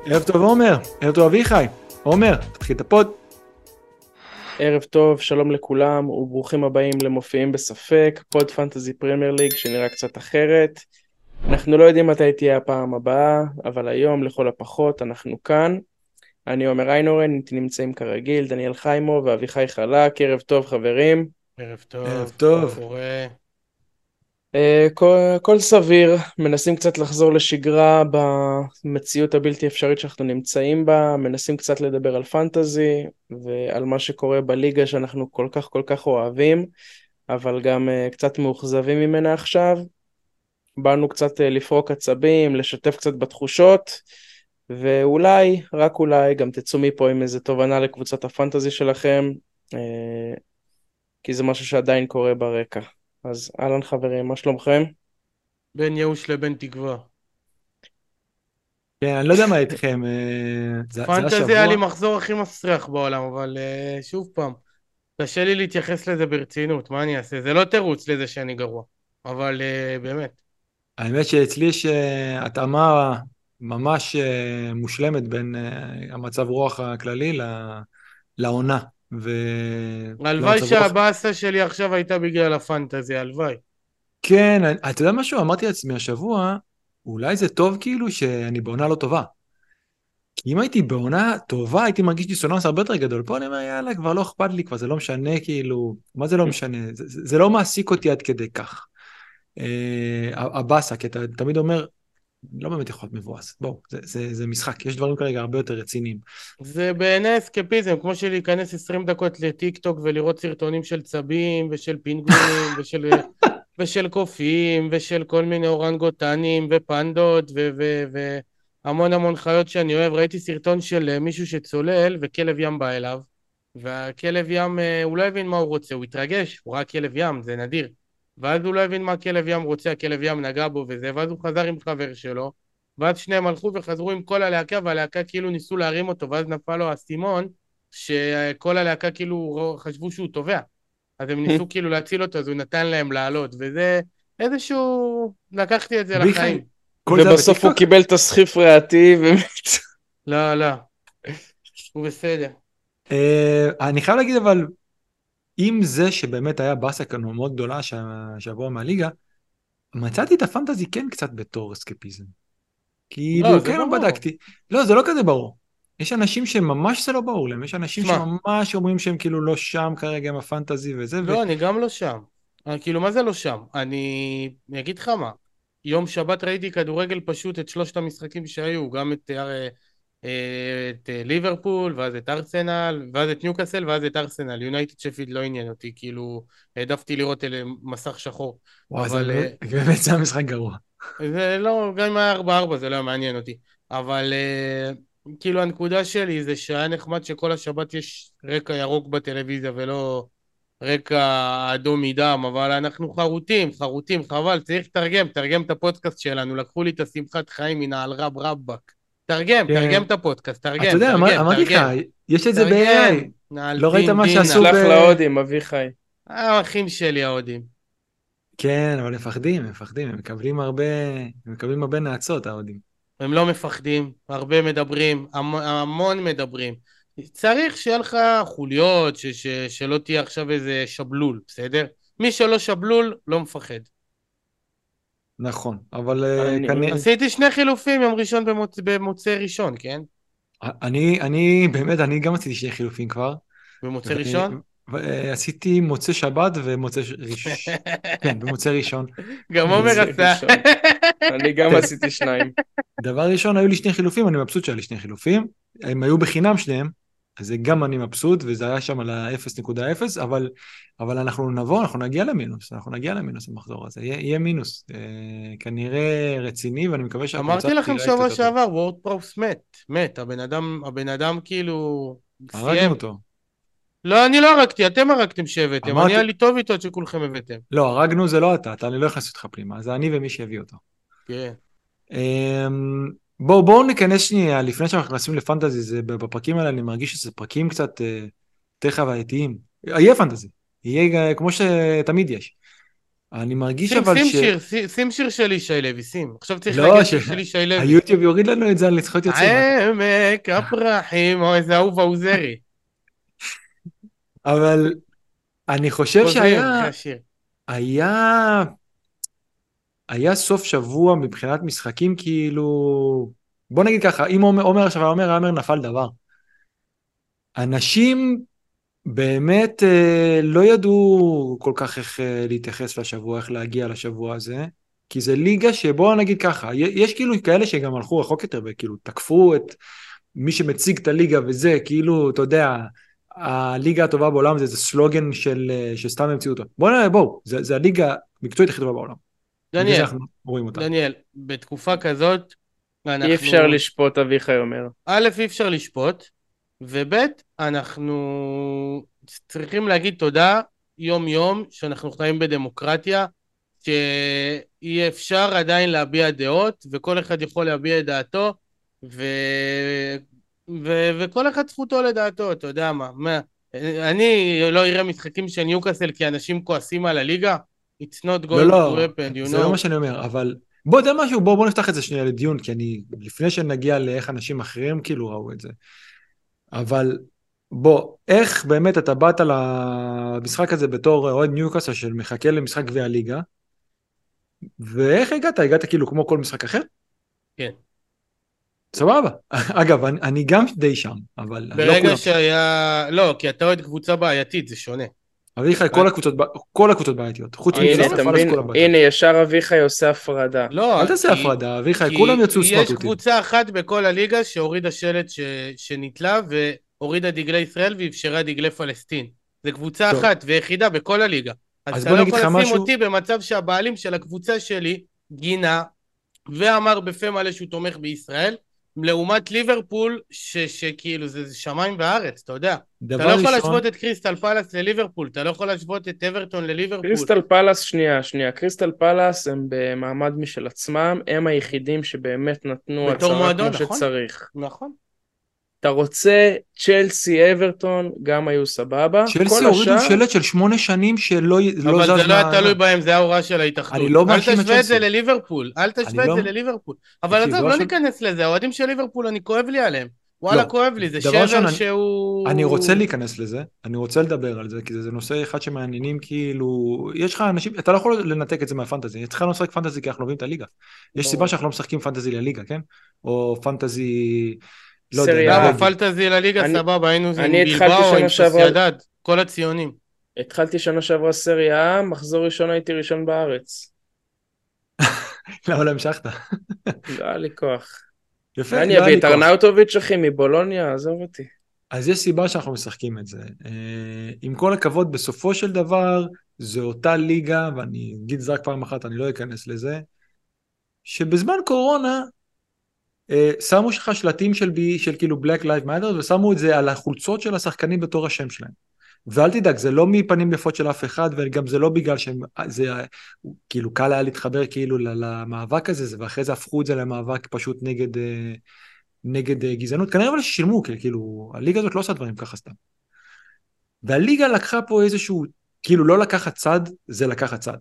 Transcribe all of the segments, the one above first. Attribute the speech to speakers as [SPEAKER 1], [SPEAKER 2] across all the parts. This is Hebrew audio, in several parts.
[SPEAKER 1] ערב טוב עומר, ערב טוב אביחי. עומר, תתחיל את הפוד.
[SPEAKER 2] ערב טוב, שלום לכולם וברוכים הבאים למופיעים בספק, פוד פנטזי פרמייר ליג שנראה קצת אחרת. אנחנו לא יודעים מתי תהיה הפעם הבאה, אבל היום לכל הפחות אנחנו כאן. אני עומר איינורן, איתי נמצאים כרגיל, דניאל חיימו ואביחי חלק. ערב טוב חברים.
[SPEAKER 3] ערב
[SPEAKER 1] ערב
[SPEAKER 3] טוב, מה
[SPEAKER 1] טוב.
[SPEAKER 3] קורה?
[SPEAKER 2] כל סביר, מנסים קצת לחזור לשגרה במציאות הבלתי אפשרית שאנחנו נמצאים בה, מנסים קצת לדבר על פנטזי ועל מה שקורה בליגה שאנחנו כל כך אוהבים, אבל גם קצת מאוכזבים ממנה עכשיו. באנו קצת לפרוק עצבים, לשתף קצת בתחושות, ואולי, רק אולי, גם תצאו מפה עם איזה תובנה לקבוצת הפנטזי שלכם, אה, כי זה משהו שעדיין קורה ברקע. אז אהלן חברים, מה שלומכם?
[SPEAKER 3] בין ייאוש לבין תקווה.
[SPEAKER 1] כן, אני לא יודע מה איתכם, זה
[SPEAKER 3] פנטזי היה לי
[SPEAKER 1] השבוע.
[SPEAKER 3] מחזור הכי מסריח בעולם, אבל שוב פעם, קשה לי להתייחס לזה ברצינות, מה אני אעשה? זה לא תירוץ לזה שאני גרוע, אבל באמת.
[SPEAKER 1] האמת שאצלי יש התאמה ממש מושלמת בין המצב רוח הכללי לעונה, ולא
[SPEAKER 3] הלוואי
[SPEAKER 1] מצב רוח.
[SPEAKER 3] שהבאסה שלי עכשיו הייתה בגלל הפנטזי, הלוואי.
[SPEAKER 1] כן, אתה יודע משהו? אמרתי לעצמי השבוע, אולי זה טוב כאילו שאני בעונה לא טובה. כי אם הייתי בעונה טובה, הייתי מרגיש דיסוננס הרבה יותר גדול. פה אני אומר, יאללה, כבר לא אכפת לי, כבר זה לא משנה, כאילו, מה זה לא משנה? זה לא מעסיק אותי עד כדי כך. הבאסה, כי אתה תמיד אומר, לא באמת יכול להיות מבואס. בואו, זה משחק, יש דברים כרגע הרבה יותר רציניים.
[SPEAKER 3] זה בעיני אסקפיזם, כמו שלהיכנס 20 דקות לטיק טוק ולראות סרטונים של צבים ושל פינגווינים ושל קופים ושל כל מיני אורנגוטנים ופנדות והמון המון חיות שאני אוהב. ראיתי סרטון של מישהו שצולל וכלב ים בא אליו, והכלב ים הוא לא הבין מה הוא רוצה, הוא התרגש, הוא ראה כלב ים, זה נדיר, ואז הוא לא הבין מה כלב ים רוצה, הכלב ים נגע בו וזה, ואז הוא חזר עם חבר שלו, ואז שניהם הלכו וחזרו עם כל הלהקה, והלהקה כאילו ניסו להרים אותו, ואז נפל לו האסימון שכל הלהקה כאילו חשבו שהוא טובע, אז הם ניסו כאילו להציל אותו, אז הוא נתן להם לעלות, וזה איזשהו... לקחתי את זה
[SPEAKER 1] אביחי,
[SPEAKER 3] לחיים.
[SPEAKER 1] כל זה היה
[SPEAKER 2] ובסוף הוא
[SPEAKER 1] בטיקטוק?
[SPEAKER 2] קיבל תסחיף ריאתי ומת.
[SPEAKER 3] לא, לא, הוא בסדר.
[SPEAKER 1] אני חייב להגיד אבל, עם זה שבאמת היה באסה כאן מאוד גדולה שעברה מהליגה, מצאתי את הפנטזי כן קצת בתור אסקפיזם.
[SPEAKER 3] לא,
[SPEAKER 1] כאילו,
[SPEAKER 3] זה
[SPEAKER 1] כן, לא
[SPEAKER 3] ברור.
[SPEAKER 1] בדקתי. לא, זה לא כזה ברור. יש אנשים שממש זה לא ברור להם, יש אנשים
[SPEAKER 3] שמע,
[SPEAKER 1] שממש אומרים שהם כאילו לא שם כרגע עם הפנטזי וזה,
[SPEAKER 3] לא, אני גם לא שם. כאילו, מה זה לא שם? אני אגיד לך מה. יום שבת ראיתי כדורגל פשוט את שלושת המשחקים שהיו, גם את ליברפול, ואז את ארסנל, ואז את ניוקאסל, ואז את ארסנל. יונייטד שפילד לא עניין אותי, כאילו, העדפתי לראות אלה מסך שחור.
[SPEAKER 1] וואי, זה
[SPEAKER 3] אבל
[SPEAKER 1] באמת, באמת זה המשחק גרוע.
[SPEAKER 3] זה לא, גם אם היה 4-4 זה לא היה מעניין אותי. אבל כאילו הנקודה שלי זה שהיה נחמד שכל השבת יש רקע ירוק בטלוויזיה ולא רקע אדום מדם, אבל אנחנו חרוטים, חרוטים, חבל, צריך תרגם את הפודקאסט שלנו, לקחו לי את השמחת חיים מן העלרב רבאק.
[SPEAKER 1] כן,
[SPEAKER 3] תרגם את הפודקאסט,
[SPEAKER 1] אתה יודע, אמרתי לך,
[SPEAKER 3] תרגם,
[SPEAKER 1] יש את זה ב-AI.
[SPEAKER 3] תרגם,
[SPEAKER 1] לא ראית
[SPEAKER 3] נעלבים
[SPEAKER 1] מה
[SPEAKER 3] דינה.
[SPEAKER 1] שעשו
[SPEAKER 2] שלח להודים, אביחי.
[SPEAKER 3] האחים שלי ההודים.
[SPEAKER 1] כן, אבל מפחדים, מפחדים, הם מקבלים הרבה נאצות, ההודים.
[SPEAKER 3] הם לא מפחדים, הרבה מדברים, המון מדברים. צריך שיהיה לך חוליות, שלא תהיה עכשיו איזה שבלול, בסדר? מי שלא שבלול, לא מפחד.
[SPEAKER 1] נכון, אבל
[SPEAKER 2] אני,
[SPEAKER 3] עשיתי שני חילופים יום ראשון במוצאי ראשון, כן?
[SPEAKER 1] אני באמת, אני גם עשיתי שני חילופים כבר,
[SPEAKER 3] במוצאי ראשון?
[SPEAKER 1] ועשיתי מוצא שבת כן, במוצא ראשון.
[SPEAKER 3] גם עומר
[SPEAKER 2] מוצא
[SPEAKER 3] עשה.
[SPEAKER 2] ראשון. אני גם עשיתי שניים.
[SPEAKER 1] דבר ראשון, היו לי שני חילופים, אני מבסוט שהיה לי שני חילופים, הם היו בחינם שניהם, אז זה גם אני מבסוט, וזה היה שם על ה-0.0, אבל אנחנו נגיע למינוס במחזור הזה, יהיה מינוס, כנראה רציני, ואני מקווה שהקבוצה
[SPEAKER 3] אמרתי לכם
[SPEAKER 1] תראה קצת
[SPEAKER 3] שבוע
[SPEAKER 1] יותר טוב.
[SPEAKER 3] שעבר, וורדפראוס מת, הבן אדם כאילו
[SPEAKER 1] הרגנו
[SPEAKER 3] סיים.
[SPEAKER 1] אותו.
[SPEAKER 3] לא, אני לא הרגתי, אתם הרגתם שהבאתם, אני
[SPEAKER 1] אמרתי,
[SPEAKER 3] היה לי טוב איתו עד שכולכם הבאתם.
[SPEAKER 1] לא, הרגנו זה לא אתה, אני לא הכנסתי אותך פנימה, זה אני ומי שהביא אותו.
[SPEAKER 3] כן.
[SPEAKER 1] בואו ניכנס שנייה, לפני שאנחנו נכנסים לפנטזי, בפרקים האלה אני מרגיש שזה פרקים קצת יותר חווייתיים. יהיה פנטזי, יהיה כמו שתמיד יש. אני מרגיש
[SPEAKER 3] שים
[SPEAKER 1] אבל
[SPEAKER 3] שים
[SPEAKER 1] ש...
[SPEAKER 3] שיר, שים שיר של ישי לוי, שים. עכשיו צריך
[SPEAKER 1] לא,
[SPEAKER 3] להגיע שיר של ישי לוי.
[SPEAKER 1] שהיוטיוב יוריד לנו את זה על זכויות יוצרים.
[SPEAKER 3] עמק הפרחים, או איזה אהוב האוזרי.
[SPEAKER 1] אבל אני חושב
[SPEAKER 3] גוזלים, אחרי השיר.
[SPEAKER 1] היה, היה סוף שבוע מבחינת משחקים כאילו, בוא נגיד ככה, אם עומר עכשיו עומר נפל דבר. אנשים באמת לא ידעו כל כך איך להתייחס לשבוע, איך להגיע לשבוע הזה, כי זה ליגה שבוא נגיד ככה, יש כאילו כאלה שגם הלכו רחוק יותר וכאילו תקפו את מי שמציג את הליגה וזה, כאילו, אתה יודע, הליגה הטובה בעולם זה סלוגן שסתם המציאו אותו. בואו, זה הליגה המקצועית הכי טובה בעולם. בגלל זה אנחנו רואים אותה.
[SPEAKER 3] דניאל, בתקופה כזאת,
[SPEAKER 2] אי אפשר לשפוט, אביחי אומר.
[SPEAKER 3] א', אי אפשר לשפוט, וב', אנחנו צריכים להגיד תודה יום יום, שאנחנו חיים בדמוקרטיה, שאי אפשר עדיין להביע דעות, וכל אחד יכול להביע את דעתו, וכל אחד זכותו לדעתו, אתה יודע מה, אני לא אראה משחקים של ניוקאסל כי אנשים כועסים על הליגה, it's not going to happen, you know.
[SPEAKER 1] זה לא מה שאני אומר, אבל בוא יודע משהו, בוא נפתח את זה שנייה לדיון, כי לפני שנגיע לאיך אנשים אחרים כאילו ראו את זה, אבל בוא, איך באמת אתה באת למשחק הזה בתור אוהד ניוקאסל של מחכה למשחק גביע הליגה, ואיך הגעת? הגעת כאילו כמו כל משחק אחר?
[SPEAKER 3] כן.
[SPEAKER 1] סבבה. אגב, אני גם די שם, אבל
[SPEAKER 3] ברגע שהיה... לא, כי אתה אוהד קבוצה בעייתית, זה שונה.
[SPEAKER 1] אביחי, כל הקבוצות בעייתיות.
[SPEAKER 2] הנה, ישר אביחי עושה הפרדה.
[SPEAKER 3] לא,
[SPEAKER 1] אל תעשה הפרדה, אביחי, כולם יצאו סמרטוטים.
[SPEAKER 3] יש קבוצה אחת בכל הליגה שהורידה שלט שנתלה, והורידה דגלי ישראל ואפשרה דגלי פלסטין. זה קבוצה אחת ויחידה בכל הליגה. אז אתה לא יכול לשים אותי במצב שהבעלים של הקבוצה שלי גינה, ואמר בפה מלא שהוא תומך בישראל, לעומת ליברפול, שכאילו זה שמיים וארץ, אתה יודע. אתה לא יכול להשוות את קריסטל פלאס לליברפול, אתה לא יכול להשוות את אברטון לליברפול.
[SPEAKER 2] קריסטל פלאס, שנייה, קריסטל פלאס הם במעמד משל עצמם, הם היחידים שבאמת נתנו הצהרה כמו שצריך.
[SPEAKER 3] נכון.
[SPEAKER 2] אתה רוצה צ'לסי, אברטון, גם היו סבבה.
[SPEAKER 1] צ'לסי הורידו שלט של 8 שנים שלא זז.
[SPEAKER 3] אבל זה לא היה תלוי בהם, זה ההוראה של ההתאחדות.
[SPEAKER 1] אני לא מאשים את צ'לסי.
[SPEAKER 3] אל תשווה את זה לליברפול, אבל עזוב, לא ניכנס לזה, האוהדים של ליברפול, אני כואב לי עליהם. וואלה, כואב לי, זה שבר שהוא...
[SPEAKER 1] אני רוצה להיכנס לזה, אני רוצה לדבר על זה, כי זה נושא אחד שמעניינים, כאילו, יש לך אנשים, אתה לא יכול לנתק את זה מהפנטזי, יש לך לא לשחק פנטזי כי אנחנו לא מביאים את הליגה. יש סיבה שאנחנו לא משחקים פנטזי לליגה, כן? או פנטזי...
[SPEAKER 3] לא יודע, פנטזי לליגה סבבה, היינו עם בלבאו, עם סוסיידד, כל הציונים.
[SPEAKER 2] התחלתי שנה שעברה סריה, מחזור ראשון הייתי ראשון בארץ.
[SPEAKER 1] למה לא המשכת?
[SPEAKER 2] לא היה לי כוח.
[SPEAKER 1] יפה,
[SPEAKER 2] אני אביא את ארנאוטוביץ' אחי מבולוניה, עזוב אותי.
[SPEAKER 1] אז יש סיבה שאנחנו משחקים את זה. עם כל הכבוד, בסופו של דבר, זו אותה ליגה, ואני אגיד זה רק פעם אחת, אני לא אכנס לזה, שבזמן קורונה, שמו שלך שלטים של כאילו Black Lives Matter, ושמו את זה על החולצות של השחקנים בתור השם שלהם. ואל תדאג, זה לא מפנים יפות של אף אחד, וגם זה לא בגלל שזה כאילו קל היה להתחבר כאילו למאבק הזה, ואחרי זה הפכו את זה למאבק פשוט נגד גזענות, כנראה אבל ששילמו, כאילו, הליגה הזאת לא עושה דברים ככה סתם. והליגה לקחה פה איזשהו, כאילו לא לקחת צד, זה לקחת צד.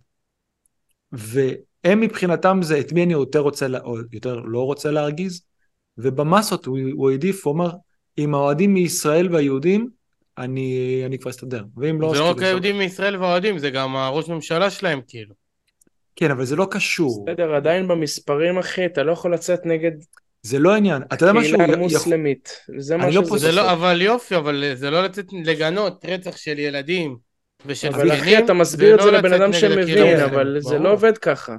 [SPEAKER 1] והם מבחינתם זה את מי אני יותר רוצה, או יותר לא רוצה להרגיז, ובמסות הוא העדיף, הוא אומר, עם האוהדים מישראל והיהודים, אני כבר אסתדר.
[SPEAKER 3] זה לא רק היהודים מישראל והאוהדים, זה גם הראש ממשלה שלהם כאילו.
[SPEAKER 1] כן, אבל זה לא קשור.
[SPEAKER 2] בסדר, עדיין במספרים אחי, אתה לא יכול לצאת נגד...
[SPEAKER 1] זה לא עניין. אתה יודע משהו?
[SPEAKER 2] קהילה מוסלמית. זה מה שזה.
[SPEAKER 3] אבל יופי, אבל זה לא לצאת לגנות רצח של ילדים ושל זקנים.
[SPEAKER 2] אבל אחי, אתה מסביר את זה לבן אדם שמבין, אבל זה לא עובד ככה.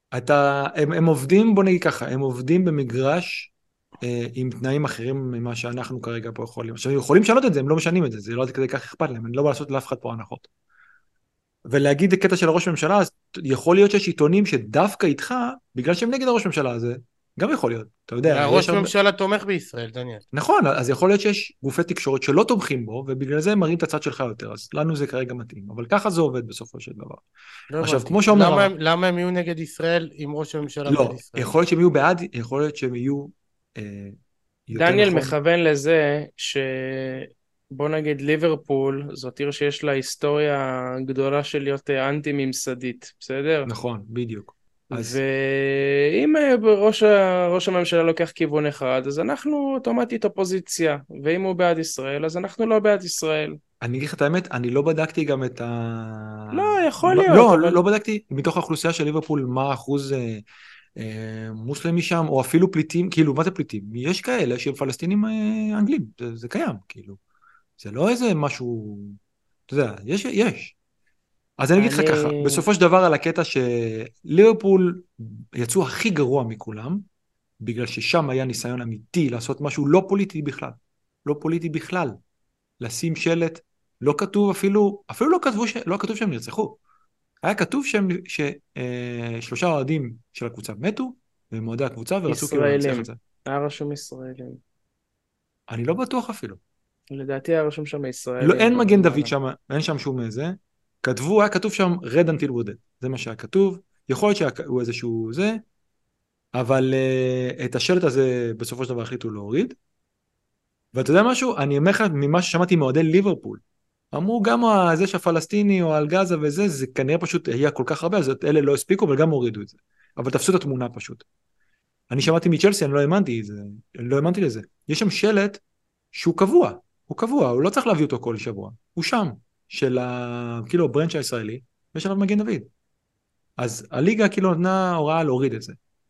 [SPEAKER 1] הם עובדים, בוא נגיד ככה, הם עובדים במגרש עם תנאים אחרים ממה שאנחנו כרגע פה יכולים. עכשיו, יכולים לשנות את זה, הם לא משנים את זה, זה לא כדי כך אכפת להם, אני לא בא לעשות לאף אחד פה הנחות. ולהגיד את קטע של הראש ממשלה, אז יכול להיות שיש עיתונים שדווקא איתך, בגלל שהם נגד הראש ממשלה הזה, גם יכול להיות, אתה יודע.
[SPEAKER 3] הראש ממשלה תומך בישראל, דניאל.
[SPEAKER 1] נכון, אז יכול להיות שיש גופי תקשורת שלא תומכים בו, ובגלל זה הם מראים את הצד שלך יותר, אז לנו זה כרגע מתאים, אבל ככה זה עובד בסופו של דבר. עכשיו, כמו שאומר...
[SPEAKER 3] למה הם יהיו נגד ישראל עם ראש הממשלה נגד ישראל?
[SPEAKER 1] לא, יכול להיות שהם יהיו בעד, יכול להיות שהם יהיו...
[SPEAKER 2] דניאל מכוון לזה בוא נגיד ליברפול, זאת עיר שיש לה היסטוריה גדולה של להיות אנטי ממסדית, בסדר?
[SPEAKER 1] נכון, בדיוק. אז
[SPEAKER 2] ואם ראש הממשלה לוקח כיוון אחד, אז אנחנו אוטומטית אופוזיציה, ואם הוא בעד ישראל, אז אנחנו לא בעד ישראל.
[SPEAKER 1] אני אגיד לך את האמת, אני לא בדקתי גם את
[SPEAKER 2] לא, יכול להיות,
[SPEAKER 1] לא,
[SPEAKER 2] אבל
[SPEAKER 1] לא בדקתי מתוך האוכלוסייה של ליברפול מה האחוז מוסלמי שם, או אפילו פליטים, כאילו, מה זה פליטים? יש כאלה שהם פלסטינים אנגלים, זה קיים, כאילו. זה לא איזה משהו, אתה יודע, יש. אז אני אגיד לך
[SPEAKER 2] אני...
[SPEAKER 1] ככה, בסופו של דבר על הקטע שליברפול יצאו הכי גרוע מכולם, בגלל ששם היה ניסיון אמיתי לעשות משהו לא פוליטי בכלל. לא פוליטי בכלל. לשים שלט, לא כתוב אפילו לא כתוב שהם נרצחו. היה כתוב ששלושה אוהדים של הקבוצה מתו, ומאוהדי הקבוצה, ורצו כאילו להנציח את
[SPEAKER 2] ישראלים.
[SPEAKER 1] זה.
[SPEAKER 2] היה רשום ישראלים.
[SPEAKER 1] אני לא בטוח אפילו.
[SPEAKER 2] לדעתי היה רשום שם
[SPEAKER 1] לא,
[SPEAKER 2] ישראלים.
[SPEAKER 1] אין
[SPEAKER 2] גם
[SPEAKER 1] מגן
[SPEAKER 2] למעלה.
[SPEAKER 1] דוד שם, אין שם שום איזה. היה כתוב שם red until we're dead. זה מה שהיה כתוב. יכול להיות שהוא איזשהו זה, אבל את השלט הזה בסופו של דבר החליטו להוריד. ואתה יודע משהו? אני אומר לך ממה ששמעתי מאוהדי ליברפול. אמרו גם זה שהפלסטיני או על גזה וזה, זה כנראה פשוט היה כל כך הרבה, אז אלה לא הספיקו אבל גם הורידו את זה. אבל תפסו את התמונה פשוט. אני שמעתי מצ'לסי, אני לא האמנתי את זה, לא האמנתי לזה. יש שם שלט שהוא קבוע, הוא לא צריך להביא אותו כל שבוע, הוא שם, של כאילו הברנץ' הישראלי, ויש עליו מגן דוד. אז הליגה כאילו נתנה הוראה להוריד את זה.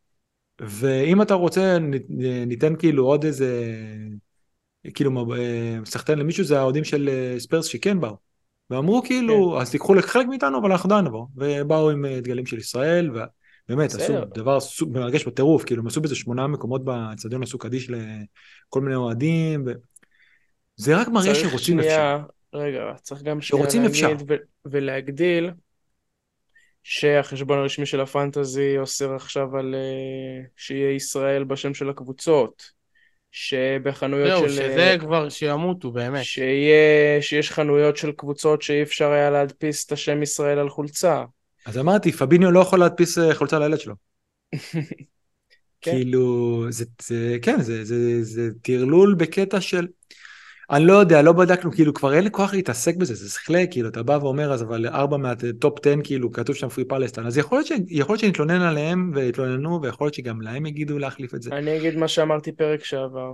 [SPEAKER 1] ואם אתה רוצה, ניתן כאילו עוד איזה, כאילו סחטן למישהו, זה האוהדים של ספרס שכן באו. ואמרו
[SPEAKER 2] כן,
[SPEAKER 1] כאילו, אז תיקחו חלק מאיתנו, אבל אנחנו עדיין נבוא. ובאו עם דגלים של ישראל, ובאמת עשו
[SPEAKER 2] בסדר.
[SPEAKER 1] דבר מרגש בטירוף, כאילו הם עשו בזה 8 מקומות באצטדיון, עשו קדיש לכל מיני אוהדים, זה רק מראה
[SPEAKER 2] צריך
[SPEAKER 1] שרוצים אפשר.
[SPEAKER 2] שנייה, רגע, צריך גם שנייה
[SPEAKER 1] שרוצים אפשר.
[SPEAKER 2] להגיד ולהגדיל שהחשבון הרשמי של הפנטזי אוסר עכשיו על שיהיה ישראל בשם של הקבוצות, שבחנויות
[SPEAKER 3] זהו,
[SPEAKER 2] של...
[SPEAKER 3] שזה כבר שימותו, באמת.
[SPEAKER 2] שיש חנויות של קבוצות שאי אפשר היה להדפיס את השם ישראל על חולצה.
[SPEAKER 1] אז אמרתי, פביניו לא יכול להדפיס חולצה לילד שלו.
[SPEAKER 2] כן.
[SPEAKER 1] כאילו, כן, זה טרלול בקטע של, אני לא יודע, לא בדקנו, כאילו, כבר אין לי כוח להתעסק בזה, זה שכלה, כאילו, אתה בא ואומר, אז אבל 4 מהטופ 10, כאילו, כתוב שם פרי פלסטין, אז יכול להיות שנתלונן עליהם והתלוננו, ויכול להיות שגם להם יגידו להחליף את זה.
[SPEAKER 2] אני אגיד מה שאמרתי פרק שעבר.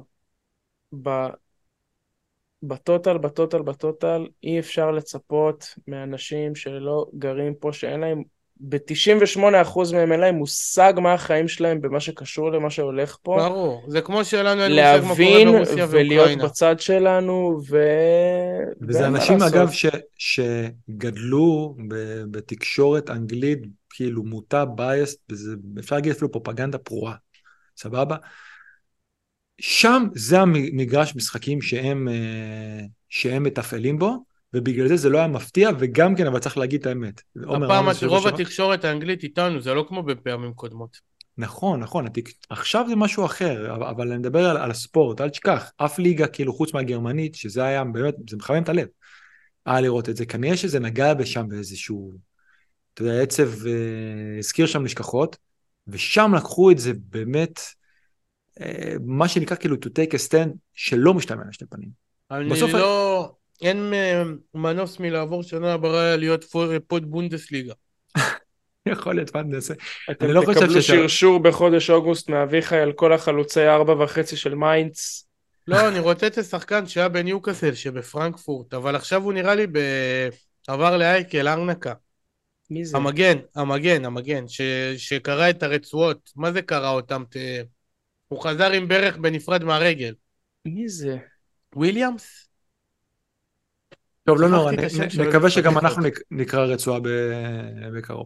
[SPEAKER 2] בטוטל, אי אפשר לצפות מאנשים שלא גרים פה, שאין להם, ב-98% מהם אין להם מושג מה החיים שלהם במה שקשור למה שהולך פה,
[SPEAKER 3] ברור, זה כמו שלנו אין מושג מה קורה
[SPEAKER 2] להבין
[SPEAKER 3] ברוסיה
[SPEAKER 2] ולהיות
[SPEAKER 3] ואוקראינה.
[SPEAKER 2] בצד שלנו,
[SPEAKER 1] וזה
[SPEAKER 2] ואין מה
[SPEAKER 1] אנשים,
[SPEAKER 2] לעשות.
[SPEAKER 1] אגב, שגדלו בתקשורת אנגלית, כאילו, מוטה בייסט, אפשר להגיד אפילו פרופגנדה פרועה, סבבה? שם זה המגרש משחקים שהם מתפעלים בו, ובגלל זה לא היה מפתיע, וגם כן, אבל צריך להגיד את האמת.
[SPEAKER 3] הפעם רוב התקשורת האנגלית איתנו, זה לא כמו בפעמים קודמות.
[SPEAKER 1] נכון, עכשיו זה משהו אחר, אבל אני מדבר על הספורט, אל תשכח, אף ליגה כאילו חוץ מהגרמנית, שזה היה באמת, זה מחמם את הלב, לראות את זה, כנראה שזה נגע בשם באיזשהו, אתה יודע, עצב, הזכיר שם נשכחות, ושם לקחו את זה באמת, מה שנקרא כאילו to take a stand, שלא משתמע לשתי פנים. בסוף...
[SPEAKER 3] אין מנוס מלעבור שנה הבאה להיות פוד בונדסליגה.
[SPEAKER 1] יכול להיות פנדס.
[SPEAKER 2] אתם
[SPEAKER 1] אני לא חושב
[SPEAKER 2] תקבלו שרשור בחודש אוגוסט מאביחי על כל החלוצי 4.5 של מיינדס.
[SPEAKER 3] לא, אני רוצה את השחקן שהיה בניוקאסל שבפרנקפורט, אבל עכשיו הוא נראה לי עבר לאייקל, ארנקה.
[SPEAKER 2] מי זה?
[SPEAKER 3] המגן, שקרא את הרצועות. מה זה קרא אותם? הוא חזר עם ברך בנפרד מהרגל.
[SPEAKER 2] מי זה?
[SPEAKER 3] וויליאמס?
[SPEAKER 1] טוב, לא נורא,
[SPEAKER 3] שכחתי את השם שלו,
[SPEAKER 1] נקווה
[SPEAKER 3] זה
[SPEAKER 1] שגם
[SPEAKER 3] מפנק
[SPEAKER 1] אנחנו
[SPEAKER 3] אותי.
[SPEAKER 1] נקרא רצועה בקרוב.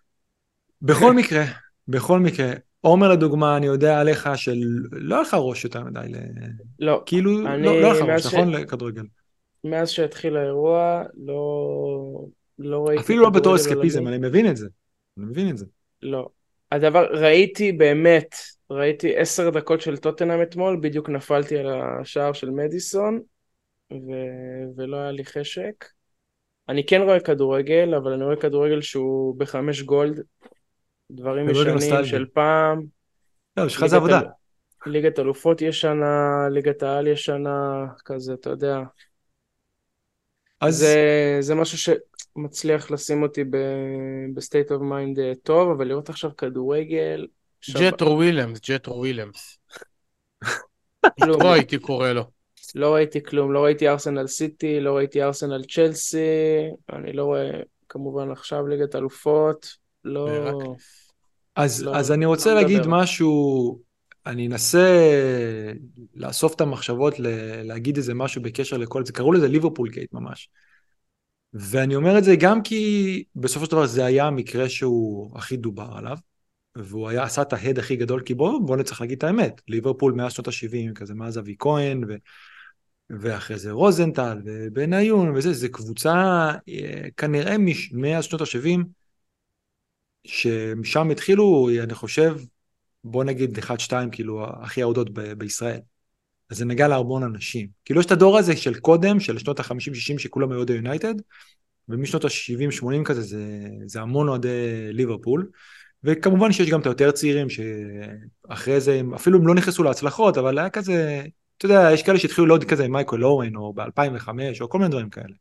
[SPEAKER 1] בכל מקרה, עומר לדוגמה, אני יודע עליך שלא היה לך ראש יותר מדי,
[SPEAKER 2] לא.
[SPEAKER 1] כאילו, לא היה לך ראש, נכון? לכדורגל.
[SPEAKER 2] מאז שהתחיל האירוע, לא ראיתי
[SPEAKER 1] אפילו לא בתור
[SPEAKER 2] כדורגל
[SPEAKER 1] אסקפיזם,
[SPEAKER 2] עולמי.
[SPEAKER 1] אני מבין את זה.
[SPEAKER 2] לא. ראיתי 10 דקות של טוטנהאם אתמול, בדיוק נפלתי על השער של מדיסון, ולא היה לי חשק. אני כן רואה כדורגל, אבל אני רואה כדורגל שהוא ב5 גולד, דברים
[SPEAKER 1] כדורגל
[SPEAKER 2] ישנים
[SPEAKER 1] נוסטלגי.
[SPEAKER 2] של פעם,
[SPEAKER 1] לא, יש לך זה עבודה.
[SPEAKER 2] ליגת אלופות ישנה, ליגת העל ישנה, כזה, אתה יודע.
[SPEAKER 1] אז
[SPEAKER 2] זה משהו שמצליח לשים אותי בסטייט אוף מיינד טוב, אבל לראות עכשיו כדורגל,
[SPEAKER 3] ג'טרו וויליאמס.
[SPEAKER 2] כלום,
[SPEAKER 3] לא הייתי קורא לו.
[SPEAKER 2] לא ראיתי כלום, לא ראיתי ארסנל סיטי, לא ראיתי ארסנל צ'לסי, אני לא רואה כמובן עכשיו ליגת אלופות, לא,
[SPEAKER 3] ברקנס.
[SPEAKER 1] אז אני
[SPEAKER 2] לא
[SPEAKER 1] רוצה להגיד
[SPEAKER 2] מדבר.
[SPEAKER 1] משהו, אני אנסה לאסוף את המחשבות, להגיד איזה משהו בקשר לכל זה, קראו לזה ליברפול גייט ממש. ואני אומר את זה גם כי בסופו של דבר זה היה המקרה שהוא הכי דובר עליו, והוא עשה את ההד הכי גדול, כי בוא נצטרך להגיד את האמת, ליברפול מאז שנות ה-70, כזה מאז אבי כהן, ואחרי זה רוזנטל, ובניון, וזה, זה קבוצה כנראה מאז שנות ה-70, שמשם התחילו, אני חושב, בוא נגיד 1-2, כאילו, הכי אהודות בישראל. אז זה נגע להרמון אנשים. כאילו, יש את הדור הזה של קודם, של שנות ה-50-60, שכולם היו אוהדי יונייטד, ומשנות ה-70-80 כזה, זה המון אוהדי ליברפול, וכמובן שיש גם את היותר צעירים, שאחרי זה, אפילו הם לא נכנסו להצלחות, אבל היה כזה, אתה יודע, יש כאלה שהתחילו לעוד כזה עם מייקל אורן, או ב-2005, או כל מיני דברים כאלה.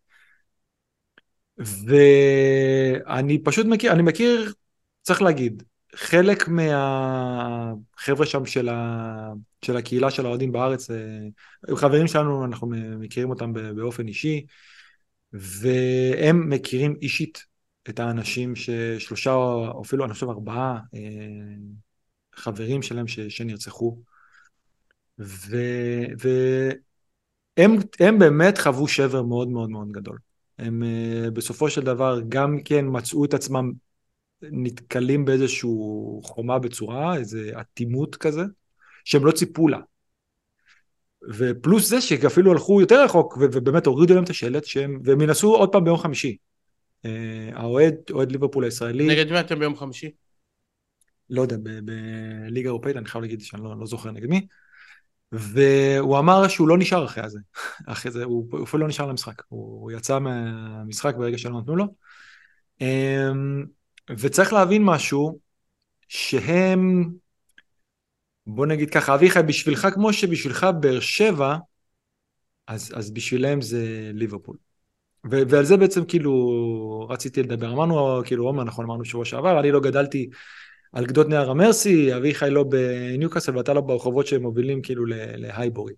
[SPEAKER 1] ואני פשוט מכיר, אני מכיר, צריך להגיד, חלק מהחבר'ה שם של הקהילה של האוהדים בארץ, הם חברים שלנו, אנחנו מכירים אותם באופן אישי, והם מכירים אישית את האנשים ששלושה, או אפילו אני חושב 4 חברים שלהם שנרצחו, והם באמת חוו שבר מאוד מאוד מאוד גדול. הם בסופו של דבר גם כן מצאו את עצמם נתקלים באיזשהו חומה בצורה, איזו אטימות כזה, שהם לא ציפו לה. ופלוס זה שאפילו הלכו יותר רחוק, ובאמת הורידו להם את השלט, והם ינסו עוד פעם ביום חמישי. אוהד ליברפול הישראלי,
[SPEAKER 3] נגד מי אתם ביום חמישי?
[SPEAKER 1] לא יודע, בליגה אירופאית, אני חייב להגיד שאני לא זוכר נגד מי, והוא אמר שהוא לא נשאר אחרי זה הוא אפילו לא נשאר למשחק, הוא יצא מהמשחק ברגע שלא נתנו לו, וצריך להבין משהו, שהם, בוא נגיד ככה, אביחי, בשבילך כמו שבשבילך באר שבע, אז בשבילם זה ליברפול. ועל זה בעצם כאילו רציתי לדבר, אמרנו כאילו עומר, נכון, אמרנו שבוע שעבר, אני לא גדלתי על גדות נהר המרסי, אביחי לא בניוקאסל ואתה לא ברחובות שהם מובילים כאילו להייבורי.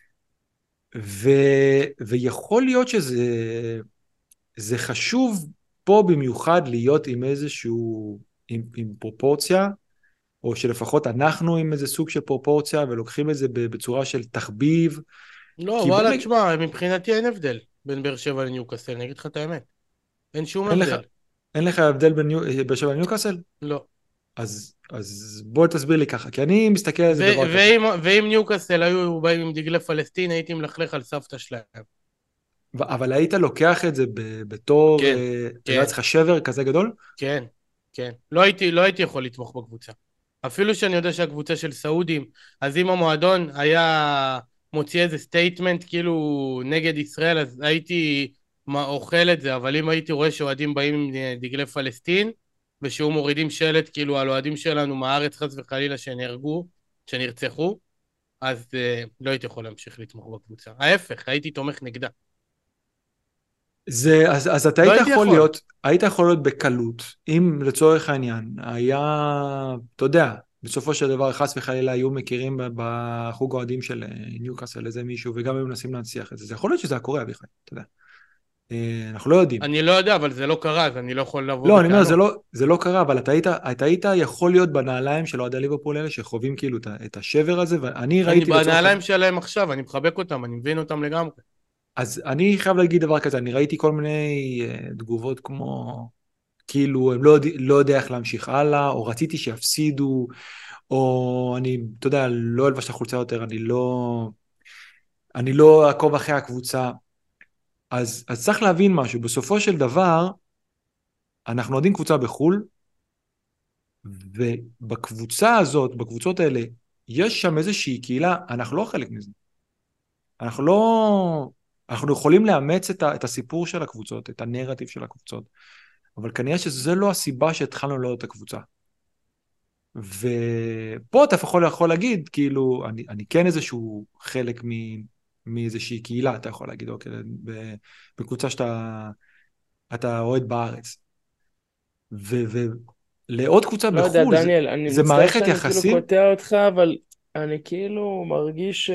[SPEAKER 1] ויכול להיות שזה חשוב פה במיוחד להיות עם איזשהו, עם פרופורציה, או שלפחות אנחנו עם איזה סוג של פרופורציה, ולוקחים את זה בצורה של תחביב.
[SPEAKER 3] לא,
[SPEAKER 1] כי
[SPEAKER 3] וואלה, תשמע, מבחינתי אין הבדל בין באר שבע לניוקאסל, אני אגיד לך את האמת. אין שום הבדל.
[SPEAKER 1] אין לך הבדל בין באר שבע לניוקאסל?
[SPEAKER 3] לא.
[SPEAKER 1] אז בוא תסביר לי ככה, כי אני מסתכל על זה דבר כזה.
[SPEAKER 3] ואם ניוקאסל היו באים עם דגלי פלסטין, הייתי מלכלך על סבתא שלהם.
[SPEAKER 1] אבל היית לוקח את זה בתור,
[SPEAKER 3] כן,
[SPEAKER 1] היה צריך שבר כזה גדול?
[SPEAKER 3] כן, כן. לא הייתי יכול לתמוך בקבוצה. אפילו שאני יודע שהקבוצה של סעודים, אז אם המועדון היה מוציא איזה סטייטמנט כאילו נגד ישראל, אז הייתי אוכל את זה, אבל אם הייתי רואה שאוהדים באים עם דגלי פלסטין, ושהוא מורידים שלט כאילו על אוהדים שלנו מהארץ חס וחלילה שנרצחו, אז לא הייתי יכול להמשיך לתמוך בקבוצה. ההפך, הייתי תומך נגדה.
[SPEAKER 1] אז אתה היית יכול להיות בקלות, אם לצורך העניין היה, אתה יודע, בסופו של דבר חס וחלילה היו מכירים בחוג האוהדים של ניוקאסל איזה מישהו, וגם היו מנסים להנציח את זה. זה יכול להיות שזה היה קורה, אביחי, אתה יודע. אנחנו לא יודעים.
[SPEAKER 3] אני לא יודע, אבל זה לא קרה, אז אני לא יכול לבוא
[SPEAKER 1] לא, אני אומר, זה לא קרה, אבל אתה היית יכול להיות בנעליים של אוהדי ליברפול האלה, שחווים כאילו את השבר הזה, ואני ראיתי...
[SPEAKER 3] אני בנעליים שלהם עכשיו, אני מחבק אותם, אני מבין אותם לגמרי.
[SPEAKER 1] אז אני חייב להגיד דבר כזה, אני ראיתי כל מיני תגובות כמו, כאילו, הם לא יודע איך להמשיך הלאה, או רציתי שיפסידו, או אני, אתה יודע, לא אלבש את החולצה יותר, אני לא אעקוב אחרי הקבוצה. אז צריך להבין משהו, בסופו של דבר, אנחנו אוהדים קבוצה בחול, ובקבוצה הזאת, בקבוצות האלה, יש שם איזושהי קהילה, אנחנו לא חלק מזה. אנחנו יכולים לאמץ את הסיפור של הקבוצות, את הנרטיב של הקבוצות, אבל כנראה שזה לא הסיבה שהתחלנו לעוד את הקבוצה. ופה אתה יכול להגיד, כאילו, אני כן איזשהו חלק מאיזושהי קהילה, אתה יכול להגיד, אוקיי, בקבוצה שאתה אוהד בארץ. ולעוד קבוצה
[SPEAKER 2] לא יודע,
[SPEAKER 1] בחו"ל,
[SPEAKER 2] דניאל, אני
[SPEAKER 1] זה
[SPEAKER 2] מצטער
[SPEAKER 1] מערכת
[SPEAKER 2] שאני כאילו
[SPEAKER 1] יחסים.
[SPEAKER 2] קוטע אותך, אבל אני כאילו מרגיש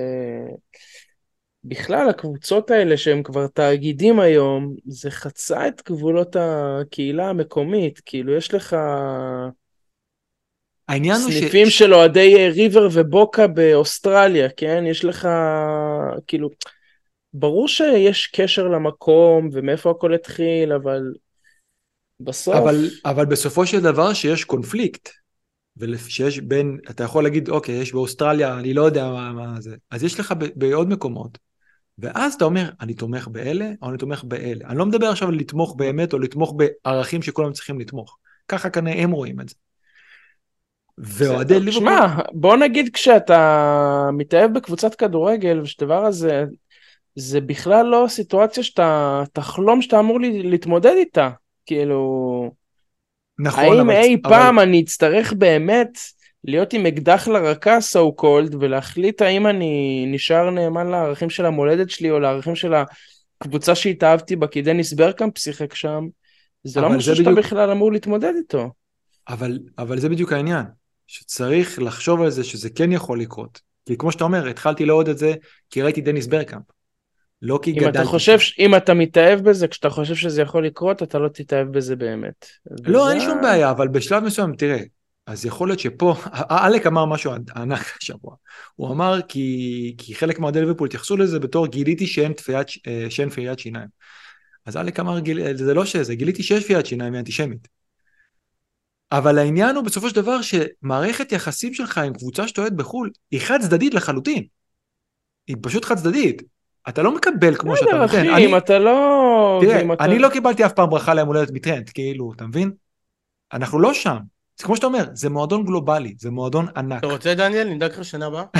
[SPEAKER 2] בכלל הקבוצות האלה שהם כבר תאגידים היום, זה חצה את גבולות הקהילה המקומית, כאילו יש לך
[SPEAKER 1] העניין הוא
[SPEAKER 2] סניפים של אוהדי ריבר ובוקה באוסטרליה, כן? יש לך כאילו, ברור שיש קשר למקום ומאיפה הכל התחיל, אבל בסוף,
[SPEAKER 1] אבל בסופו של דבר שיש קונפליקט, ושיש בין, אתה יכול להגיד, אוקיי, יש באוסטרליה, אני לא יודע מה זה, אז יש לך בעוד מקומות, ואז אתה אומר, אני תומך באלה, או אני תומך באלה. אני לא מדבר עכשיו על לתמוך באמת, או לתמוך בערכים שכולם צריכים לתמוך. ככה כנראה הם רואים את זה. ואוהדי
[SPEAKER 2] בסדר,
[SPEAKER 1] ליברפול,
[SPEAKER 2] תשמע, בוא נגיד כשאתה מתאהב בקבוצת כדורגל, ושדבר הזה, זה בכלל לא סיטואציה שאתה תחלום שאתה אמור להתמודד איתה. כאילו,
[SPEAKER 1] נכון,
[SPEAKER 2] האם אי
[SPEAKER 1] אבל
[SPEAKER 2] פעם אני אצטרך באמת להיות עם אקדח לרקה, so called, ולהחליט האם אני נשאר נאמן לערכים של המולדת שלי, או לערכים של הקבוצה שהתאהבתי בה, כי דניס ברקאמפ שיחק שם, זה לא
[SPEAKER 1] אבל זה
[SPEAKER 2] משהו שאתה
[SPEAKER 1] בדיוק,
[SPEAKER 2] בכלל אמור להתמודד איתו.
[SPEAKER 1] אבל זה בדיוק העניין, שצריך לחשוב על זה שזה כן יכול לקרות. כי כמו שאתה אומר, התחלתי לעוד את זה, כי ראיתי דניס ברקאמפ, לא כי
[SPEAKER 2] אם אתה
[SPEAKER 1] גדלתי
[SPEAKER 2] חושב,
[SPEAKER 1] שם.
[SPEAKER 2] אם אתה מתאהב בזה, כשאתה חושב שזה יכול לקרות, אתה לא תתאהב בזה באמת.
[SPEAKER 1] לא,
[SPEAKER 2] וזה...
[SPEAKER 1] אין לי שום בעיה, אבל בשלב מסוים, תראה, אז יכול להיות שפה, אלק אמר משהו ענק השבוע. הוא אמר כי חלק מהאוהדי ליברפול התייחסו לזה בתור גיליתי שאין תפיית שיניים. אז אלק אמר, זה לא שזה, גיליתי שיש תפיית שיניים מאנטישמית. אבל העניין הוא בסופו של דבר שמערכת יחסים שלך עם קבוצה שאתה אוהד בחו"ל, היא חד צדדית לחלוטין. היא פשוט חד צדדית. אתה לא מקבל כמו שאתה
[SPEAKER 2] בסדר,
[SPEAKER 1] נותן.
[SPEAKER 2] אחי, אם אתה לא...
[SPEAKER 1] תראה,
[SPEAKER 2] ואם אתה...
[SPEAKER 1] אני לא קיבלתי אף פעם ברכה ליום הולדת מטרנד, כאילו, אתה מבין? אנחנו לא שם. זה כמו שאתה אומר, זה מועדון גלובלי, זה מועדון ענק.
[SPEAKER 3] אתה רוצה, דניאל? נדאג לך שנה הבאה?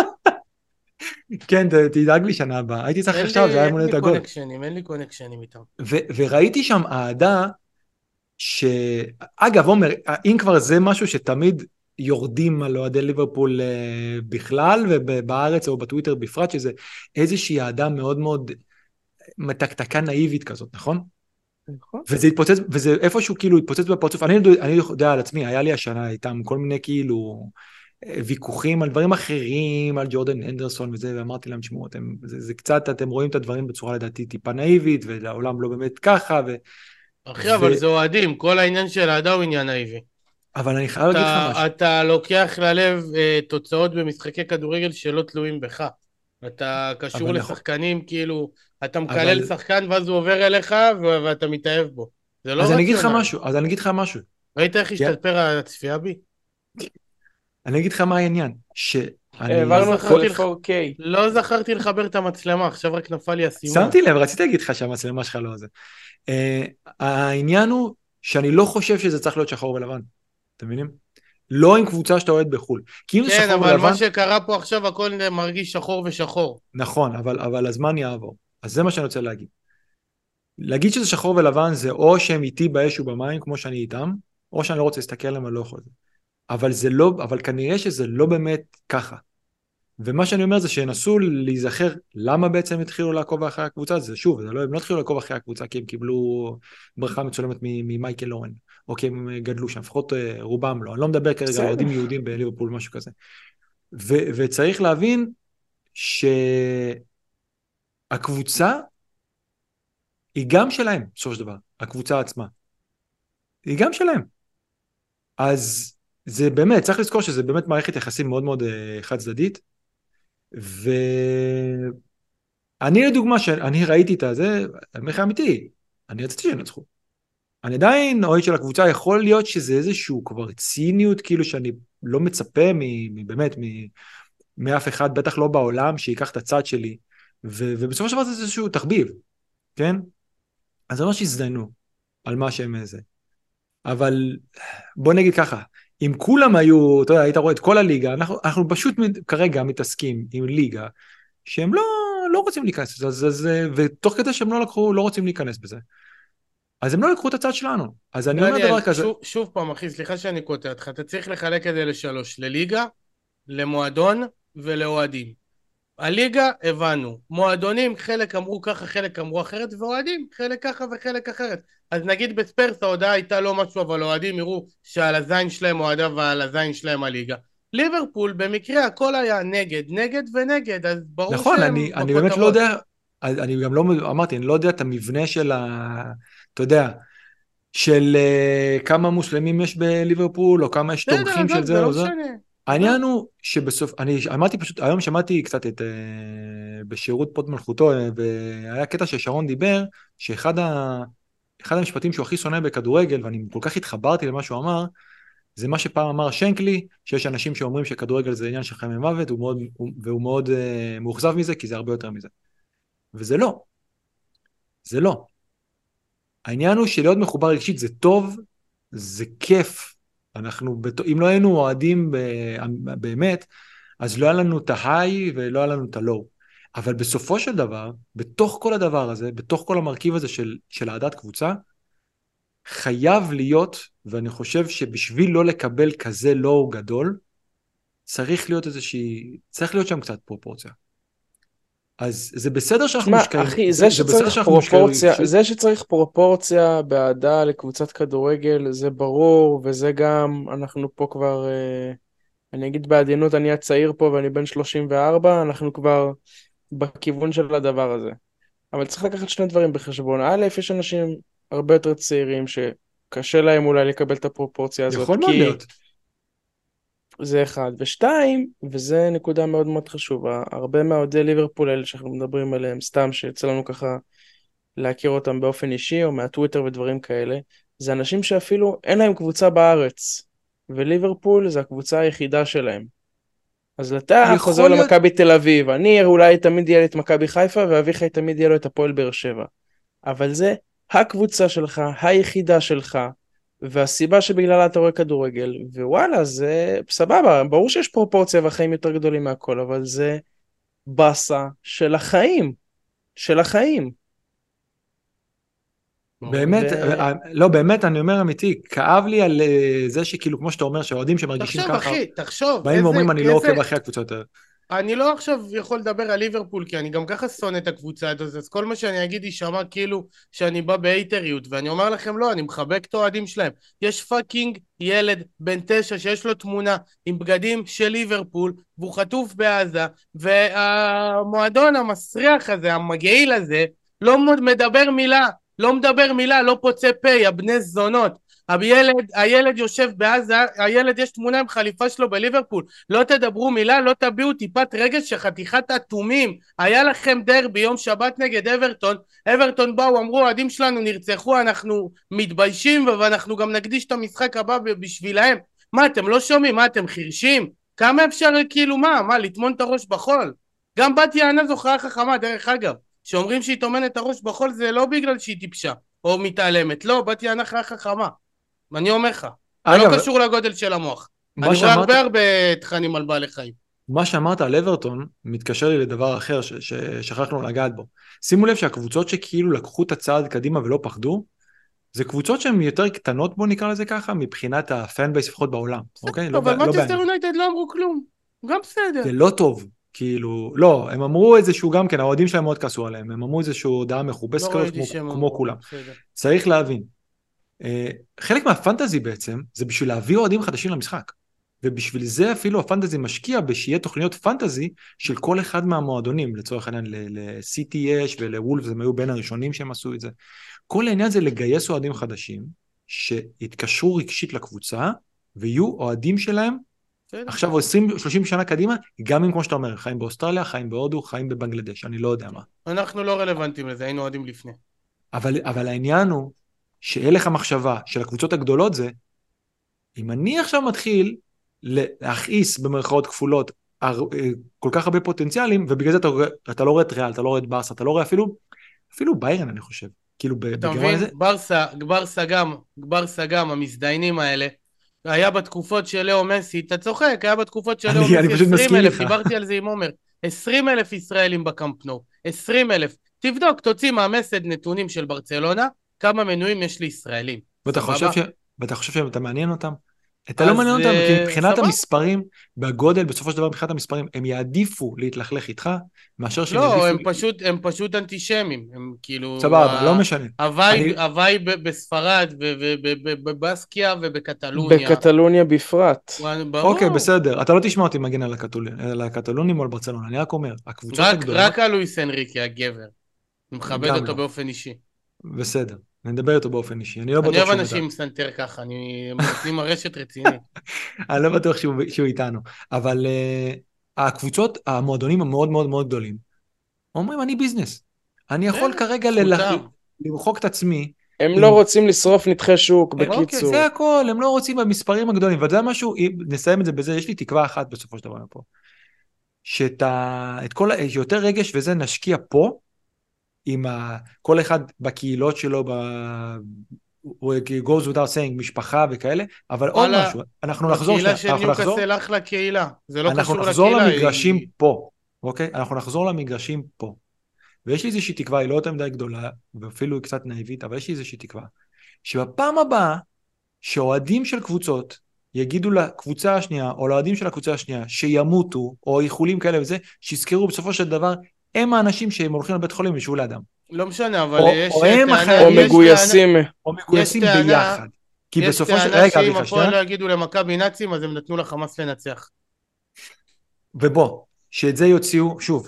[SPEAKER 1] כן, תדאג לי שנה הבאה. הייתי צריך עכשיו, זה היה יום הולדת עגול.
[SPEAKER 3] אין לי קונקשנים איתם.
[SPEAKER 1] וראיתי שם אהדה, אגב, עומר, אם כבר זה משהו שתמיד יורדים על אוהדי ליברפול בכלל, ובארץ או בטוויטר בפרט, שזה איזושהי אהדה מאוד מאוד מתקתקה נאיבית כזאת, נכון?
[SPEAKER 2] נכון.
[SPEAKER 1] וזה התפוצץ, וזה איפשהו כאילו התפוצץ בפרצוף. אני יודע על עצמי, היה לי השנה איתם כל מיני כאילו ויכוחים על דברים אחרים, על ג'ורדן אנדרסון וזה, ואמרתי להם, שמעו, זה קצת, אתם רואים את הדברים בצורה לדעתי טיפה נאיבית, ולעולם לא באמת ככה,
[SPEAKER 3] אחי, אבל זה אוהדים, כל העניין של האהדה הוא עניין נאיבי.
[SPEAKER 1] אבל אני חייב להגיד לך משהו.
[SPEAKER 3] אתה לוקח ללב תוצאות במשחקי כדורגל שלא תלויים בך. אתה קשור לשחקנים, כאילו, אתה מקלל שחקן ואז הוא עובר אליך ואתה מתאהב בו. זה לא רציונל.
[SPEAKER 1] אז אני אגיד לך משהו.
[SPEAKER 3] ראית איך השתפר הצפייה בי?
[SPEAKER 1] אני אגיד לך מה העניין.
[SPEAKER 2] העברנו אותך ל-4K.
[SPEAKER 3] לא זכרתי לחבר את המצלמה, עכשיו רק נפל לי הסימון.
[SPEAKER 1] שמתי לב, רציתי להגיד לך שהמצלמה שלך לא זה. העניין הוא שאני לא חושב שזה צריך להיות שחור ולבן. אתם מבינים? לא עם קבוצה שאתה אוהד בחו"ל.
[SPEAKER 3] כן, אבל מה שקרה פה עכשיו הכל מרגיש שחור ושחור.
[SPEAKER 1] נכון, אבל הזמן יעבור. אז זה מה שאני רוצה להגיד. להגיד שזה שחור ולבן זה או שהם איתי באש ובמים כמו שאני איתם, או שאני לא רוצה להסתכל עליהם ואני לא יכול. אבל כנראה שזה לא באמת ככה. ומה שאני אומר זה שינסו להיזכר למה בעצם התחילו לעקוב אחרי הקבוצה, זה שוב, הם לא התחילו לעקוב אחרי הקבוצה כי הם קיבלו ברכה מצולמת ממייקל אורן, או כי הם גדלו שם, לפחות רובם לא, אני לא מדבר כרגע על אוהדים יהודים בליברפול, משהו כזה. וצריך להבין שהקבוצה היא גם שלהם, בסופו של דבר, הקבוצה עצמה. היא גם שלהם. אז זה באמת, צריך לזכור שזה באמת מערכת יחסים מאוד מאוד חד צדדית, ואני לדוגמה, שאני ראיתי את זה, המחיר אמיתי, אני רציתי שינצחו. אני עדיין אוהד של הקבוצה, יכול להיות שזה איזשהו כבר ציניות, כאילו שאני לא מצפה באמת מאף אחד, בטח לא בעולם, שיקח את הצד שלי, ובסופו של דבר זה איזשהו תחביב, כן? אז זה ממש הזדיינו על מה שהם איזה. אבל בוא נגיד ככה, אם כולם היו, אתה יודע, היית רואה את כל הליגה, אנחנו פשוט כרגע מתעסקים עם ליגה, שהם לא רוצים להיכנס בזה, ותוך כדי שהם לא רוצים להיכנס בזה. אז הם לא לקחו את הצד שלנו. אז אני אומר דבר כזה.
[SPEAKER 3] שוב פעם, אחי, סליחה שאני קוטע אותך, אתה צריך לחלק את זה ל3, לליגה, למועדון ולאוהדים. הליגה, הבנו. מועדונים, חלק אמרו ככה, חלק אמרו אחרת, ואוהדים, חלק ככה וחלק אחרת. אז נגיד בספרס ההודעה הייתה לא משהו, אבל אוהדים יראו שעל הזין שלהם אוהדה ועל הזין שלהם הליגה. ליברפול, במקרה הכל היה נגד, נגד ונגד, אז ברור
[SPEAKER 1] נכון,
[SPEAKER 3] שהם
[SPEAKER 1] אני באמת לא
[SPEAKER 3] בכותרות.
[SPEAKER 1] יודע, אני גם לא, אמרתי, אני לא יודע את המבנה של אתה יודע, של כמה מוסלמים יש בליברפול, או כמה יש
[SPEAKER 3] בסדר,
[SPEAKER 1] תומכים של
[SPEAKER 3] עזוב, זה
[SPEAKER 1] זה
[SPEAKER 3] לא
[SPEAKER 1] או זה.
[SPEAKER 3] משנה. עזוב.
[SPEAKER 1] העניין הוא שבסוף, אני אמרתי פשוט, היום שמעתי קצת בשירות פוד מלכותו, והיה קטע ששרון דיבר, אחד המשפטים שהוא הכי שונא בכדורגל, ואני כל כך התחברתי למה שהוא אמר, זה מה שפעם אמר שנקלי, שיש אנשים שאומרים שכדורגל זה עניין של חיים ומוות, והוא מאוד מאוכזב מזה, כי זה הרבה יותר מזה. וזה לא. זה לא. העניין הוא שלהיות מחובר רגשית זה טוב, זה כיף. אם לא היינו אוהדים באמת, אז לא היה לנו את ההיי ולא היה לנו את הלואו. אבל בסופו של דבר, בתוך כל הדבר הזה, בתוך כל המרכיב הזה של אהדת קבוצה, חייב להיות, ואני חושב שבשביל לא לקבל כזה לואו גדול, צריך להיות שם קצת פרופורציה. אז זה בסדר שאנחנו
[SPEAKER 2] תשמע,
[SPEAKER 1] מושקעים,
[SPEAKER 2] אחי,
[SPEAKER 1] זה בסדר שאנחנו מושקעים רגשית.
[SPEAKER 2] זה שצריך פרופורציה באהדה לקבוצת כדורגל, זה ברור, וזה גם, אנחנו פה כבר, אני אגיד בעדינות, אני הצעיר פה ואני בן 34, אנחנו כבר בכיוון של הדבר הזה. אבל צריך לקחת שני דברים בחשבון. א', יש אנשים הרבה יותר צעירים שקשה להם אולי לקבל את הפרופורציה הזאת,
[SPEAKER 1] יכול מאוד
[SPEAKER 2] כי
[SPEAKER 1] להיות.
[SPEAKER 2] זה אחד. ושתיים, וזה נקודה מאוד מאוד חשובה, הרבה מהאוהדי ליברפול האלה שאנחנו מדברים עליהם, סתם שיצא לנו ככה להכיר אותם באופן אישי, או מהטוויטר ודברים כאלה, זה אנשים שאפילו אין להם קבוצה בארץ, וליברפול זה הקבוצה היחידה שלהם. אז אתה חוזר
[SPEAKER 1] יכול להיות,
[SPEAKER 2] למכבי תל אביב, אני אולי תמיד יהיה לי את מכבי חיפה, ואביחי תמיד יהיה לו את הפועל באר שבע. אבל זה הקבוצה שלך, היחידה שלך, והסיבה שבגללה אתה רואה כדורגל, ווואלה, זה סבבה, ברור שיש פרופורציה והחיים יותר גדולים מהכל, אבל זה בסה של החיים, של החיים.
[SPEAKER 1] באמת, לא, באמת, אני אומר אמיתי, כאב לי על זה שכאילו, כמו שאתה אומר, שהאוהדים שמרגישים
[SPEAKER 3] תחשוב,
[SPEAKER 1] ככה,
[SPEAKER 3] אחי, תחשוב,
[SPEAKER 1] באים ואומרים, אני לא עוקב אחרי הקבוצות האלה.
[SPEAKER 3] אני לא עכשיו יכול לדבר על ליברפול, כי אני גם ככה שונא את הקבוצה הזאת, אז כל מה שאני אגיד יישמע כאילו שאני בא בהייטריות, ואני אומר לכם לא, אני מחבק את האוהדים שלהם. יש פאקינג ילד בן 9 שיש לו תמונה עם בגדים של ליברפול, והוא חטוף בעזה, והמועדון המסריח הזה, המגעיל הזה, לא מדבר מילה, לא מדבר מילה, לא פוצה פה, יא בני זונות. הילד יושב בעזה, הילד יש תמונה עם חליפה שלו בליברפול, לא תדברו מילה, לא תביאו טיפת רגש שחתיכת אטומים. היה לכם דרבי יום שבת נגד אברטון באו, אמרו אוהדים שלנו נרצחו, אנחנו מתביישים ואנחנו גם נקדיש את המשחק הבא בשבילהם. מה אתם לא שומעים? מה אתם חירשים? כמה אפשר כאילו מה לטמון את הראש בחול? גם בת יענה זו חיה חכמה, דרך אגב, שאומרים שהיא טומנת את הראש בחול זה לא בגלל שהיא טיפשה או מתעלמת, לא, בת יענה חיה חכמה, אני אומר לך, זה לא קשור לגודל של המוח. אני רואה הרבה תכנים על בעלי חיים.
[SPEAKER 1] מה שאמרת על אברטון מתקשר לי לדבר אחר ששכחנו לגעת בו. שימו לב שהקבוצות שכאילו לקחו את הצעד קדימה ולא פחדו, זה קבוצות שהן יותר קטנות, בוא נקרא לזה ככה, מבחינת הפן בייס לפחות בעולם. אוקיי?
[SPEAKER 3] אבל מנצ'סטר יונייטד לא אמרו כלום, גם בסדר.
[SPEAKER 1] זה לא טוב, כאילו, לא, הם אמרו איזשהו גם כן, האוהדים שלהם מאוד כעסו עליהם, הם אמרו איזשהו הודעה מכובסת כמו כולם. צריך להבין. חלק מהפנטזי בעצם זה בשביל להביא אוהדים חדשים למשחק, ובשביל זה אפילו הפנטזי משקיע בשיהיה תוכניות פנטזי של כל אחד מהמועדונים, לצורך העניין ל-CT יש ולוולפס, הם היו בין הראשונים שהם עשו את זה. כל העניין זה לגייס אוהדים חדשים שהתקשרו רגשית לקבוצה ויהיו אוהדים שלהם עכשיו 20-30 שנה קדימה, גם אם כמו שאתה אומר, חיים באוסטרליה, חיים בהודו, חיים בבנגלדש, אני לא יודע מה.
[SPEAKER 3] אנחנו לא רלוונטיים לזה, היינו אוהדים לפני.
[SPEAKER 1] אבל העניין הוא שאלך המחשבה של הקבוצות הגדולות זה, אם אני עכשיו מתחיל להכעיס במרכאות כפולות כל כך הרבה פוטנציאלים, ובגלל זה אתה לא רואה את ריאל, אתה לא רואה את ברסה, אתה לא רואה אפילו ביירן אני חושב.
[SPEAKER 3] אתה מבין? ברסה גם, המזדיינים האלה, היה בתקופות של לאו מסי, אתה צוחק, היה בתקופות של לאו מסי 20,000, דיברתי על זה עם עומר, 20,000 ישראלים בקמפ נו, 20,000, תבדוק, תוציא מהמסד נתונים של ברצלונה, כמה מנויים יש לישראלים.
[SPEAKER 1] ואתה חושב שאתה מעניין אותם? אתה לא
[SPEAKER 3] אז
[SPEAKER 1] מעניין אותם, כי מבחינת
[SPEAKER 3] סבבה.
[SPEAKER 1] המספרים, בגודל, בסופו של דבר, מבחינת המספרים, הם יעדיפו להתלכלך איתך, מאשר שהם
[SPEAKER 3] לא,
[SPEAKER 1] יעדיפו...
[SPEAKER 3] הם פשוט אנטישמים, הם כאילו,
[SPEAKER 1] סבבה, לא משנה.
[SPEAKER 3] הווייב בספרד ובבסקיה ובקטלוניה,
[SPEAKER 2] בקטלוניה בפרט.
[SPEAKER 1] אוקיי,
[SPEAKER 3] ברור,
[SPEAKER 1] בסדר. אתה לא תשמע אותי מגן על הקטלונים או על ברצלונה, אני רק אומר, הקבוצות הגדולות...
[SPEAKER 3] רק על לואיס אנריקי, הגבר, אני מכבד
[SPEAKER 1] גם
[SPEAKER 3] אותו
[SPEAKER 1] לא.
[SPEAKER 3] באופן אישי.
[SPEAKER 1] בסדר, אני מדבר איתו באופן אישי, אני לא
[SPEAKER 3] אני
[SPEAKER 1] בטוח
[SPEAKER 3] אוהב
[SPEAKER 1] שהוא
[SPEAKER 3] אנשים
[SPEAKER 1] מודע.
[SPEAKER 3] עם סנטר ככה, הם נותנים הרשת רצינית.
[SPEAKER 1] אני לא בטוח שהוא איתנו, אבל הקבוצות, המועדונים המאוד מאוד מאוד גדולים, אומרים, אני ביזנס. אני יכול כרגע
[SPEAKER 3] זכותם.
[SPEAKER 1] למחוק את עצמי.
[SPEAKER 2] הם לא רוצים לשרוף נתחי שוק,
[SPEAKER 1] אוקיי,
[SPEAKER 2] בקיצור.
[SPEAKER 1] זה הכל, הם לא רוצים במספרים הגדולים, ואתה יודע משהו, נסיים את זה בזה, יש לי תקווה אחת בסופו של דבר פה, שיותר רגש וזה נשקיע פה, עם כל אחד בקהילות שלו, goes without saying, משפחה וכאלה, אבל עוד
[SPEAKER 3] וואלה,
[SPEAKER 1] משהו, אנחנו נחזור
[SPEAKER 3] הקהילה של ניוקאסל אחלה קהילה, זה לא
[SPEAKER 1] אנחנו
[SPEAKER 3] קשור
[SPEAKER 1] נחזור
[SPEAKER 3] לקהילה.
[SPEAKER 1] למגרשים פה, אוקיי? אנחנו נחזור למגרשים פה. ויש לי איזושהי תקווה, היא לא יותר מדי גדולה, ואפילו היא קצת נאיבית, אבל יש לי איזושהי תקווה, שבפעם הבאה, שאוהדים של קבוצות, יגידו לקבוצה השנייה, או לאוהדים של הקבוצה השנייה, שימותו, או איחולים כאלה וזה, שיזכרו בסופו של דבר, הם האנשים שהם הולכים לבית חולים וישבו לאדם.
[SPEAKER 3] לא משנה, אבל יש
[SPEAKER 2] או מגויסים.
[SPEAKER 1] או מגויסים ביחד. כי
[SPEAKER 3] יש
[SPEAKER 1] בסופו של...
[SPEAKER 3] טענה
[SPEAKER 1] רגע,
[SPEAKER 3] שאם הפועל לא יגידו למכבי נאצים, אז הם נתנו לחמאס לנצח.
[SPEAKER 1] ובוא, שאת זה יוציאו, שוב,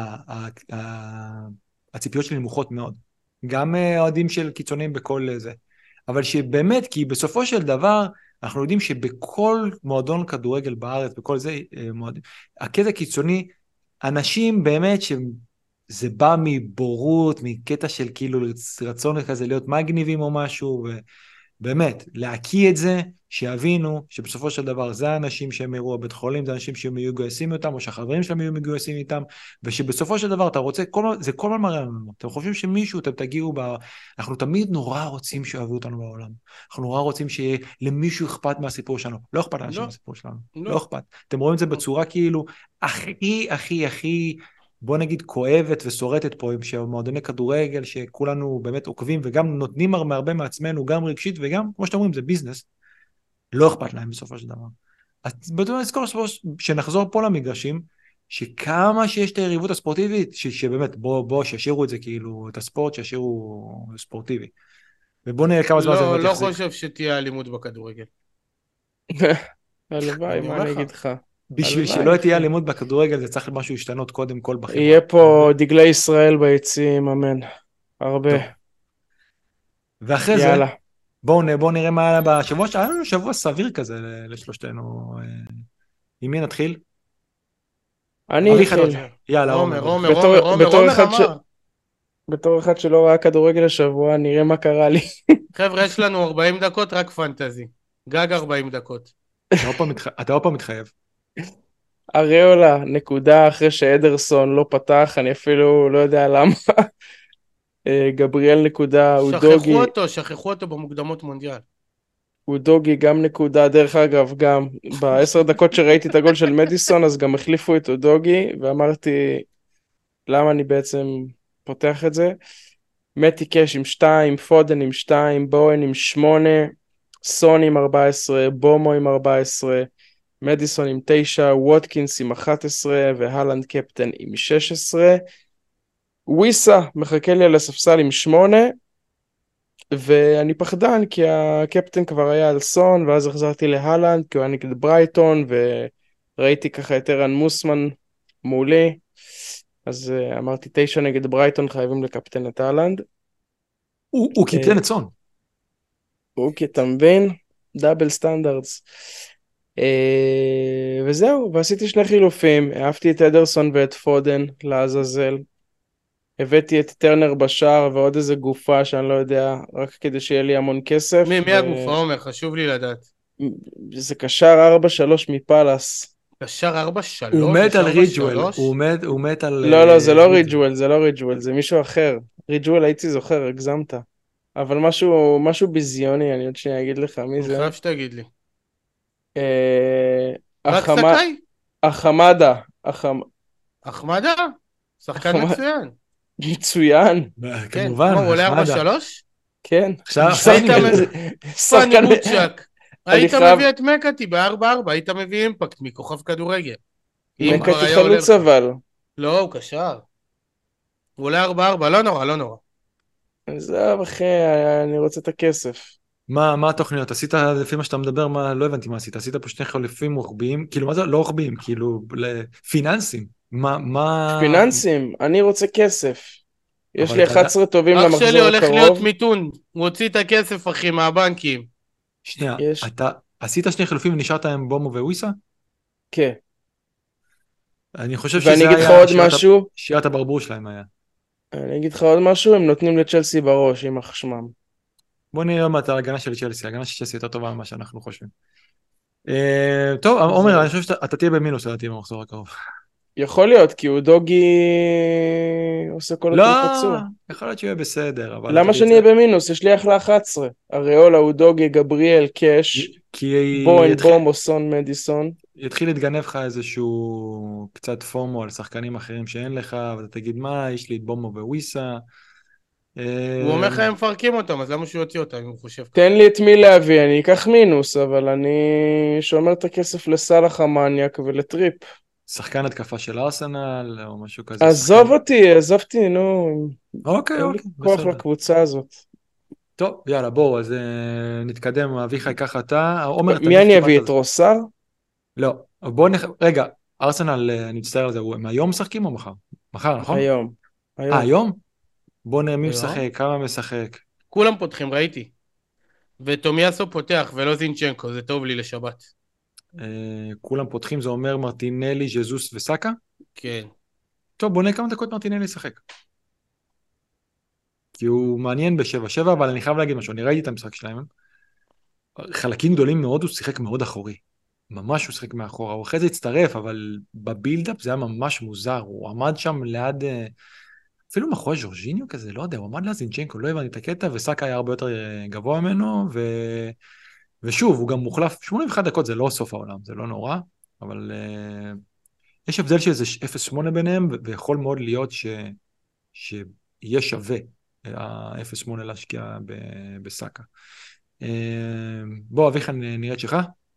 [SPEAKER 1] הציפיות שלי נמוכות מאוד. גם אוהדים של קיצונים בכל זה. אבל שבאמת, כי בסופו של דבר, אנחנו יודעים שבכל מועדון כדורגל בארץ, בכל זה, הקטע קיצוני, אנשים באמת שזה בא מבורות, מקטע של כאילו רצון כזה להיות מגניבים או משהו, ובאמת, להקיא את זה, שיבינו שבסופו של דבר זה האנשים שהם יראו בבית חולים, זה האנשים שהם יהיו מגויסים איתם, או שהחברים שלהם יהיו מגויסים איתם, ושבסופו של דבר אתה רוצה, זה כל מה מראה לנו, אתם חושבים שמישהו, אתם תגיעו, אנחנו תמיד נורא רוצים שאוהבו אותנו בעולם, אנחנו נורא רוצים שיהיה למישהו אכפת מהסיפור שלנו, לא אכפת לאנשים מהסיפור שלנו, לא אכפת, אתם רואים את זה בצורה כאילו, הכי, בוא נגיד כואבת ושורטת פה, עם שמועדוני כדורגל, שכולנו באמת עוקבים, וגם נותנים הרבה מעצמנו, גם רגשית, וגם, כמו שאתם אומרים, זה ביזנס, לא אכפת להם בסופו של דבר. אז בטוח נזכור שנחזור פה למגרשים, שכמה שיש את היריבות הספורטיבית, שבאמת, בוא, שישאירו את זה כאילו, את הספורט, שישאירו ספורטיבי. ובוא נראה כמה זמן זה באמת יחזיק.
[SPEAKER 3] לא חושב שתהיה אלימות בכדורגל.
[SPEAKER 2] הלוואי, מה אני אגיד לך?
[SPEAKER 1] בשביל שלא תהיה אלימות בכדורגל, זה צריך משהו להשתנות קודם כל בחברה.
[SPEAKER 2] יהיה פה דגלי ישראל ביציעים, אמן. הרבה.
[SPEAKER 1] ואחרי זה, בואו נראה מה היה בשבוע, היה לנו שבוע סביר כזה לשלושתנו. עם מי נתחיל?
[SPEAKER 2] אני אתחיל.
[SPEAKER 1] יאללה,
[SPEAKER 3] עומר אמר.
[SPEAKER 2] בתור אחד שלא ראה כדורגל השבוע, נראה מה קרה לי.
[SPEAKER 3] חבר'ה, יש לנו 40 דקות, רק פנטזי. גג 40 דקות.
[SPEAKER 1] אתה עוד פעם מתחייב.
[SPEAKER 2] אריולה, נקודה אחרי שאדרסון לא פתח, אני אפילו לא יודע למה. גבריאל נקודה, אודוגי.
[SPEAKER 3] שכחו אותו במוקדמות מונדיאל.
[SPEAKER 2] אודוגי גם נקודה, דרך אגב, גם ב10 דקות שראיתי את הגול של מדיסון, אז גם החליפו את אודוגי, ואמרתי, למה אני בעצם פותח את זה? מתי קש עם 2, פודן עם 2, בואן עם 8, סון עם 14, בומו עם 14, מדיסון עם 9, ווטקינס עם 11, והלנד קפטן עם 16, וויסה מחכה לי על הספסל עם 8, ואני פחדן כי הקפטן כבר היה על סון, ואז החזרתי להלנד כי הוא היה נגד ברייטון, וראיתי ככה את ערן מוסמן מולי, אז אמרתי 9 נגד ברייטון, חייבים לקפטן את הלנד.
[SPEAKER 1] הוא קיפטן את סון.
[SPEAKER 2] אתה מבין? דאבל סטנדרדס. וזהו, ועשיתי 2 חילופים, אהבתי את אדרסון ואת פודן לעזאזל, הבאתי את טרנר בשער ועוד איזה גופה שאני לא יודע, רק כדי שיהיה לי המון כסף.
[SPEAKER 3] מי הגופה, עומר? חשוב לי לדעת.
[SPEAKER 2] זה קשר 4-3 מפלס.
[SPEAKER 3] קשר 4-3?
[SPEAKER 1] הוא מת על ריג'ואל. הוא מת על...
[SPEAKER 2] לא, זה לא ריג'ואל, זה מישהו אחר. ריג'ואל הייתי זוכר, הגזמת. אבל משהו ביזיוני, אני עוד שנייה אגיד לך מי זה.
[SPEAKER 3] אני חייב שתגיד לי.
[SPEAKER 2] רק סקאי? החמדה.
[SPEAKER 3] החמדה? שחקן מצוין.
[SPEAKER 2] מצוין.
[SPEAKER 1] כמובן.
[SPEAKER 3] הוא עולה 4-3?
[SPEAKER 2] כן.
[SPEAKER 3] פני בוצ'ק. היית
[SPEAKER 2] חייב-
[SPEAKER 3] מביא את מקאטי ב-4-4, היית מביא אימפקט מכוכב כדורגל. אם הוא כבר
[SPEAKER 2] מקאטי
[SPEAKER 3] היה עולה
[SPEAKER 2] חלוץ
[SPEAKER 3] לך.
[SPEAKER 2] אבל.
[SPEAKER 3] לא, הוא קשר. הוא עולה 4-4, לא נורא, לא נורא.
[SPEAKER 2] עזוב אחי, אני רוצה את הכסף.
[SPEAKER 1] מה התוכניות? עשית, לפי מה שאתה מדבר, לא הבנתי מה עשית. עשית פה שני חליפים רוחביים, כאילו, מה זה לא רוחביים? כאילו, פיננסים. מה...
[SPEAKER 2] פיננסים, אני רוצה כסף. יש
[SPEAKER 1] אבל
[SPEAKER 2] לי
[SPEAKER 1] אתה יודע...
[SPEAKER 2] 11 טובים
[SPEAKER 3] אח שלי
[SPEAKER 2] למחזור
[SPEAKER 3] הולך להיות
[SPEAKER 2] הקרוב.
[SPEAKER 3] מיתון, הוא הוציא את הכסף אחי מהבנקים.
[SPEAKER 1] שנייה,
[SPEAKER 2] יש,
[SPEAKER 1] אתה עשית שני חילופים ונשארת עם בומו וויסה?
[SPEAKER 2] כן.
[SPEAKER 1] אני חושב
[SPEAKER 2] ואני
[SPEAKER 1] שזה
[SPEAKER 2] אגיד לך
[SPEAKER 1] היה
[SPEAKER 2] עוד משהו,
[SPEAKER 1] שירת הברבור שלהם היה.
[SPEAKER 2] אני אגיד לך עוד משהו, הם נותנים לצ'לסי בראש, עם החשמם.
[SPEAKER 1] בוא נראה מה את ההגנה של צ'לסי, ההגנה של צ'לסי יותר טובה ממה שאנחנו חושבים. טוב,
[SPEAKER 2] אז
[SPEAKER 1] עומר, אני חושב שאתה תהיה במינוס לדעתי במחזור הקרוב.
[SPEAKER 2] יכול להיות, כי הוא דוגי עושה כל
[SPEAKER 1] לא,
[SPEAKER 2] אותם פצוע.
[SPEAKER 1] יכול להיות שיהיה בסדר, אבל אתה
[SPEAKER 2] למה שאני
[SPEAKER 1] תרצה...
[SPEAKER 2] אהיה במינוס? יש לי אחלה 11. אריולה, הוא דוגי, גבריאל, קאש,
[SPEAKER 1] כי
[SPEAKER 2] בוין, בום, סון, מדיסון.
[SPEAKER 1] יתחיל להתגנב לך איזשהו קצת פומו על שחקנים אחרים שאין לך, ואתה תגיד מה, יש לי את בומו וויסה.
[SPEAKER 3] הוא אומר לך הם מפרקים אותם, אז למה שהוא יוציא אותם אם הוא חושב ככה?
[SPEAKER 2] תן לי את מי להביא, אני אקח מינוס, אבל אני שומר את הכסף לסלח המניאק ולטריפ.
[SPEAKER 1] שחקן התקפה של ארסנל, או משהו כזה.
[SPEAKER 2] עזוב אותי, עזבתי, נו.
[SPEAKER 1] אוקיי,
[SPEAKER 2] אין לי
[SPEAKER 1] אוקיי,
[SPEAKER 2] כוח
[SPEAKER 1] בסדר.
[SPEAKER 2] לקבוצה הזאת.
[SPEAKER 1] טוב, יאללה, בואו, אז נתקדם, אביחי, ככה אתה. עומר,
[SPEAKER 2] מי
[SPEAKER 1] תמיד
[SPEAKER 2] אני
[SPEAKER 1] קיבלת
[SPEAKER 2] אביא?
[SPEAKER 1] על
[SPEAKER 2] את
[SPEAKER 1] זה.
[SPEAKER 2] רוסר?
[SPEAKER 1] לא, רגע, ארסנל, אני מצטער על זה, הם היום משחקים או מחר? מחר, נכון?
[SPEAKER 2] היום. היום.
[SPEAKER 1] היום? בואו נראה מי
[SPEAKER 3] היום?
[SPEAKER 1] משחק, כמה משחק.
[SPEAKER 3] כולם פותחים, ראיתי. וטומיאסו פותח ולא זינצ'נקו, זה טוב לי לשבת.
[SPEAKER 1] כולם פותחים, זה אומר מרטינלי, ז'זוס וסאקה?
[SPEAKER 3] כן.
[SPEAKER 1] טוב, בוא נראה כמה דקות מרטינלי ישחק. כי הוא מעניין ב-7-7, אבל אני חייב להגיד משהו, אני ראיתי את המשחק שלהם. חלקים גדולים מאוד, הוא שיחק מאוד אחורי. ממש הוא שיחק מאחורה. הוא אחרי זה הצטרף, אבל בבילדאפ זה היה ממש מוזר. הוא עמד שם ליד, אפילו מאחורי ז'ורג'יניו כזה, לא יודע, הוא עמד ליד זינצ'נקו, לא הבנתי את הקטע, וסאקה היה הרבה יותר גבוה ממנו, ושוב, הוא גם מוחלף, 81 דקות זה לא סוף העולם, זה לא נורא, אבל יש הבדל של איזה 0.8 ביניהם, ויכול מאוד להיות שיהיה שווה ה-0.8 להשקיע בסאקה. בוא, אביחן, נראה את שלך.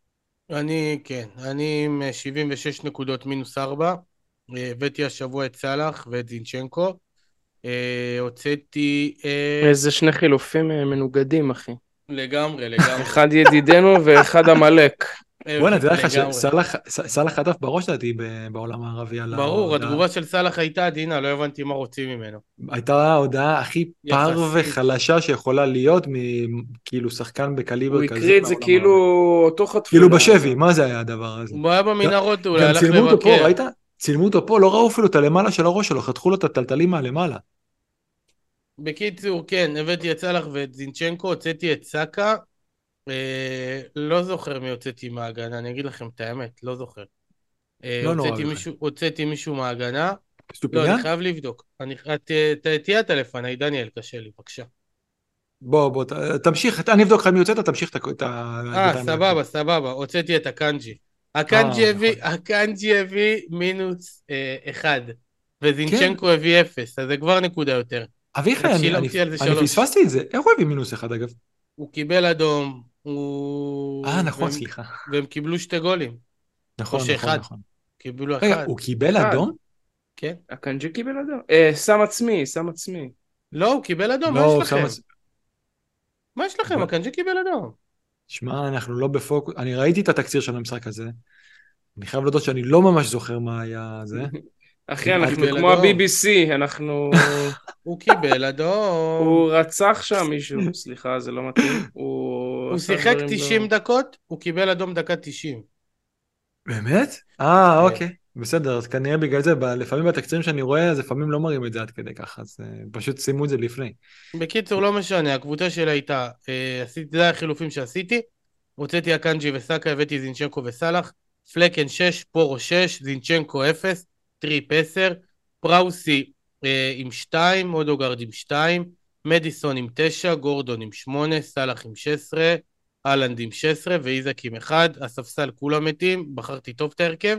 [SPEAKER 3] אני עם 76 נקודות מינוס 4. הבאתי השבוע את סלאח ואת זינצ'נקו. הוצאתי...
[SPEAKER 2] איזה שני חילופים מנוגדים, אחי.
[SPEAKER 3] לגמרי.
[SPEAKER 2] אחד ידידנו ואחד עמלק.
[SPEAKER 1] בוא'נה, תדע לך
[SPEAKER 3] לגמרי.
[SPEAKER 1] שסלאח חטף בראש לדעתי בעולם הערבי על
[SPEAKER 3] ברור,
[SPEAKER 1] ההודעה.
[SPEAKER 3] התגובה של סלאח הייתה עדינה, לא הבנתי מה רוצים ממנו.
[SPEAKER 1] הייתה ההודעה הכי פר
[SPEAKER 3] יחסית.
[SPEAKER 1] וחלשה שיכולה להיות כאילו שחקן בקליבר
[SPEAKER 2] הוא
[SPEAKER 1] כזה.
[SPEAKER 2] הקריא את זה
[SPEAKER 1] מהעולם
[SPEAKER 2] כאילו
[SPEAKER 1] הערבי.
[SPEAKER 2] אותו חטפו.
[SPEAKER 1] כאילו בשבי, מה זה היה הדבר הזה?
[SPEAKER 3] הוא היה במנהרות, אולי
[SPEAKER 1] גם
[SPEAKER 3] הלך
[SPEAKER 1] צילמו אותו פה,
[SPEAKER 3] לבקר.
[SPEAKER 1] ראית? צילמו אותו פה, לא ראו אפילו את הלמעלה של הראש שלו, חתכו לו את הטלטלים מהלמעלה.
[SPEAKER 3] בקיצור, כן, הבאתי את סלאח ואת זינצ'נקו, הוצאתי את סאקה. לא זוכר מי הוצאתי מההגנה, אני אגיד לכם את האמת, לא זוכר.
[SPEAKER 1] לא נורא.
[SPEAKER 3] הוצאתי מישהו מההגנה. לא,
[SPEAKER 1] סטופיניאן?
[SPEAKER 3] אני חייב לבדוק. תהיה אתה לפניי, דניאל, קשה לי, בבקשה.
[SPEAKER 1] בוא, תמשיך, אני אבדוק לך מי יוצאת, תמשיך את
[SPEAKER 3] סבבה, הוצאתי את הקנג'י.
[SPEAKER 1] נכון.
[SPEAKER 3] הקנג'י הביא מינוס 1, וזינצ'נקו הביא 0, אז זה כבר נקודה יותר.
[SPEAKER 1] אביחי,
[SPEAKER 3] רק
[SPEAKER 1] אני
[SPEAKER 3] שילמתי על זה 3.
[SPEAKER 1] פספסתי את זה, איך הוא הביא מינוס 1 אגב?
[SPEAKER 3] הוא קיבל אדום,
[SPEAKER 1] נכון, סליחה.
[SPEAKER 3] והם קיבלו 2 גולים.
[SPEAKER 1] נכון.
[SPEAKER 3] או שאחד. קיבלו
[SPEAKER 1] רגע,
[SPEAKER 3] 1.
[SPEAKER 1] הוא קיבל אדום?
[SPEAKER 3] כן.
[SPEAKER 2] הקנג'י קיבל אדום. שם עצמי.
[SPEAKER 3] לא, הוא קיבל אדום, מה
[SPEAKER 1] לא,
[SPEAKER 3] יש לכם? מה יש לכם? הקנג'י קיבל אדום.
[SPEAKER 1] שמע, אנחנו לא בפוקוס, אני ראיתי את התקציר של המשחק הזה, אני חייב להודות שאני לא ממש זוכר מה היה זה.
[SPEAKER 2] אחי, אנחנו
[SPEAKER 3] קיבל
[SPEAKER 2] כמו
[SPEAKER 3] אדום.
[SPEAKER 2] ה-BBC, אנחנו...
[SPEAKER 3] הוא קיבל אדום.
[SPEAKER 2] הוא רצח שם מישהו, סליחה, זה לא מתאים.
[SPEAKER 3] הוא
[SPEAKER 2] עשה
[SPEAKER 3] שיחק
[SPEAKER 2] דברים
[SPEAKER 3] 90 דקות, הוא קיבל אדום דקה 90.
[SPEAKER 1] באמת?
[SPEAKER 3] כן.
[SPEAKER 1] אוקיי, בסדר, אז כנראה בגלל זה, לפעמים בתקצירים שאני רואה, אז לפעמים לא מראים את זה עד כדי ככה, אז פשוט שימו את זה לפני.
[SPEAKER 3] בקיצור, לא משנה, הקבוצה שלה הייתה, זה החילופים שעשיתי, הוצאתי הקנג'י וסאקה, הבאתי זינצ'נקו וסלאח, פלקן 6, פורו 6, זינצ'נקו 0, טריפ 10, פראוסי עם 2, אודוגרד עם 2, מדיסון עם 9, גורדון עם 8, סלאח עם 16, אלנד עם 16 ואיזק עם 1, הספסל כולם מתים, בחרתי טוב את ההרכב.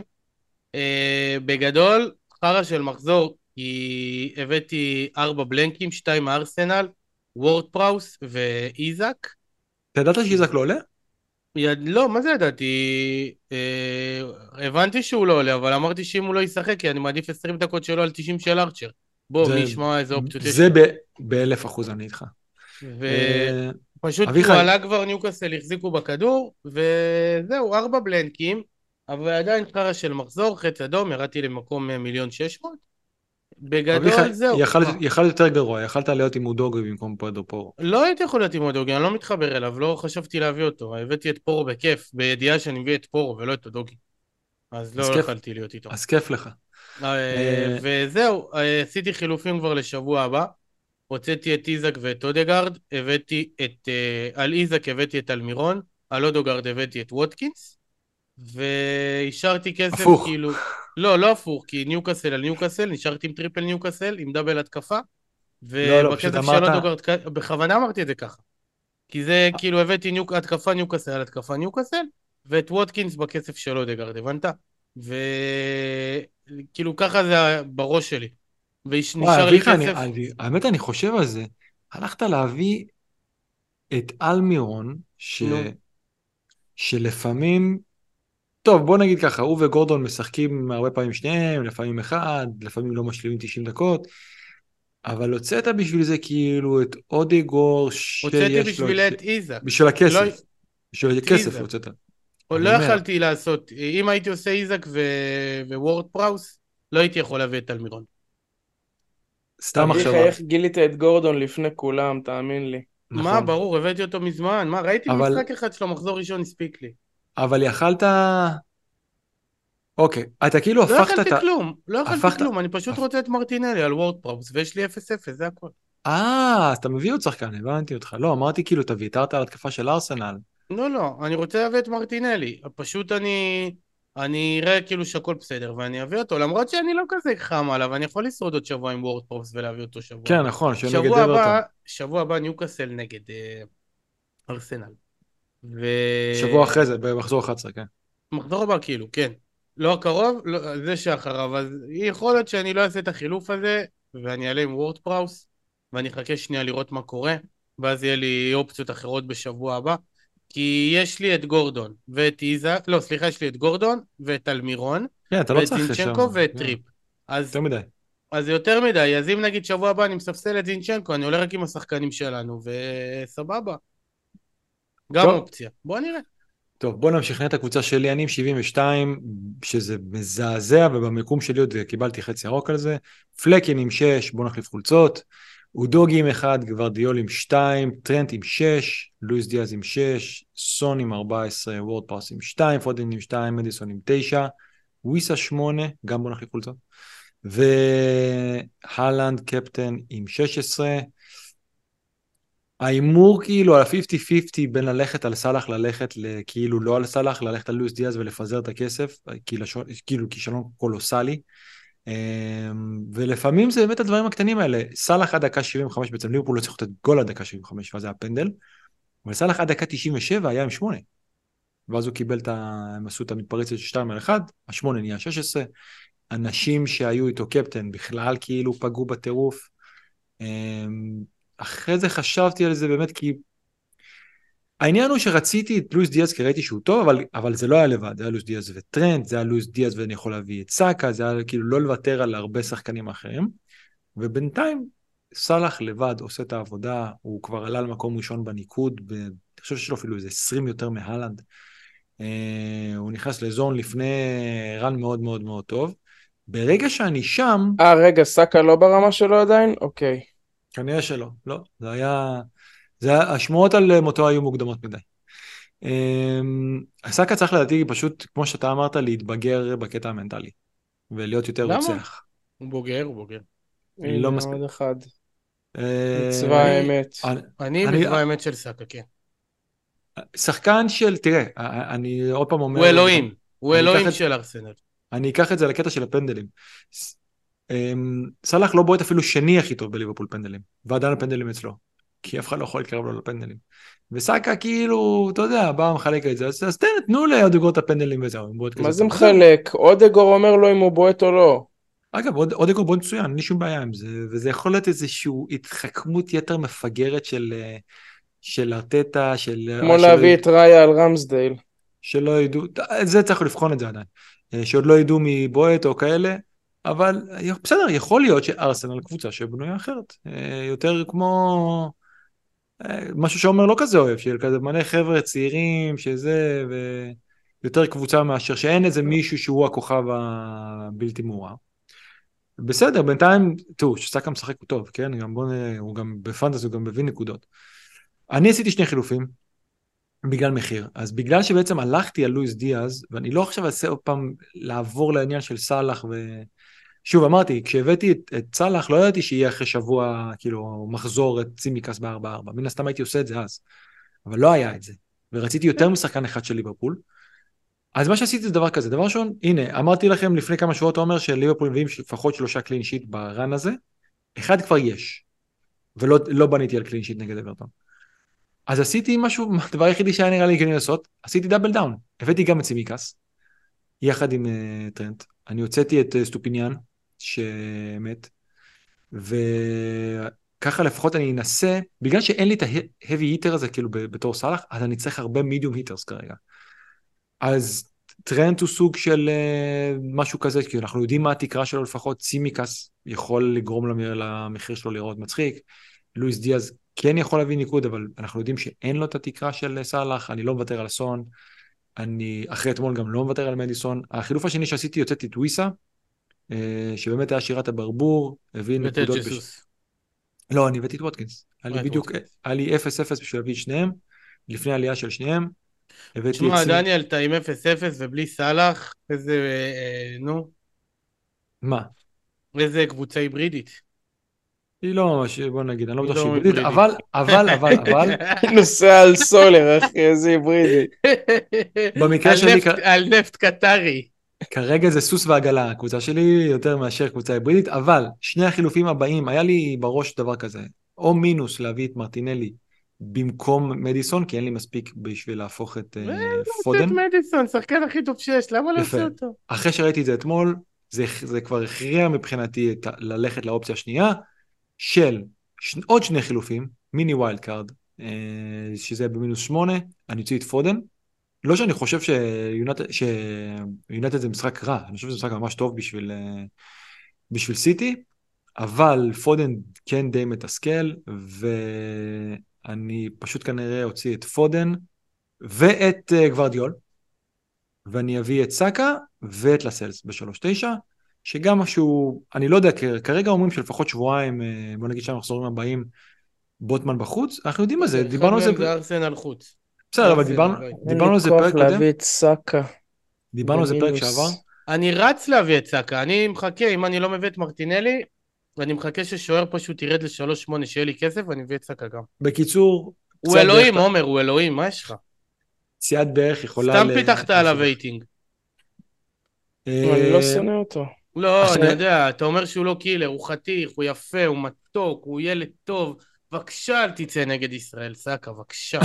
[SPEAKER 3] בגדול, חרא של מחזור, כי הבאתי 4 בלנקים, 2 הארסנל, וורד פראוס ואיזק.
[SPEAKER 1] אתה ידעת שאיזק לא עולה?
[SPEAKER 3] לא, מה זה ידעתי? הבנתי שהוא לא עולה, אבל אמרתי שאם הוא לא ישחק, כי אני מעדיף 20 דקות שלו על 90 של ארצ'ר. בוא, מי
[SPEAKER 1] זה,
[SPEAKER 3] ישמע איזה אופציות יש
[SPEAKER 1] זה
[SPEAKER 3] לו.
[SPEAKER 1] ב-1000% אני איתך. אה,
[SPEAKER 3] ופשוט כאילו
[SPEAKER 1] אביחי,
[SPEAKER 3] עלה כבר ניוקאסל, החזיקו בכדור, וזהו, 4 בלנקים, אבל עדיין חרא של מחזור, חץ אדום, ירדתי למקום 1,600,000.
[SPEAKER 1] אביחי,
[SPEAKER 3] בגדול, זהו, מה?
[SPEAKER 1] יכלת יותר גרוע, יכלת להיות עם אודוגו במקום פדרו פורו.
[SPEAKER 3] לא הייתי יכול להיות עם אודוגי, אני לא מתחבר אליו, לא חשבתי להביא אותו, הבאתי את פורו בכיף, בידיעה שאני מביא את פורו ולא את אודוגי, אז
[SPEAKER 1] אז
[SPEAKER 3] לא
[SPEAKER 1] כיף,
[SPEAKER 3] יכלתי להיות איתו.
[SPEAKER 1] אז כיף לך. אה,
[SPEAKER 3] וזהו, עשיתי חילופים כבר לשבוע הבא, הוצאתי את איזק ואת אודגרד, הבאתי את, על איזק הבאתי את אלמירון, על אודגרד הבאתי את ווטקינס, והשארתי כסף
[SPEAKER 1] הפוך.
[SPEAKER 3] כאילו, לא, לא הפוך, כי ניוקאסל על ניוקאסל, נשארתי עם טריפל ניוקאסל, עם דאבל התקפה,
[SPEAKER 1] לא, לא, פשוט
[SPEAKER 3] ובכסף של
[SPEAKER 1] אמרת,
[SPEAKER 3] אודגרד, בכוונה אמרתי את זה ככה. כי זה כאילו הבאתי התקפה ניוקאסל על התקפה ניוקאסל, ואת ווטקינס בכסף של אודגרד, הבנת? וכאילו ככה זה בראש שלי.
[SPEAKER 1] וואי,
[SPEAKER 3] ונשאר לי
[SPEAKER 1] אביחי,
[SPEAKER 3] כסף,
[SPEAKER 1] האמת אני חושב על זה, הלכת להביא את אלמירון,
[SPEAKER 3] נו,
[SPEAKER 1] שלפעמים, טוב, בוא נגיד ככה, הוא וגורדון משחקים הרבה פעמים שניהם, לפעמים אחד, לפעמים לא משלימים 90 דקות, אבל הוצאת בשביל זה כאילו את אודיגור
[SPEAKER 3] הוצאתי
[SPEAKER 1] שיש לו,
[SPEAKER 3] בשביל את איזק.
[SPEAKER 1] בשביל
[SPEAKER 3] לא,
[SPEAKER 1] הכסף, בשביל
[SPEAKER 3] את
[SPEAKER 1] הכסף
[SPEAKER 3] איזק.
[SPEAKER 1] הוצאת.
[SPEAKER 3] או
[SPEAKER 1] אני
[SPEAKER 3] לא
[SPEAKER 1] אומר,
[SPEAKER 3] יכלתי לעשות, אם הייתי עושה איזק וורד פראוס, לא הייתי יכול להביא את אלמירון.
[SPEAKER 1] סתם
[SPEAKER 2] אביחי,
[SPEAKER 1] מחשבה,
[SPEAKER 2] איך גילית את גורדון לפני כולם, תאמין לי.
[SPEAKER 3] מה,
[SPEAKER 1] נכון,
[SPEAKER 3] ברור, הבאתי אותו מזמן. מה, ראיתי
[SPEAKER 1] אבל,
[SPEAKER 3] משחק אחד שלו, מחזור ראשון הספיק לי.
[SPEAKER 1] אבל יכלת, אוקיי, אתה כאילו
[SPEAKER 3] לא
[SPEAKER 1] הפכת את
[SPEAKER 3] יכלתי
[SPEAKER 1] ה...
[SPEAKER 3] כלום, לא יכלתי
[SPEAKER 1] הפכת,
[SPEAKER 3] כלום, אני פשוט רוצה את מרטינלי על וורד פראוס, ויש לי 0-0, זה הכל.
[SPEAKER 1] אז אתה מביא עוד שחקן, הבנתי אותך. לא, אמרתי כאילו, אתה ויתרת על התקפה של ארסנל.
[SPEAKER 3] לא, לא, אני רוצה להביא את מרטינלי. פשוט אני אראה כאילו שהכל בסדר, ואני אביא אותו, למרות שאני לא כזה חם עליו, אני יכול לשרוד עוד שבוע עם וורד פראוס ולהביא אותו שבוע
[SPEAKER 1] כן,
[SPEAKER 3] הבא.
[SPEAKER 1] נכון, שנגד אברטון.
[SPEAKER 3] שבוע הבא ניוקאסל נגד ארסנל.
[SPEAKER 1] שבוע אחרי זה, במחזור 11, כן.
[SPEAKER 3] ומחזור הבא כאילו, כן. לא הקרוב, לא, זה שאחריו, אז יכול להיות שאני לא אעשה את החילוף הזה, ואני אעלה עם וורד פראוס, ואני אחכה שנייה לראות מה קורה, ואז יהיה לי אופציות אחרות בשבוע הבא. כי יש לי את גורדון ואת איזק, לא סליחה, יש לי את גורדון ואת אלמירון
[SPEAKER 1] כן, אתה לא
[SPEAKER 3] ואת
[SPEAKER 1] צריך שם,
[SPEAKER 3] זינצ'נקו ואת
[SPEAKER 1] כן,
[SPEAKER 3] טריפ. אז,
[SPEAKER 1] יותר מדי.
[SPEAKER 3] אז זה יותר מדי, אז אם נגיד שבוע הבא אני מספסל את זינצ'נקו, אני עולה רק עם השחקנים שלנו, וסבבה, גם
[SPEAKER 1] טוב,
[SPEAKER 3] אופציה. בוא נראה.
[SPEAKER 1] טוב, בוא נמשיך את הקבוצה שלי, אני עם 72, שזה מזעזע, ובמיקום שלי עוד קיבלתי חצי ירוק על זה. פלקין עם 6, בוא נחליף חולצות. אודוגי עם 1, גוורדיול עם 2, טרנט עם 6, לואיס דיאז עם 6, סון עם 14, וורד פרס עם 2, פודן עם 2, מדיסון עם 9, וויסה 8, גם בוא נחליף חולצות. והלנד קפטן עם 16. ההימור כאילו על ה-50-50 בין ללכת על סלאח ללכת כאילו לא על סלאח, ללכת על לואיס דיאז ולפזר את הכסף, כאילו כישלון קולוסלי. ולפעמים זה באמת הדברים הקטנים האלה. סלאח עד דקה 75, בעצם ליברפול לא צריך לתת גול עד דקה 75, ואז היה פנדל, אבל סלאח עד דקה 97 היה עם 8. ואז הוא קיבל הם עשו את המתפרצת 2-1, ה-8 נהיה 16. אנשים שהיו איתו קפטן בכלל כאילו פגעו בטירוף. אחרי זה חשבתי על זה באמת כי העניין הוא שרציתי את לואיס דיאז כי ראיתי שהוא טוב, אבל זה לא היה לבד, זה היה לואיס דיאז וטרנד, זה היה לואיס דיאז ואני יכול להביא את סאקה, זה היה כאילו לא לוותר על הרבה שחקנים אחרים, ובינתיים סלאח לבד עושה את העבודה, הוא כבר עלה למקום ראשון בניקוד, אני חושב שיש לו אפילו איזה 20 יותר מהלנד, הוא נכנס לזון לפני רן מאוד מאוד מאוד טוב, ברגע שאני שם,
[SPEAKER 2] רגע, סאקה לא ברמה שלו עדיין? אוקיי.
[SPEAKER 1] כנראה שלא, לא, השמועות על מותו היו מוקדמות מדי. סאקה צריך לדעתי פשוט, כמו שאתה אמרת, להתבגר בקטע המנטלי, ולהיות יותר
[SPEAKER 3] למה?
[SPEAKER 1] רוצח.
[SPEAKER 3] הוא בוגר, הוא בוגר.
[SPEAKER 1] לא
[SPEAKER 2] הנה,
[SPEAKER 1] מספיק.
[SPEAKER 2] עוד אחד. מצווה
[SPEAKER 3] אני,
[SPEAKER 2] האמת.
[SPEAKER 3] אני
[SPEAKER 1] אני,
[SPEAKER 3] בצבא האמת של סאקה, כן.
[SPEAKER 1] שחקן של, תראה, אני עוד פעם אומר,
[SPEAKER 3] הוא אלוהים, הוא
[SPEAKER 1] אני
[SPEAKER 3] אלוהים של ארסנל.
[SPEAKER 1] אני אקח את זה לקטע של הפנדלים. סלאח לא בועט אפילו שני הכי טוב בליברפול פנדלים, ועדיין הפנדלים אצלו, כי אף אחד לא יכול להתקרב לו לפנדלים. וסאקה כאילו, אתה יודע, בא מחלק את זה, אז תנו לאודגור את הפנדלים וזהו.
[SPEAKER 2] מה זה מחלק? אודגור אומר לו אם הוא בועט או לא.
[SPEAKER 1] אגב, אודגור בוא מצוין, אין לי שום בעיה עם זה, וזה יכול להיות איזושהי התחכמות יתר מפגרת של ארטטה, של...
[SPEAKER 2] כמו
[SPEAKER 1] שלא
[SPEAKER 2] להביא
[SPEAKER 1] ידעו-
[SPEAKER 2] את ראיה על רמסדייל.
[SPEAKER 1] שלא ידעו, זה צריך לבחון את זה עדיין, שעוד לא ידעו מבועט או כאלה, אבל בסדר, יכול להיות שארסנל קבוצה שבנויה אחרת, יותר כמו משהו שאומר לא כזה אוהב, של כזה מלא חבר'ה צעירים, שזה, ויותר קבוצה מאשר שאין איזה מישהו שהוא הכוכב הבלתי מעורער. בסדר, בינתיים, תראו, שסאקה משחק הוא טוב, כן? גם בוא נראה, הוא גם בפנטזי, הוא גם מביא נקודות. אני עשיתי שני חילופים, בגלל מחיר. אז בגלל שבעצם הלכתי על לואיס דיאז, ואני לא עכשיו אעשה עוד פעם לעבור לעניין של סלאח, ושוב אמרתי, כשהבאתי את סלאח, לא ידעתי שיהיה אחרי שבוע, כאילו, מחזור את צימקס ב-4-4. מן הסתם הייתי עושה את זה אז. אבל לא היה את זה. ורציתי יותר משחקן אחד של ליברפול. אז מה שעשיתי זה דבר כזה. דבר ראשון, הנה, אמרתי לכם לפני כמה שבועות, אומר שליברפול מביאים לפחות 3 קלין שיט ברן הזה. אחד כבר יש. ולא לא בניתי על קלין שיט נגד אברטון. אז עשיתי משהו, הדבר היחידי שהיה נראה לי הגיוני לעשות, עשיתי דאבל דאון. הבאתי גם את סימיקס, יחד עם טרנט. אני הוצאתי את סטופיניאן, שמת, וככה לפחות אני אנסה, בגלל שאין לי את ה-heavy hitter הזה, כאילו בתור סלאח, אז אני צריך הרבה medium hitters כרגע. אז טרנט הוא סוג של משהו כזה, כי אנחנו יודעים מה התקרה שלו לפחות, סימיקס יכול לגרום למחיר שלו לראות מצחיק, לואיס דיאז כן יכול להביא ניקוד, אבל אנחנו יודעים שאין לו את התקרה של סלאח, אני לא מוותר על סון, אני אחרי אתמול גם לא מוותר על מדיסון. החילוף השני שעשיתי, יוצאתי את וויסה, שבאמת היה שירת הברבור, הביא נקודות... לא, אני הבאתי את ווטקינס. היה לי 0-0 בשביל להביא את שניהם, לפני העלייה של שניהם.
[SPEAKER 3] תשמע, דניאל, אתה עם 0-0 ובלי סלאח, איזה... נו.
[SPEAKER 1] מה?
[SPEAKER 3] איזה קבוצה היברידית.
[SPEAKER 1] היא לא ממש, בוא נגיד, אני לא בטוח שהיא היברידית, אבל...
[SPEAKER 2] נוסע על סולר, אחי, איזה היברידי.
[SPEAKER 1] במקרה שלי...
[SPEAKER 3] על נפט קטרי.
[SPEAKER 1] כרגע זה סוס ועגלה, הקבוצה שלי יותר מאשר קבוצה היברידית, אבל שני החילופים הבאים, היה לי בראש דבר כזה, או מינוס להביא את מרטינלי במקום מדיסון, כי אין לי מספיק בשביל להפוך את פודן.
[SPEAKER 3] לא את מדיסון, שחקן הכי טוב שיש, למה לא עושה אותו?
[SPEAKER 1] אחרי שראיתי את זה אתמול, זה כבר הכריע מבחינתי ללכת לאופציה השנייה, של עוד שני חילופים, מיני ווילד קארד, שזה במינוס 8, אני אוציא את פודן, לא שאני חושב שיונתד זה משחק רע, אני חושב שזה משחק ממש טוב בשביל סיטי, אבל פודן כן די מתסכל, ואני פשוט כנראה אוציא את פודן, ואת גוורדיול, ואני אביא את סאקה, ואת לסלס ב-3-9, שגם משהו, אני לא יודע, כרגע אומרים שלפחות שבועיים, בוא נגיד שהמחזורים הבאים, בוטמן בחוץ, אנחנו יודעים מה זה, דיברנו על זה...
[SPEAKER 3] זה ארסנל חוץ.
[SPEAKER 1] בסדר, אבל דיברנו על זה פרק קודם.
[SPEAKER 2] להביא את סאקה.
[SPEAKER 1] דיברנו על זה פרק שעבר.
[SPEAKER 3] אני רץ להביא את סאקה, אני מחכה, אם אני לא מביא את מרטינלי, ואני מחכה ששוער פשוט ירד ל-3-8, שיהיה לי כסף, ואני מביא את סאקה גם.
[SPEAKER 1] בקיצור...
[SPEAKER 3] הוא אלוהים, עומר, הוא אלוהים, מה יש לך?
[SPEAKER 1] ציית בערך יכולה...
[SPEAKER 3] סתם פיתחת על הווייטינג.
[SPEAKER 2] אני לא שונא אותו.
[SPEAKER 3] לא, אני יודע, אתה אומר שהוא לא קילר, הוא חתיך, הוא יפה, הוא מתוק, הוא ילד טוב, בבקשה אל תצא נגד ישראל, סאקה, בבקשה.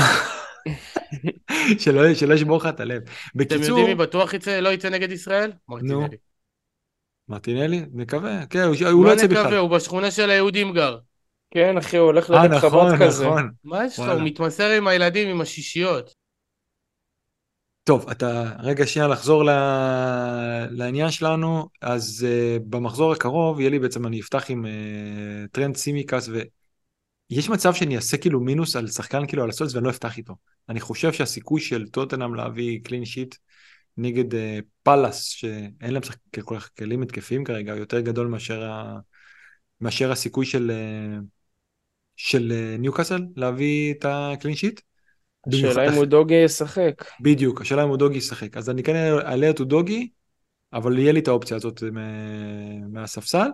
[SPEAKER 1] שלא ישבור לך את הלב.
[SPEAKER 3] אתם יודעים מי בטוח לא יצא נגד ישראל? מרטינלי.
[SPEAKER 1] מרטינלי? נקווה. כן, הוא לא יצא בכלל.
[SPEAKER 3] מה נקווה? הוא בשכונה של היהודים גר.
[SPEAKER 2] כן, אחי, הוא הולך לבית חב"ד כזה.
[SPEAKER 1] נכון.
[SPEAKER 3] מה יש לך? הוא מתמסר עם הילדים, עם השישיות.
[SPEAKER 1] טוב, אתה רגע שנייה לחזור לעניין שלנו, אז במחזור הקרוב יהיה לי בעצם, אני אפתח עם טרנד סימיקס, ויש מצב שאני אעשה כאילו מינוס על שחקן כאילו על הסולס ואני לא אפתח איתו. אני חושב שהסיכוי של טוטנהאם להביא קלין שיט נגד פלאס, שאין להם כל כך כלים התקפיים כרגע, יותר גדול מאשר הסיכוי של ניוקאסל להביא את הקלין שיט.
[SPEAKER 2] השאלה אם הוא דוגי ישחק.
[SPEAKER 1] בדיוק, השאלה אם הוא דוגי ישחק. אז אני כנראה אעלה את הוא דוגי, אבל יהיה לי את האופציה הזאת מהספסל.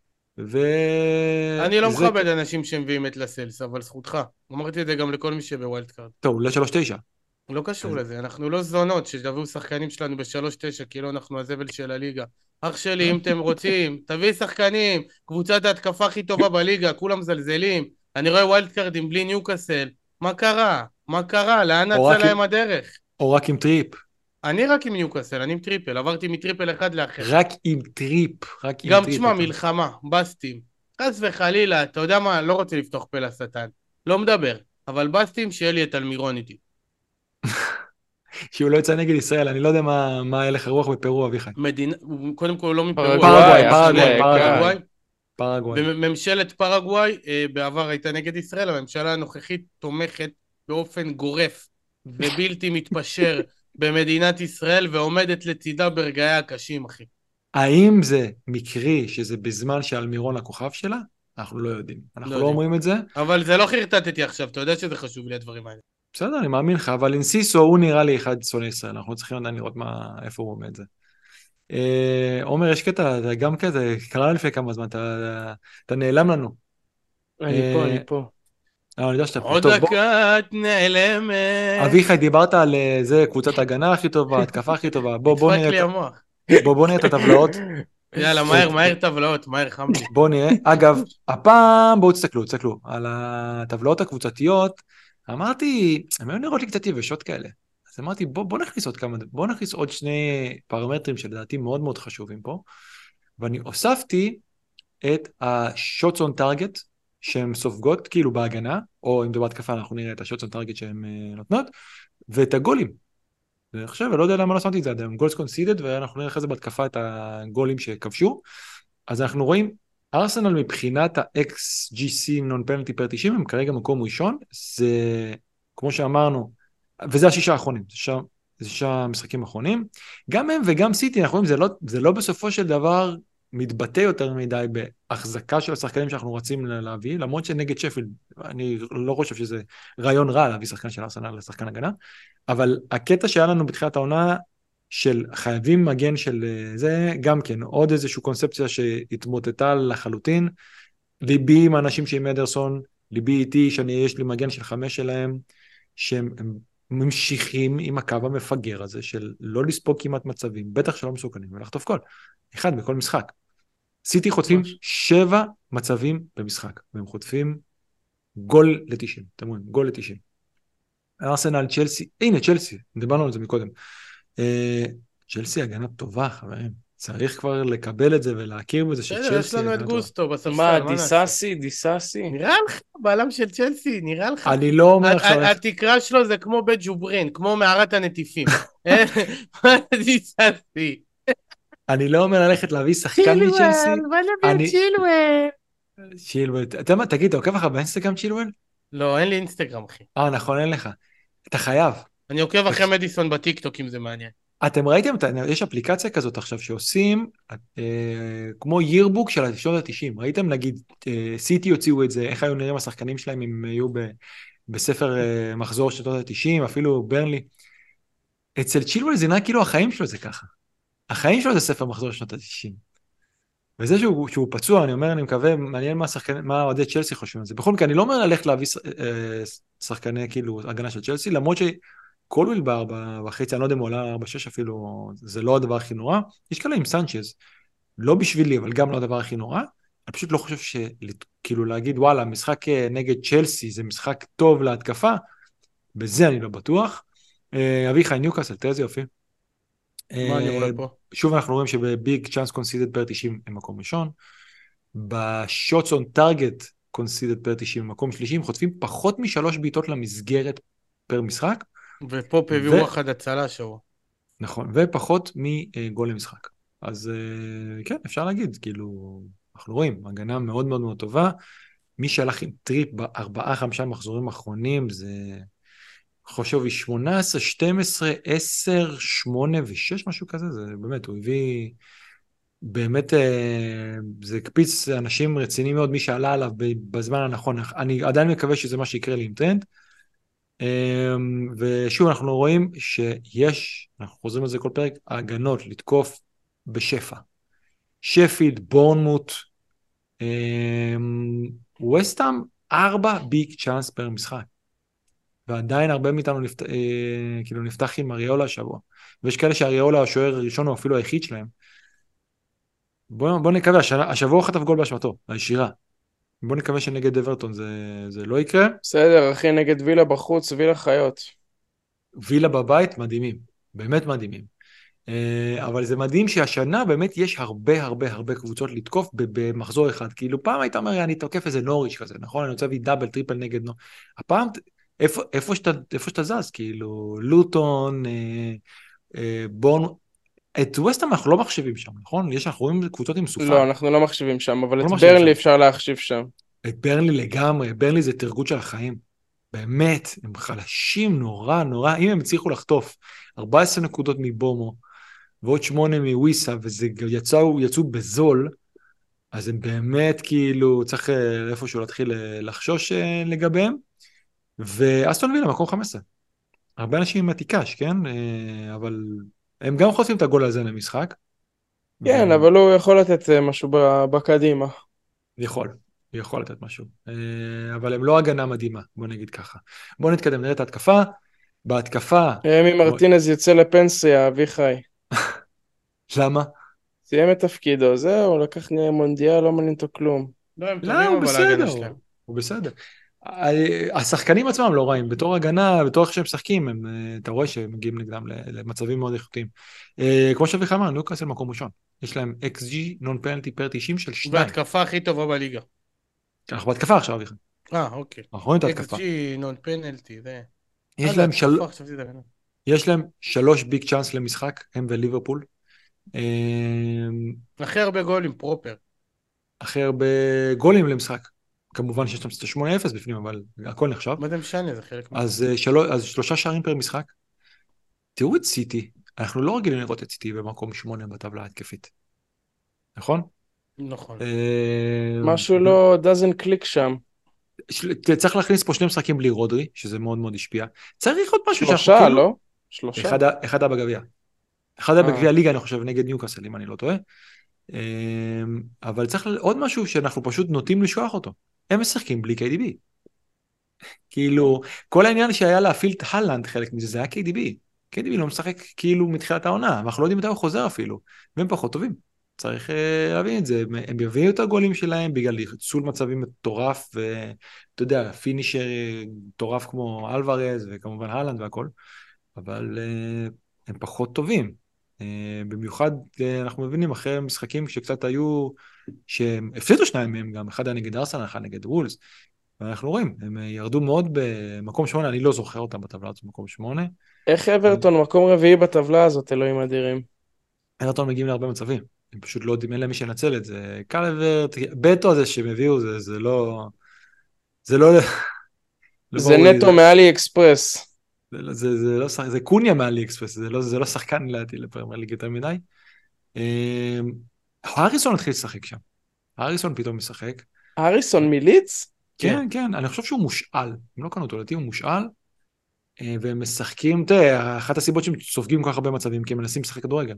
[SPEAKER 3] אני לא מכבד אנשים שמביאים את לסלס, אבל זכותך. אמרתי את זה גם לכל מי שבווילד קארד.
[SPEAKER 1] טוב, ל-3-9.
[SPEAKER 3] לא קשור לזה, אנחנו לא זונות שתביאו שחקנים שלנו ב-3-9, כאילו אנחנו הזבל של הליגה. אח שלי, אם אתם רוצים, תביא שחקנים, קבוצת ההתקפה הכי טובה בליגה, כולם זלזלים. אני רואה ווילד קארדים בלי ניוקאסל. מה קרה? מה קרה? לאן נצא להם הדרך?
[SPEAKER 1] או רק עם טריפ.
[SPEAKER 3] אני רק עם ניוקאסל, אני עם טריפל, עברתי מטריפל אחד לאחר.
[SPEAKER 1] רק עם טריפ,
[SPEAKER 3] גם תשמע, מלחמה, בסטים. חס וחלילה, אתה יודע מה, לא רוצה לפתוח פה לשטן. לא מדבר. אבל בסטים שיהיה לי את אלמירון איתי.
[SPEAKER 1] שהוא לא יצא נגד ישראל, אני לא יודע מה הלך הרוח בפרו, אביחי.
[SPEAKER 3] קודם כל לא מפרו,
[SPEAKER 2] פרגוואי,
[SPEAKER 3] אבל
[SPEAKER 1] פרגוואי,
[SPEAKER 2] יקר.
[SPEAKER 1] פרגוואי.
[SPEAKER 3] ממשלת פרגוואי בעבר הייתה נגד ישראל, הממשלה הנוכחית תומכת באופן גורף ובלתי מתפשר במדינת ישראל, ועומדת לצידה ברגעיה הקשים, אחי.
[SPEAKER 1] האם זה מקרי שזה בזמן שאלמירון הכוכב שלה? אנחנו לא יודעים. אנחנו לא אומרים את זה.
[SPEAKER 3] אבל זה לא חרטטתי עכשיו, אתה יודע שזה חשוב לי הדברים האלה.
[SPEAKER 1] בסדר, אני מאמין לך, אבל אינסיסו הוא נראה לי אחד שונא ישראל, אנחנו צריכים עדיין לראות איפה הוא עומד זה. עומר, יש קטע, גם כזה, קרה לפני כמה זמן, אתה נעלם לנו.
[SPEAKER 2] אני פה.
[SPEAKER 1] אני יודע שאתה פה.
[SPEAKER 3] עוד
[SPEAKER 1] טוב, בוא.
[SPEAKER 3] דקה את נעלמת.
[SPEAKER 1] אביחי, דיברת על זה, קבוצת הגנה הכי טובה, התקפה הכי טובה. בוא
[SPEAKER 3] נדפק לי המוח.
[SPEAKER 1] נראה את הטבלאות.
[SPEAKER 3] יאללה, מהר טבלאות, מהר חם לי.
[SPEAKER 1] בוא נראה. אגב, הפעם, בואו תסתכלו, על הטבלאות הקבוצתיות, אמרתי, הם היו נראות לי קצת יבשות כאלה. אז אמרתי, בוא נכניס עוד כמה, בוא נכניס עוד שני פרמטרים שלדעתי מאוד מאוד חשובים פה, ואני הוספתי את ה-shots on target שהן סופגות כאילו בהגנה, או אם זה בהתקפה אנחנו נראה את ה-shots on target שהן נותנות, ואת הגולים. ואני חושב, אני לא יודע למה לא שמתי את זה עדיין, גולס קונסידד, ואנחנו נראה אחרי זה בהתקפה את הגולים שכבשו. אז אנחנו רואים, ארסנל מבחינת ה-XGC non-penalty per 90, הם כרגע מקום ראשון, זה כמו שאמרנו, וזה השישה האחרונים, זה שישה משחקים האחרונים, גם הם וגם סיטי, אנחנו רואים, זה לא בסופו של דבר מתבטא יותר מדי בהחזקה של השחקנים שאנחנו רוצים להביא, למרות שנגד שפילד, אני לא חושב שזה רעיון רע להביא שחקן של ארסנל לשחקן הגנה, אבל הקטע שהיה לנו בתחילת העונה, של חייבים מגן של זה, גם כן, עוד איזושהי קונספציה שהתמוטטה לחלוטין, ליבי עם האנשים שעם אדרסון, ליבי איתי שיש לי מגן של 5 שלהם, שהם ממשיכים עם הקו המפגר הזה, של לא לספוג כמעט מצבים, בטח שלא מסוכנים, ולחטוף גול, אחד בכל משחק. סיטי חוטפים 7 מצבים במשחק, והם חוטפים גול ל-90, אתם רואים, גול ל-90. ארסנל, צ'לסי, הנה צ'לסי, דיברנו על זה מקודם, צ'לסי הגנה טובה, חברים. צריך כבר לקבל את זה ולהכיר בזה שצ'לסי הגנה טובה.
[SPEAKER 3] יש לנו את גוסטו בספסל,
[SPEAKER 2] מה דיסאסי?
[SPEAKER 3] נראה לך, בעלם של צ'לסי, נראה לך.
[SPEAKER 1] אני לא אומר עכשיו...
[SPEAKER 3] התקרה שלו זה כמו בית ג'וברין, כמו מערת הנטיפים. מה דיסאסי?
[SPEAKER 1] אני לא אומר ללכת להביא שחקן מצ'לסי. צ'ילואל. אתה יודע מה, תגיד, אתה עוקב לך באינסטגרם צ'ילואל?
[SPEAKER 3] לא, אין לי אינסטגרם, אחי.
[SPEAKER 1] נכון, אין לך. אתה חייב.
[SPEAKER 3] אני עוקב אחרי מדיסון בטיקטוק, אם זה מעניין.
[SPEAKER 1] אתם ראיתם, יש אפליקציה כזאת עכשיו שעושים כמו יירבוק של השנות ה-90. ראיתם, נגיד, סיטי הוציאו את זה, איך היו נראים השחקנים שלהם אם היו בספר מחזור שנות ה-90, אפילו ברנלי. אצל צ'ילואל זה נראה כאילו החיים שלו זה ככה. החיים שלו זה ספר מחזור שנות ה-90. וזה שהוא פצוע, אני אומר, אני מקווה, מעניין מה אוהדי צ'לסי חושבים על זה. בכל מקרה, אני לא אומר ללכת להביא שחקני, כאילו, הגנה של צ'לסי, למרות קולוויל בחצי, אני לא יודע אם הוא עולה 4-6 אפילו, זה לא הדבר הכי נורא. יש כאלה עם סנצ'ז, לא בשבילי, אבל גם לא הדבר הכי נורא. אני פשוט לא חושב כאילו להגיד, וואלה, משחק נגד צ'לסי זה משחק טוב להתקפה, בזה אני לא בטוח. אביחי, ניוקאסל, תראה איזה יופי.
[SPEAKER 3] מה אני רואה פה?
[SPEAKER 1] שוב אנחנו רואים שבביג צ'אנס קונסידד פר 90 הם מקום ראשון, בשוטס און טארגט קונסידד פר 90 הם מקום שלישי, הם חוטפים פחות מ3 בעיטות למסגרת פר משחק.
[SPEAKER 3] ופופ הביאו וואחד הצלה שהוא.
[SPEAKER 1] נכון, ופחות מגול למשחק. אז כן, אפשר להגיד, כאילו, אנחנו רואים, הגנה מאוד מאוד מאוד טובה, מי שהלך עם טריפ ב4-5 מחזורים האחרונים, זה חושב 18, 12, 10, 8 ו-6, משהו כזה, זה באמת, הוא הביא, באמת, זה הקפיץ אנשים רציניים מאוד, מי שעלה עליו בזמן הנכון, אני עדיין מקווה שזה מה שיקרה לי עם טרנד, ושוב אנחנו רואים שיש, אנחנו חוזרים על זה כל פרק, ההגנות לתקוף בשפע. שפילד, בורנמוט, ווסטהאם, 4 ביג צ'אנס פר משחק. ועדיין הרבה מאיתנו כאילו נפתח עם אריולה השבוע. ויש כאלה שאריולה השוער הראשון הוא אפילו היחיד שלהם. בוא נקווה, השבוע חטף גול באשמתו, הישירה. בוא נקווה שנגד אברטון זה לא יקרה.
[SPEAKER 2] בסדר, אחי, נגד וילה בחוץ, וילה חיות.
[SPEAKER 1] וילה בבית, מדהימים. באמת מדהימים. אבל זה מדהים שהשנה באמת יש הרבה קבוצות לתקוף במחזור אחד. כאילו פעם היית אומר, אני תוקף איזה נוריץ' כזה, נכון? אני רוצה להביא דאבל, טריפל נגד הפעם איפה שאתה זז, כאילו, לוטון, בורן, את ווסטהאם אנחנו לא מחשיבים שם, נכון? אנחנו רואים קבוצות עם סופה,
[SPEAKER 2] לא, אנחנו לא מחשיבים שם, אבל
[SPEAKER 1] אנחנו
[SPEAKER 2] את
[SPEAKER 1] לא מחשיבים שם.
[SPEAKER 2] ברנלי אפשר להחשיב שם.
[SPEAKER 1] את ברנלי לגמרי, ברנלי זה תרגות של החיים. באמת, הם חלשים נורא נורא, אם הם הצליחו לחטוף 14 נקודות מבומו, ועוד 8 מוויסה, וזה יצאו בזול, אז הם באמת כאילו, צריך איפשהו להתחיל לחשוש לגביהם, ואסטון וילה מקום 15. הרבה אנשים עם התיקש, כן? אבל הם גם חוטפים את הגול הזה למשחק.
[SPEAKER 2] כן, אבל הוא יכול לתת משהו בקדימה.
[SPEAKER 1] ויכול, יכול לתת משהו. אבל הם לא הגנה מדהימה, בוא נגיד ככה. בוא נתקדם, נראה את ההתקפה. בהתקפה...
[SPEAKER 2] אמי מרטינז יוצא לפנסיה, אביחי.
[SPEAKER 1] למה?
[SPEAKER 2] סיים את תפקידו, זהו, לקח מונדיאל, לא מעניין אותו כלום.
[SPEAKER 3] לא, הם
[SPEAKER 1] לא,
[SPEAKER 3] טובים
[SPEAKER 1] הוא
[SPEAKER 3] אבל
[SPEAKER 1] בסדר,
[SPEAKER 3] ההגנה שלהם.
[SPEAKER 1] הוא בסדר. השחקנים עצמם לא רעים, בתור הגנה, בתור איך שהם משחקים, אתה רואה שהם מגיעים נגדם למצבים מאוד איכותיים. כמו שאביחי אמר, ניוקאסל מקום ראשון. יש להם XG, נון פנלטי פר 90 של 2.
[SPEAKER 3] והתקפה הכי טובה בליגה.
[SPEAKER 1] אנחנו בהתקפה עכשיו, אביחי.
[SPEAKER 3] אוקיי.
[SPEAKER 1] אנחנו רואים את ההתקפה.
[SPEAKER 3] XG, נון פנלטי, זה...
[SPEAKER 1] יש להם
[SPEAKER 3] התקפה, חשבתי את הגנה.
[SPEAKER 1] יש להם 3 ביג צ'אנס למשחק, הם וליברפול.
[SPEAKER 3] הכי הרבה גולים, פרופר.
[SPEAKER 1] הכי הרבה גולים למשחק. כמובן שיש להם 8-0 בפנים, אבל הכל נחשב.
[SPEAKER 3] מה זה משנה, זה חלק
[SPEAKER 1] אז 3 שערים פר משחק. תראו את סיטי, אנחנו לא רגילים לראות את סיטי במקום 8 בטבלה ההתקפית. נכון?
[SPEAKER 3] נכון.
[SPEAKER 2] משהו לא doesn't click שם.
[SPEAKER 1] צריך להכניס פה 2 משחקים בלי רודרי, שזה מאוד מאוד השפיע. צריך עוד משהו
[SPEAKER 2] 3,
[SPEAKER 1] שאנחנו כאילו...
[SPEAKER 2] לא? 3.
[SPEAKER 1] אחד היה בגביע. אחד היה בגביע ליגה, אני חושב, נגד ניוקאסל, אם אני לא טועה. אבל צריך עוד משהו שאנחנו פשוט נוטים לשכוח אותו. הם משחקים בלי KDB. כאילו, כל העניין שהיה להפעיל את הלנד, חלק מזה, זה היה KDB. KDB לא משחק כאילו מתחילת העונה, ואנחנו לא יודעים מתי הוא חוזר אפילו, והם פחות טובים. צריך להבין את זה, הם יביאו את הגולים שלהם בגלל ניצול מצבים מטורף, ואתה יודע, פינישר מטורף כמו אלוורז, וכמובן הלנד והכל, אבל הם פחות טובים. במיוחד אנחנו מבינים אחרי משחקים שקצת היו, שהם הפסידו 2 מהם גם, אחד היה נגד ארסנל, אחד נגד וולס, ואנחנו רואים, הם ירדו מאוד במקום 8, אני לא זוכר אותם בטבלה הזאת במקום 8.
[SPEAKER 2] איך אברטון מקום רביעי בטבלה הזאת, אלוהים אדירים?
[SPEAKER 1] אברטון מגיעים להרבה מצבים, הם פשוט לא יודעים, אין להם מי שינצל את זה. קלברט, בטו הזה שהם הביאו, זה לא... זה לא...
[SPEAKER 2] זה נטו מאלי אקספרס.
[SPEAKER 1] זה קוניה מאלי אקספרס, זה לא שחקן לדעתי לפרמייר ליג יותר מדי. הריסון התחיל לשחק שם. הריסון פתאום משחק.
[SPEAKER 2] הריסון מליץ?
[SPEAKER 1] כן, כן, אני חושב שהוא מושאל. הם לא קנו אותו, לדעתי הוא מושאל. והם משחקים, תראה, אחת הסיבות שהם סופגים כל כך הרבה מצבים, כי הם מנסים לשחק כדורגל.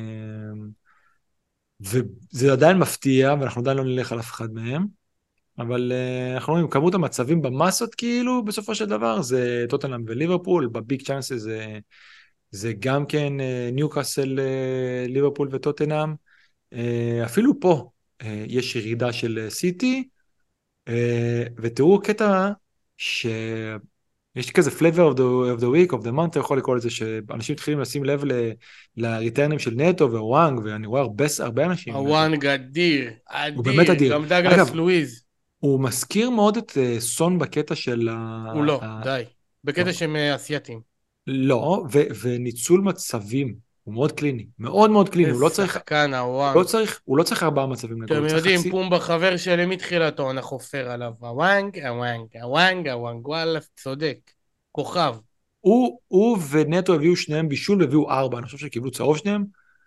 [SPEAKER 1] וזה עדיין מפתיע, ואנחנו עדיין לא נלך על אף אחד מהם. אבל אנחנו רואים, כמות המצבים במסות, כאילו, בסופו של דבר, זה טוטנהאם וליברפול, בביג צ'אנסס זה גם כן ניוקאסל, ליברפול וטוטנהאם. אפילו פה יש ירידה של סיטי, ותראו קטע שיש כזה flavor of the week, of the month, אתה יכול לקרוא לזה, שאנשים מתחילים לשים לב לריטרנים של נטו ווואנג, ואני רואה הרבה אנשים.
[SPEAKER 3] הוואנג אדיר,
[SPEAKER 1] הוא באמת אדיר.
[SPEAKER 3] גם דאגלס לואיז.
[SPEAKER 1] הוא מזכיר מאוד את סון בקטע של...
[SPEAKER 3] הוא לא, די. בקטע שהם אסייתים.
[SPEAKER 1] לא, וניצול מצבים. הוא מאוד קליני. מאוד מאוד קליני. הוא לא צריך...
[SPEAKER 3] שחקן, הוואנג.
[SPEAKER 1] הוא לא צריך 4 מצבים לגול.
[SPEAKER 3] אתם יודעים, פומבה חבר שלי מתחילת העונה חופר עליו. הוואנג, וואלה, צודק. כוכב.
[SPEAKER 1] הוא ונטו הביאו שניהם בישול והביאו 4. אני חושב שקיבלו צהוב שניהם.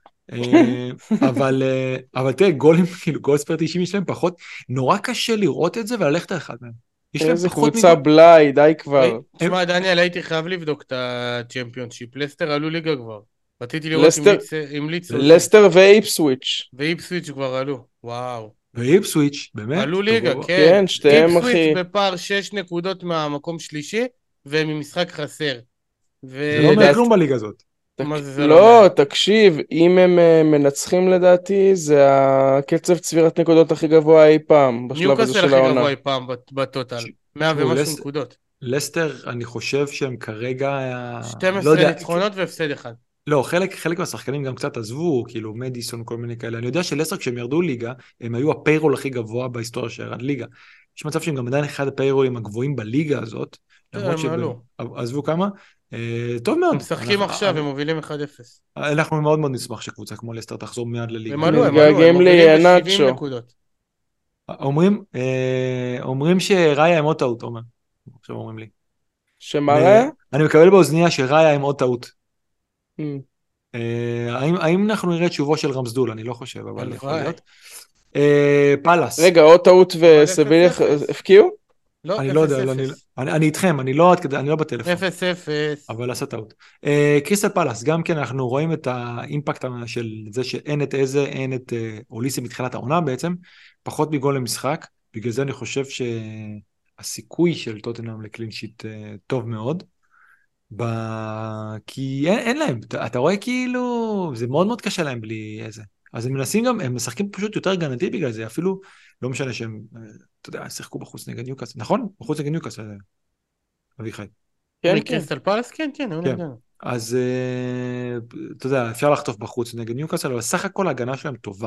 [SPEAKER 1] אבל תראה, גולים, כאילו גול ספר 90 יש להם פחות, נורא קשה לראות את זה וללכת אחד מהם.
[SPEAKER 2] איזה קבוצה בלאי, די כבר.
[SPEAKER 3] תשמע, דניאל, הייתי חייב לבדוק את הצ'מפיונשיפ. לסטר עלו ליגה כבר. רציתי לראות עם ליץ.
[SPEAKER 2] לסטר ואיפסוויץ'.
[SPEAKER 3] ואיפסוויץ' כבר עלו, וואו.
[SPEAKER 1] ואיפסוויץ', באמת?
[SPEAKER 3] עלו ליגה, כן.
[SPEAKER 2] כן, שתיהם אחי.
[SPEAKER 3] איפסוויץ' בפער 6 נקודות מהמקום שלישי, וממשחק חסר.
[SPEAKER 1] זה לא אומר כלום בליגה הזאת.
[SPEAKER 2] לא, תקשיב, אם הם מנצחים לדעתי, זה הקצב צבירת נקודות הכי גבוה אי פעם, בשלב הזה של העונה.
[SPEAKER 3] ניוקאסל הכי גבוה אי פעם בטוטל, 100 ומשהו נקודות.
[SPEAKER 1] לסטר, אני חושב שהם כרגע...
[SPEAKER 3] 12 ניצחונות והפסד אחד.
[SPEAKER 1] לא, חלק מהשחקנים גם קצת עזבו, כאילו מדיסון, כל מיני כאלה. אני יודע שלסטר כשהם ירדו ליגה, הם היו הפיירול הכי גבוה בהיסטוריה שירד ליגה. יש מצב שהם גם עדיין אחד הפיירולים הגבוהים בליגה הזאת, למרות
[SPEAKER 3] הם עלו.
[SPEAKER 1] שעזבו כמה. טוב מאוד.
[SPEAKER 3] הם משחקים עכשיו, הם מובילים 1-0.
[SPEAKER 1] אנחנו מאוד מאוד נשמח שקבוצה כמו לסטר תחזור מיד לליגה.
[SPEAKER 3] הם עלו, הם
[SPEAKER 2] מתגעגעים לי
[SPEAKER 3] מובילים ב-70
[SPEAKER 2] נאצ'ו.
[SPEAKER 3] נקודות.
[SPEAKER 1] אומרים שראיה עם עוד טעות, עומר. עכשיו אומרים לי.
[SPEAKER 2] שמראה?
[SPEAKER 1] אני מקבל באוזניה שראיה עם עוד טעות. האם אנחנו נראה את שובו של רמזדול? אני לא חושב, אבל יכול
[SPEAKER 3] הלוואי.
[SPEAKER 1] להיות. פלאס.
[SPEAKER 2] רגע, עוד טעות וסביליה
[SPEAKER 3] 0-0.
[SPEAKER 2] הפקיעו?
[SPEAKER 3] לא, 0-0.
[SPEAKER 1] אני לא יודע, אני איתכם, אני לא בטלפון.
[SPEAKER 3] 0-0.
[SPEAKER 1] אבל עשה טעות. קריסטל פלאס, גם כן אנחנו רואים את האימפקט של זה שאין את איזה, אין את אוליסי מתחילת העונה בעצם, פחות מגול למשחק, בגלל זה אני חושב שהסיכוי של טוטנהאם לקלין שיט טוב מאוד, כי אין להם, אתה רואה כאילו, זה מאוד מאוד קשה להם בלי איזה. אז הם מנסים גם, הם משחקים פשוט יותר הגנתי בגלל זה, אפילו לא משנה שהם, אתה יודע, שיחקו בחוץ נגד ניוקאסל, נכון? בחוץ נגד ניוקאסל, אביחי.
[SPEAKER 2] כן, כן.
[SPEAKER 3] מקריסטל פלאס? כן, כן, היו נגדנו.
[SPEAKER 1] אז אתה יודע, אפשר לחטוף בחוץ נגד ניוקאסל, אבל סך הכל ההגנה שלהם טובה.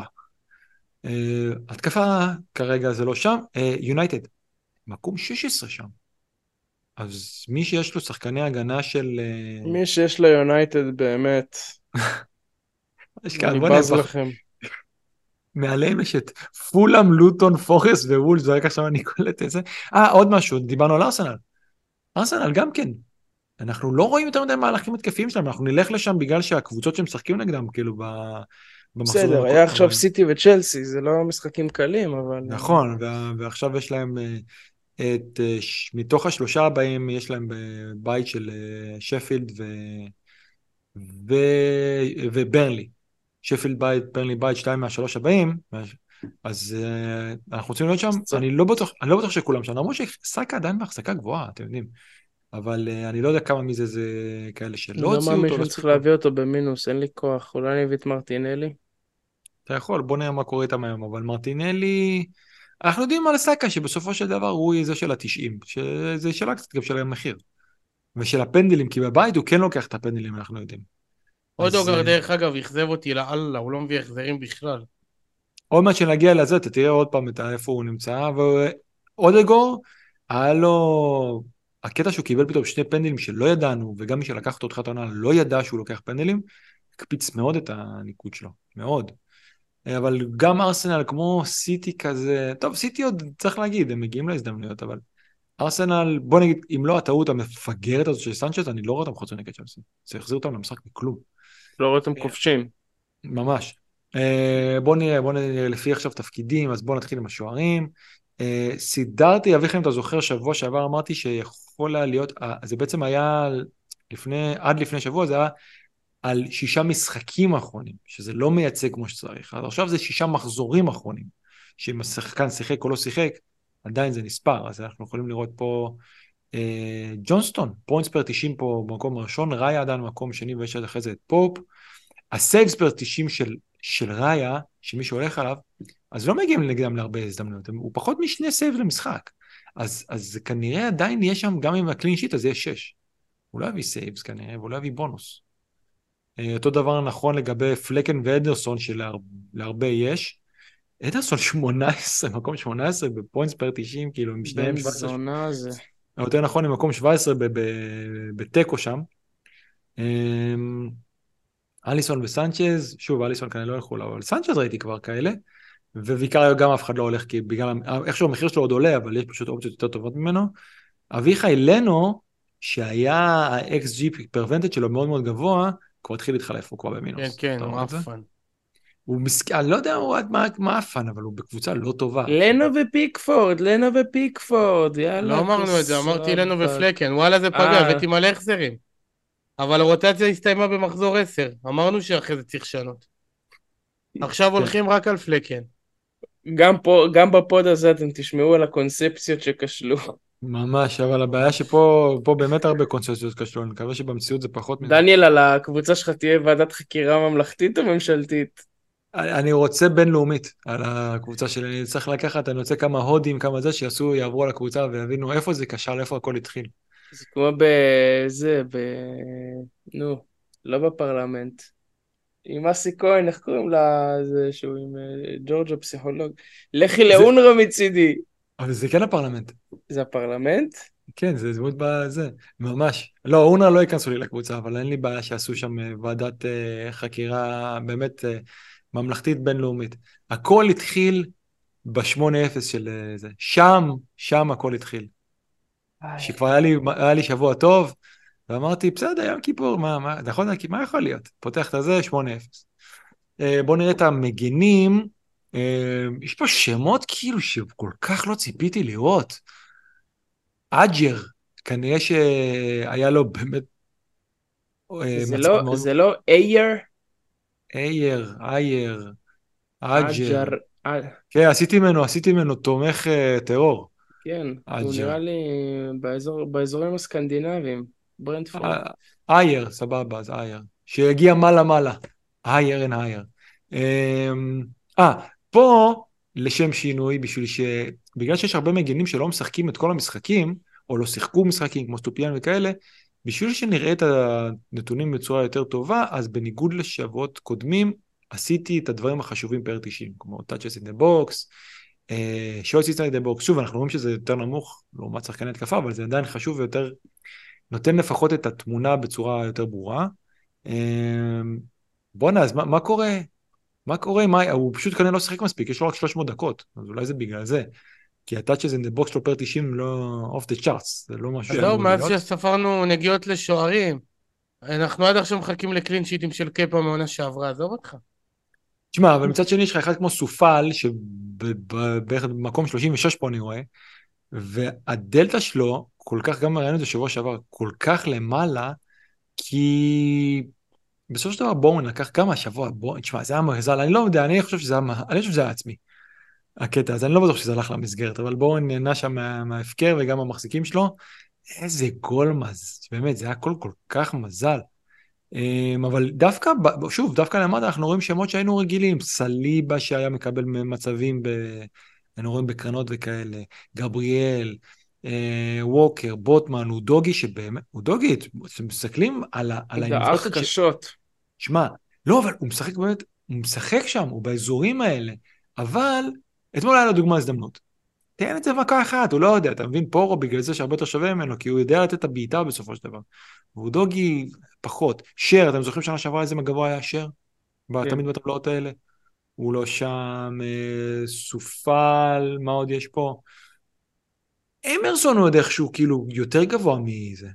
[SPEAKER 1] התקפה כרגע זה לא שם, יונייטד, מקום 16 שם. אז מי שיש לו שחקני הגנה של...
[SPEAKER 2] מי שיש לו יונייטד באמת, אני בז לכם.
[SPEAKER 1] מעליהם יש את פולאם, לוטון, פורסט ווולס, ורק עכשיו אני קולט את זה. עוד משהו, דיברנו על ארסנל. ארסנל גם כן. אנחנו לא רואים יותר מדי מהלכים התקפיים שלהם, אנחנו נלך לשם בגלל שהקבוצות שהם משחקים נגדם, כאילו במחזורים.
[SPEAKER 2] בסדר, היה עכשיו סיטי וצ'לסי, זה לא משחקים קלים, אבל...
[SPEAKER 1] נכון, ועכשיו יש להם מתוך השלושה הבאים, יש להם בית של שפילד וברנלי. שפילד בית, ברנלי בית, 2 מהשלוש הבאים, אז אנחנו רוצים להיות שם, אני לא בטוח שכולם שם, למרות שסאקה עדיין בהחזקה גבוהה, אתם יודעים. אבל אני לא יודע כמה מזה זה כאלה שלא הוציאו אותו.
[SPEAKER 2] לא מאמין שאני צריך להביא אותו במינוס, אין לי כוח, אולי אני אביא את מרטינלי. אתה
[SPEAKER 1] יכול, בוא נראה מה קורה איתם היום, אבל מרטינלי, אנחנו יודעים על סאקה שבסופו של דבר הוא זה של ה-90, שזה שאלה קצת גם של המחיר. ושל הפנדלים, כי בבית הוא כן לוקח את הפנדלים, אנחנו יודעים.
[SPEAKER 3] אודוגר דרך אגב, יחזב אותי לאללה, הוא לא מביא החזרים בכלל.
[SPEAKER 1] עוד מעט שנגיע לזה, אתה תראה עוד פעם איפה הוא נמצא, ואודגור, היה לו... הקטע שהוא קיבל פתאום 2 פנדלים שלא ידענו, וגם מי שלקח אותו תחילת העונה לא ידע שהוא לוקח פנדלים, הקפיץ מאוד את הניקוד שלו, מאוד. אבל גם ארסנל כמו סיטי כזה, טוב, סיטי עוד צריך להגיד, הם מגיעים להזדמנויות, אבל ארסנל, בוא נגיד, אם לא הטעות המפגרת הזאת של סנצ'ז, אני לא רואה אותם חוצים נגד צ'לסי. זה יחזיר אותם למשחק בכלום.
[SPEAKER 2] לא רואה אותם כובשים.
[SPEAKER 1] ממש. בוא נראה לפי עכשיו תפקידים, אז בוא נתחיל עם השוערים. סידרתי, אביכם, אתה זוכר, שבוע שעבר אמרתי שיכול היה להיות, זה בעצם היה עד לפני שבוע, זה היה על 6 משחקים אחרונים, שזה לא מייצג כמו שצריך. אז עכשיו זה 6 מחזורים אחרונים, שאם השחקן שיחק או לא שיחק, עדיין זה נספר, אז אנחנו יכולים לראות פה ג'ונסטון, פוינטס פר 90 פה במקום הראשון, ראיה עדיין במקום שני ויש עד אחרי זה את פופ, הסייבס פר 90 של ראיה, שמי שהולך עליו, אז לא מגיעים נגדם להרבה הזדמנויות, הוא פחות מ2 סייבס למשחק, אז כנראה עדיין יש שם, גם עם הקלין שיט, אז יש 6, הוא לא יביא סייבס כנראה, והוא לא יביא בונוס. אותו דבר נכון לגבי פלקן ואדרסון, שלהרבה יש, אדרסון 18, מקום 18 בפוינטס פר 90, כאילו עם שניהם 17.
[SPEAKER 2] בן זונה זה.
[SPEAKER 1] יותר נכון, עם מקום 17 בטקו שם. אליסון וסנצ'ז, שוב, אליסון כנראה לא הלכו לה, אבל סנצ'ז ראיתי כבר כאלה, ובעיקר גם אף אחד לא הולך, כי בגלל, איכשהו המחיר שלו עוד עולה, אבל יש פשוט אופציות יותר טובות ממנו. אביחי לנו, שהיה ה-XG פרוונטד שלו מאוד מאוד גבוה, כבר התחיל להתחלף, הוא כבר במינוס.
[SPEAKER 3] כן, הוא אפן.
[SPEAKER 1] הוא אני לא יודע מה אפן, אבל הוא בקבוצה לא טובה.
[SPEAKER 2] לנו ופיקפורד, יאללה.
[SPEAKER 3] לא אמרנו את זה, אמרתי לנו ופלקן, וואלה זה פגע, הבאתי מלא החזרים. אבל הרוטציה הסתיימה במחזור 10, אמרנו שאחרי זה צריך לשנות. עכשיו הולכים רק על פלקן.
[SPEAKER 2] גם בפוד הזה אתם תשמעו על הקונספציות שכשלו.
[SPEAKER 1] ממש, אבל הבעיה שפה באמת הרבה קונספציות כשלו, אני מקווה שבמציאות זה פחות מזה.
[SPEAKER 2] דניאל, על הקבוצה שלך תהיה ועדת חקירה ממלכתית או ממשלתית?
[SPEAKER 1] אני רוצה בינלאומית על הקבוצה שלי, אני צריך לקחת, אני רוצה כמה הודים, כמה זה, יעברו על הקבוצה ויבינו איפה זה כשל, איפה הכל התחיל.
[SPEAKER 2] זה כמו נו, לא בפרלמנט. עם אסי כהן, איך קוראים לה, זה שהוא עם ג'ורג' הפסיכולוג. לכי לאונר"א מצידי.
[SPEAKER 1] אבל זה כן הפרלמנט.
[SPEAKER 2] זה הפרלמנט?
[SPEAKER 1] כן, זה דמות בזה, ממש. לא, אונר"א לא ייכנסו לי לקבוצה, אבל אין לי בעיה שעשו שם ועדת חקירה באמת ממלכתית בינלאומית. הכל התחיל ב-8-0 של זה. שם הכל התחיל.
[SPEAKER 2] איי,
[SPEAKER 1] שכבר היה לי שבוע טוב, ואמרתי, בסדר, יום כיפור, נכון, מה יכול להיות? פותח את הזה, 8-0. בוא נראה את המגינים. יש פה שמות כאילו שכל כך לא ציפיתי לראות. אג'ר, כנראה שהיה לו באמת מצב מאוד...
[SPEAKER 2] זה לא אייר,
[SPEAKER 1] אייר, אג'ר.
[SPEAKER 2] אג'ר,
[SPEAKER 1] כן, עשיתי ממנו תומך טרור.
[SPEAKER 2] כן, הוא
[SPEAKER 1] אג'ר.
[SPEAKER 2] נראה לי באזורים הסקנדינביים, ברנדפורד.
[SPEAKER 1] אייר, סבבה, אז אייר. שיגיע מעלה. אייר אין אייר. פה, לשם שינוי, בגלל שיש הרבה מגנים שלא משחקים את כל המשחקים, או לא שיחקו משחקים כמו סטופיאן וכאלה, בשביל שנראה את הנתונים בצורה יותר טובה, אז בניגוד לשבועות קודמים, עשיתי את הדברים החשובים פר 90, כמו touches in the box, shots in the box. שוב, אנחנו רואים שזה יותר נמוך לעומת שחקני התקפה, אבל זה עדיין חשוב ויותר נותן לפחות את התמונה בצורה יותר ברורה. בוא'נה, אז מה קורה? מה קורה? הוא פשוט כנראה לא שיחק מספיק, יש לו רק 300 דקות, אז אולי זה בגלל זה. כי ה-touches in the box שלו פר 90 לא off the charts, זה לא משהו
[SPEAKER 3] עזוב,
[SPEAKER 1] שאמור
[SPEAKER 3] מאז
[SPEAKER 1] להיות.
[SPEAKER 3] שספרנו נגיעות לשוערים, אנחנו עד עכשיו מחכים לקלין שיטים של קפה מעונה שעברה, עזוב אותך.
[SPEAKER 1] תשמע, אבל מצד שני יש לך אחד כמו סופל, שבערך במקום 36 פה אני רואה, והדלתא שלו, כל כך, גם ראינו את זה שבוע שעבר, כל כך למעלה, כי בסופו של דבר בואו נלקח כמה השבוע, תשמע, זה היה מזל, אני לא יודע, אני חושב שזה היה עצמי, הקטע הזה, אני לא בטוח שזה הלך למסגרת, אבל בואו נהנה שם מההפקר וגם המחזיקים שלו, איזה גול באמת, זה היה גול כל כך מזל. אבל דווקא, שוב, דווקא למטה אנחנו רואים שמות שהיינו רגילים, סליבה שהיה מקבל מצבים, היינו רואים בקרנות וכאלה, גבריאל, ווקר, בוטמן, אודוגי, שבאמת, אודוגי, אתם מסתכלים על
[SPEAKER 2] דעך
[SPEAKER 1] האינברטד
[SPEAKER 2] קשות.
[SPEAKER 1] שמע, לא, אבל הוא משחק באמת, הוא משחק שם, הוא באזורים האלה, אבל אתמול היה לו דוגמה הזדמנות. תן את זה מכה אחת, הוא לא יודע, אתה מבין? פורו בגלל זה שהרבה יותר שווה ממנו, כי הוא יודע לתת את הבעיטה בסופו של דבר. ודוגי פחות. שר, אתם זוכרים שנה שעברה איזה גבוה היה שר?
[SPEAKER 2] כן.
[SPEAKER 1] תמיד בטבלאות האלה. הוא לא שם, סופל, מה עוד יש פה? אמרסון הוא עוד איכשהו כאילו יותר גבוה מזה,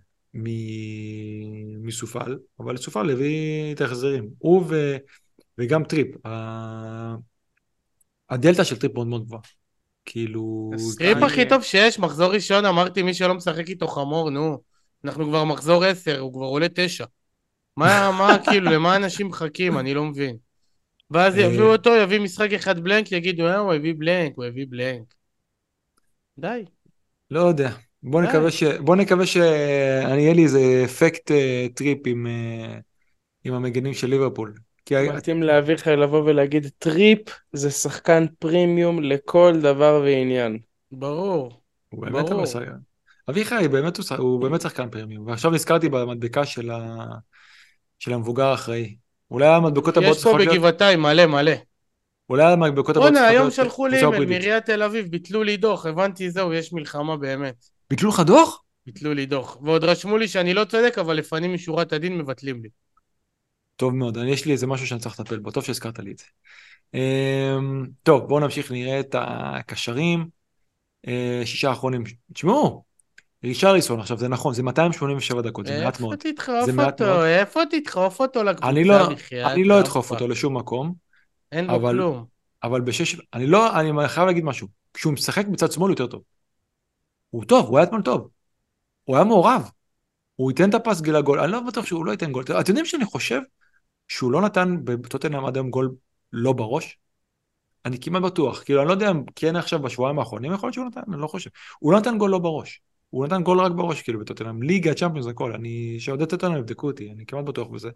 [SPEAKER 1] מסופל, אבל סופל הביא את ההחזרים. וגם טריפ. הדלתא של טריפ מאוד מאוד גבוהה. כאילו...
[SPEAKER 3] טריפ
[SPEAKER 2] סטייל,
[SPEAKER 3] הכי טוב שיש, מחזור ראשון, אמרתי מי שלא משחק איתו חמור, נו. אנחנו כבר מחזור 10, הוא כבר עולה 9. כאילו, למה אנשים מחכים? אני לא מבין. ואז יביאו אותו, יביא משחק אחד בלנק, יגידו, הוא הביא בלנק. די,
[SPEAKER 1] לא יודע.
[SPEAKER 3] די.
[SPEAKER 1] בוא נקווה שאני יהיה לי איזה אפקט טריפ עם המגנים של ליברפול. כי
[SPEAKER 2] מתאים לאביחי לבוא ולהגיד טריפ זה שחקן פרימיום לכל דבר ועניין.
[SPEAKER 3] ברור,
[SPEAKER 1] הוא באמת
[SPEAKER 3] ברור.
[SPEAKER 1] המשחק. אביחי הוא באמת שחקן פרמיום. ועכשיו נזכרתי במדבקה של המבוגר האחראי. אולי המדבקות הבאות
[SPEAKER 3] יש פה
[SPEAKER 1] צריכות להיות,
[SPEAKER 3] בגבעתיים, מלא, מלא.
[SPEAKER 1] אולי המדבקות הבאות
[SPEAKER 3] בואנה,
[SPEAKER 1] צריכות
[SPEAKER 3] היום
[SPEAKER 1] להיות
[SPEAKER 3] שלחו לי
[SPEAKER 1] קבוצה
[SPEAKER 3] אימייל
[SPEAKER 1] היברידית.
[SPEAKER 3] מעיריית תל אביב, ביטלו לי דוח, הבנתי, זהו, יש מלחמה באמת.
[SPEAKER 1] ביטלו לך דוח?
[SPEAKER 3] ביטלו לי דוח. ועוד רשמו לי שאני לא צודק, אבל לפנים משורת הדין מבטלים לי.
[SPEAKER 1] טוב מאוד, יש לי איזה משהו שאני צריך לטפל בו. טוב שהזכרת לי את זה. טוב, בואו נמשיך, נראה את הקשרים. 6 האחרונים. תשמעו, רישרליסון, עכשיו זה נכון, זה 287 דקות, זה מעט
[SPEAKER 3] איפה
[SPEAKER 1] מאוד. זה
[SPEAKER 3] תדחוף
[SPEAKER 1] מעט מאוד.
[SPEAKER 3] אותו? איפה תדחוף אותו
[SPEAKER 1] אני
[SPEAKER 3] לקבוצה
[SPEAKER 1] לא,
[SPEAKER 3] בחייאת
[SPEAKER 1] אני לא אדחוף
[SPEAKER 3] רבאק?
[SPEAKER 1] אותו לשום מקום,
[SPEAKER 3] אין בו
[SPEAKER 1] אבל,
[SPEAKER 3] כלום.
[SPEAKER 1] אבל אני לא, אני חייב להגיד משהו. כשהוא משחק בצד שמאל הוא יותר טוב. הוא טוב, הוא היה אתמול טוב. הוא היה מעורב. הוא ייתן את הפס לגול. אני לא בטוח שהוא לא ייתן גול. אתם יודעים שאני חושב שהוא לא נתן בטוטנהאם עד היום גול לא בראש? אני כמעט בטוח. כאילו, אני לא יודע אם כן עכשיו בשבועיים האחרונים, יכול להיות שהוא נתן, אני לא חושב. הוא לא נתן גול לא בראש. הוא נתן גול רק בראש, כאילו, בטוטנהאם. ליגה, צ'מפיונס, הכל. שעודד טוטנהאם יבדקו אותי, אני כמעט בטוח בזה.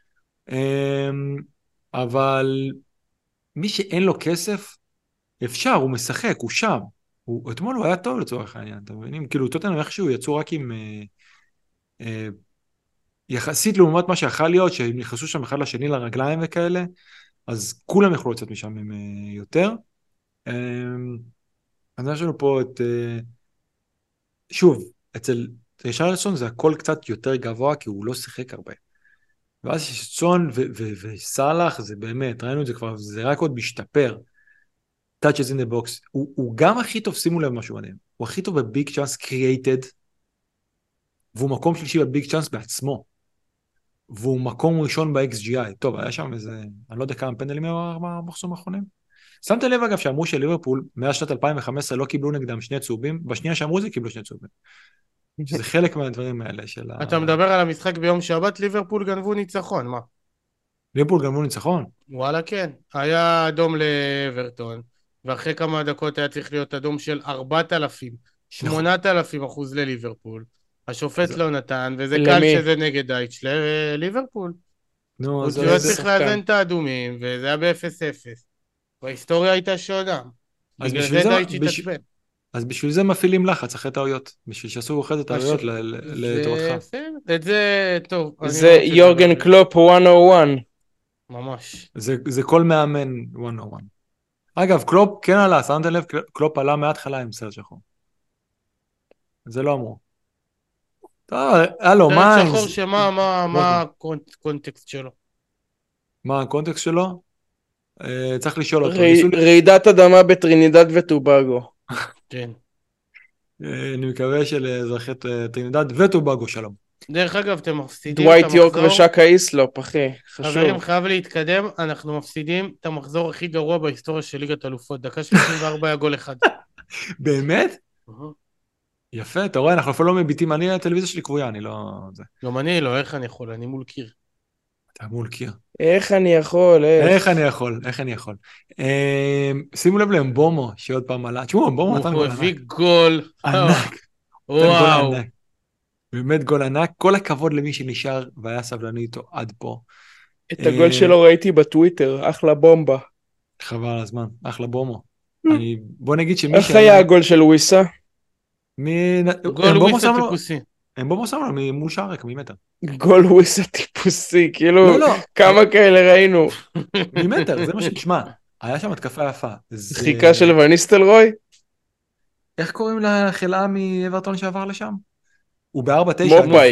[SPEAKER 1] אבל מי שאין לו כסף, אפשר, הוא משחק, הוא שם. אתמול הוא היה טוב לצורך העניין, אתם מבינים? כאילו, טוטנהאם איכשהו יצאו רק עם... אה, יחסית לעומת מה שיכול להיות, שהם נכנסו שם אחד לשני לרגליים וכאלה, אז כולם יכלו לצאת משם עם יותר. אז יש לנו פה את... שוב, אצל רישרלסון זה הכל קצת יותר גבוה, כי הוא לא שיחק הרבה. ואז יש סון וסלאח, זה באמת, ראינו את זה כבר, זה רק עוד משתפר. touches in the box. הוא גם הכי טוב, שימו לב משהו מדהים, הוא הכי טוב בביג צ'אנס created, והוא מקום שלישי בביג צ'אנס בעצמו. והוא מקום ראשון ב-XGI. טוב, היה שם איזה, אני לא יודע כמה פנדלים במחזורים האחרונים. שמת לב אגב שאמרו שליברפול, מאז שנת 2015 לא קיבלו נגדם שני צהובים, בשנייה שאמרו זה קיבלו שני צהובים. שזה חלק מהדברים האלה של
[SPEAKER 3] אתה מדבר על המשחק ביום שבת, ליברפול גנבו ניצחון, מה?
[SPEAKER 1] ליברפול גנבו ניצחון?
[SPEAKER 3] וואלה כן. היה אדום לאברטון, ואחרי כמה דקות היה צריך להיות אדום של 4,000, 8,000% לליברפול. השופט לא נתן, וזה קל שזה נגד דייטש, לליברפול. הוא צריך לאזן את האדומים, וזה היה ב-0-0. וההיסטוריה הייתה שונה. בגלל זה דייטש התעצבן.
[SPEAKER 1] אז בשביל זה מפעילים לחץ אחרי טעויות, בשביל שעשו אחרי זה טעויות לטובתך.
[SPEAKER 3] את זה טוב.
[SPEAKER 2] זה יורגן קלופ 101.
[SPEAKER 3] ממש.
[SPEAKER 1] זה כל מאמן 101. אגב, קלופ כן עלה, שמת לב, קלופ עלה מההתחלה עם סרט שחור. זה לא אמרו. טוב, הלו, מה...
[SPEAKER 3] סרט שחור שמה הקונטקסט שלו?
[SPEAKER 1] מה הקונטקסט שלו? צריך לשאול אותו.
[SPEAKER 2] רעידת אדמה בטרינידד וטובגו.
[SPEAKER 3] כן.
[SPEAKER 1] אני מקווה שלאזרחי טרינידד וטובגו שלום.
[SPEAKER 3] דרך אגב, אתם מפסידים
[SPEAKER 2] דווייט יורק ושקה איסלופ, אחי. חשוב.
[SPEAKER 3] חברים, חייב להתקדם, אנחנו מפסידים את המחזור הכי גרוע בהיסטוריה של ליגת אלופות. דקה 34 היה גול אחד.
[SPEAKER 1] באמת? יפה, אתה רואה, אנחנו אפילו לא מביטים, אני הטלוויזיה שלי קבויה, אני לא...
[SPEAKER 3] גם אני לא, איך אני יכול? אני מול קיר.
[SPEAKER 1] אתה מול קיר.
[SPEAKER 2] איך אני יכול?
[SPEAKER 1] איך אני יכול? שימו לב לאמבומו, שעוד פעם עלה. תשמעו, אמבומו נתן גול ענק.
[SPEAKER 3] הוא הביא גול.
[SPEAKER 1] ענק.
[SPEAKER 3] וואו.
[SPEAKER 1] באמת גול ענק. כל הכבוד למי שנשאר והיה סבלני איתו עד פה.
[SPEAKER 2] את הגול שלו ראיתי בטוויטר, אחלה בומבה.
[SPEAKER 1] חבל על הזמן, אחלה בומו. בוא נגיד שמי
[SPEAKER 2] איך היה הגול של וויסה?
[SPEAKER 3] גול וויסה טיפוסי.
[SPEAKER 1] אמבומו שם לו מול שערק, ממטר.
[SPEAKER 2] גול וויסה טיפוסי, כאילו כמה כאלה ראינו.
[SPEAKER 1] ממטר, זה מה שתשמע. היה שם התקפה יפה.
[SPEAKER 2] חיכה של וניסטלרוי?
[SPEAKER 1] איך קוראים לחלאה מאברטון שעבר לשם? הוא ב-4-9.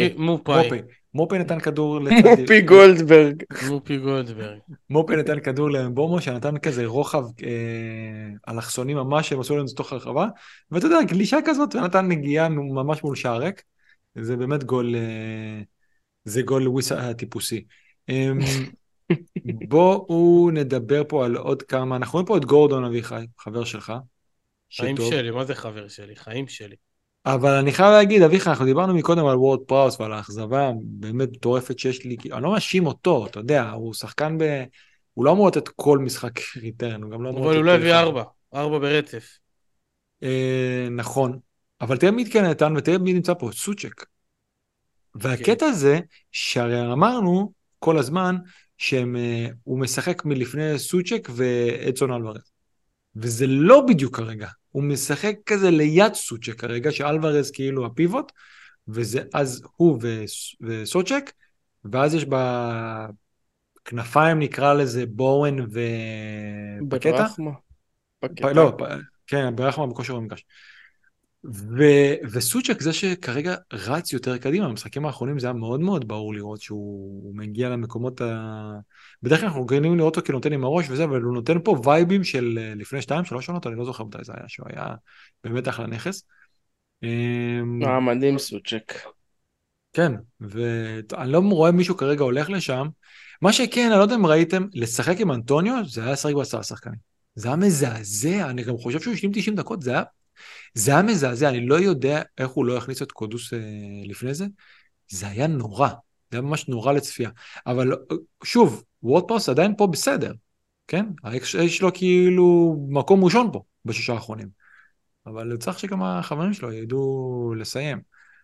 [SPEAKER 1] מופי נתן כדור
[SPEAKER 2] מופי גולדברג.
[SPEAKER 1] מופי נתן כדור לבומו שנתן כזה רוחב אלכסוני ממש, הם עשו לנו תוך הרחבה, ואתה יודע, גלישה כזאת, ונתן נגיעה ממש מול שערק. זה באמת גול, זה גול וויסה הטיפוסי. בואו נדבר פה על עוד כמה, אנחנו רואים פה את גורדון אביחי, חבר שלך.
[SPEAKER 3] חיים שלי, מה זה חבר שלי? חיים שלי.
[SPEAKER 1] אבל אני חייב להגיד, אביחי, אנחנו דיברנו מקודם על וורד פראוס ועל האכזבה באמת מטורפת שיש לי, אני לא מאשים אותו, אתה יודע, הוא שחקן הוא לא אמור לתת כל משחק ריטרן, הוא גם לא אמור לתת...
[SPEAKER 3] אבל הוא לא הביא 4 ברצף.
[SPEAKER 1] נכון, אבל תראה מי התקן איתן ותראה מי נמצא פה, סוצ'ק. והקטע הזה, שהרי אמרנו כל הזמן, שהוא משחק מלפני סוצ'ק ואדסון אלוורז. וזה לא בדיוק כרגע, הוא משחק כזה ליד סוצ'ק כרגע, שאלוורז כאילו הפיבוט, וזה אז הוא וסוצ'ק, ואז יש בכנפיים נקרא לזה בורן ופקטה.
[SPEAKER 2] ברחמה.
[SPEAKER 1] לא, כן, ברחמה בכושר המגרש. וסוצ'ק זה שכרגע רץ יותר קדימה, במשחקים האחרונים זה היה מאוד מאוד ברור לראות שהוא מגיע למקומות בדרך כלל אנחנו גרנים לראות אותו כנותן עם הראש וזה, אבל הוא נותן פה וייבים של לפני 2-3 שנות, אני לא זוכר מתי זה היה, שהוא היה באמת אחלה נכס.
[SPEAKER 2] מדהים סוצ'ק.
[SPEAKER 1] כן, ואני לא רואה מישהו כרגע הולך לשם, מה שכן, אני לא יודע אם ראיתם, לשחק עם אנטוניו, זה היה שחק בעשרה שחקנים. זה היה מזעזע, אני גם חושב שהוא 90 דקות, זה היה מזעזע, אני לא יודע איך הוא לא הכניס את קודוס לפני זה, זה היה נורא, זה היה ממש נורא לצפייה, אבל שוב, וורדפרס עדיין פה בסדר, כן? יש לו כאילו מקום ראשון פה, בשישה האחרונים, אבל צריך שגם החברים שלו ידעו לסיים.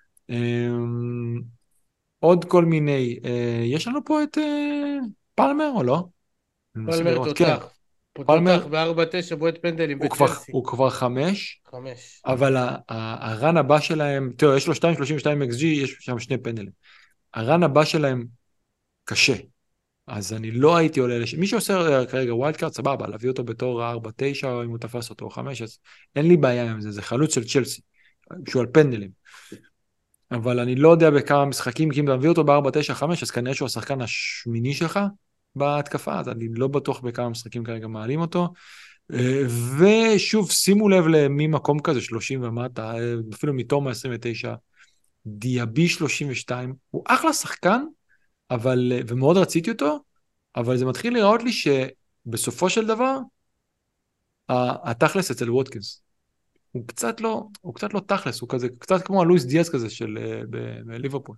[SPEAKER 1] עוד כל מיני, יש לנו פה את פלמר או לא?
[SPEAKER 3] פלמר תותח. פותח ב-4-9 בועט פנדלים בצ'לסי.
[SPEAKER 1] הוא כבר 5, אבל הרן הבא שלהם, תראו, יש לו 2.32 XG, יש שם 2 פנדלים. הרן הבא שלהם קשה, אז אני לא הייתי עולה לשם. מי שעושה כרגע ווילד קארד, סבבה, להביא אותו בתור 4-9, או אם הוא תפס אותו 5, אז אין לי בעיה עם זה, זה חלוץ של צ'לסי, שהוא על פנדלים. אבל אני לא יודע בכמה משחקים, כי אם אתה מביא אותו ב-4-9-5, אז כנראה שהוא השחקן השמיני שלך בהתקפה, אז אני לא בטוח בכמה משחקים כרגע מעלים אותו. ושוב, שימו לב ממקום כזה, 30 ומטה, אפילו מתום ה-29, דיאבי 32, הוא אחלה שחקן, אבל, ומאוד רציתי אותו, אבל זה מתחיל לראות לי שבסופו של דבר, התכלס אצל ווטקינס. הוא קצת לא תכלס, הוא כזה, קצת כמו הלואיס דיאז כזה של בליברפול.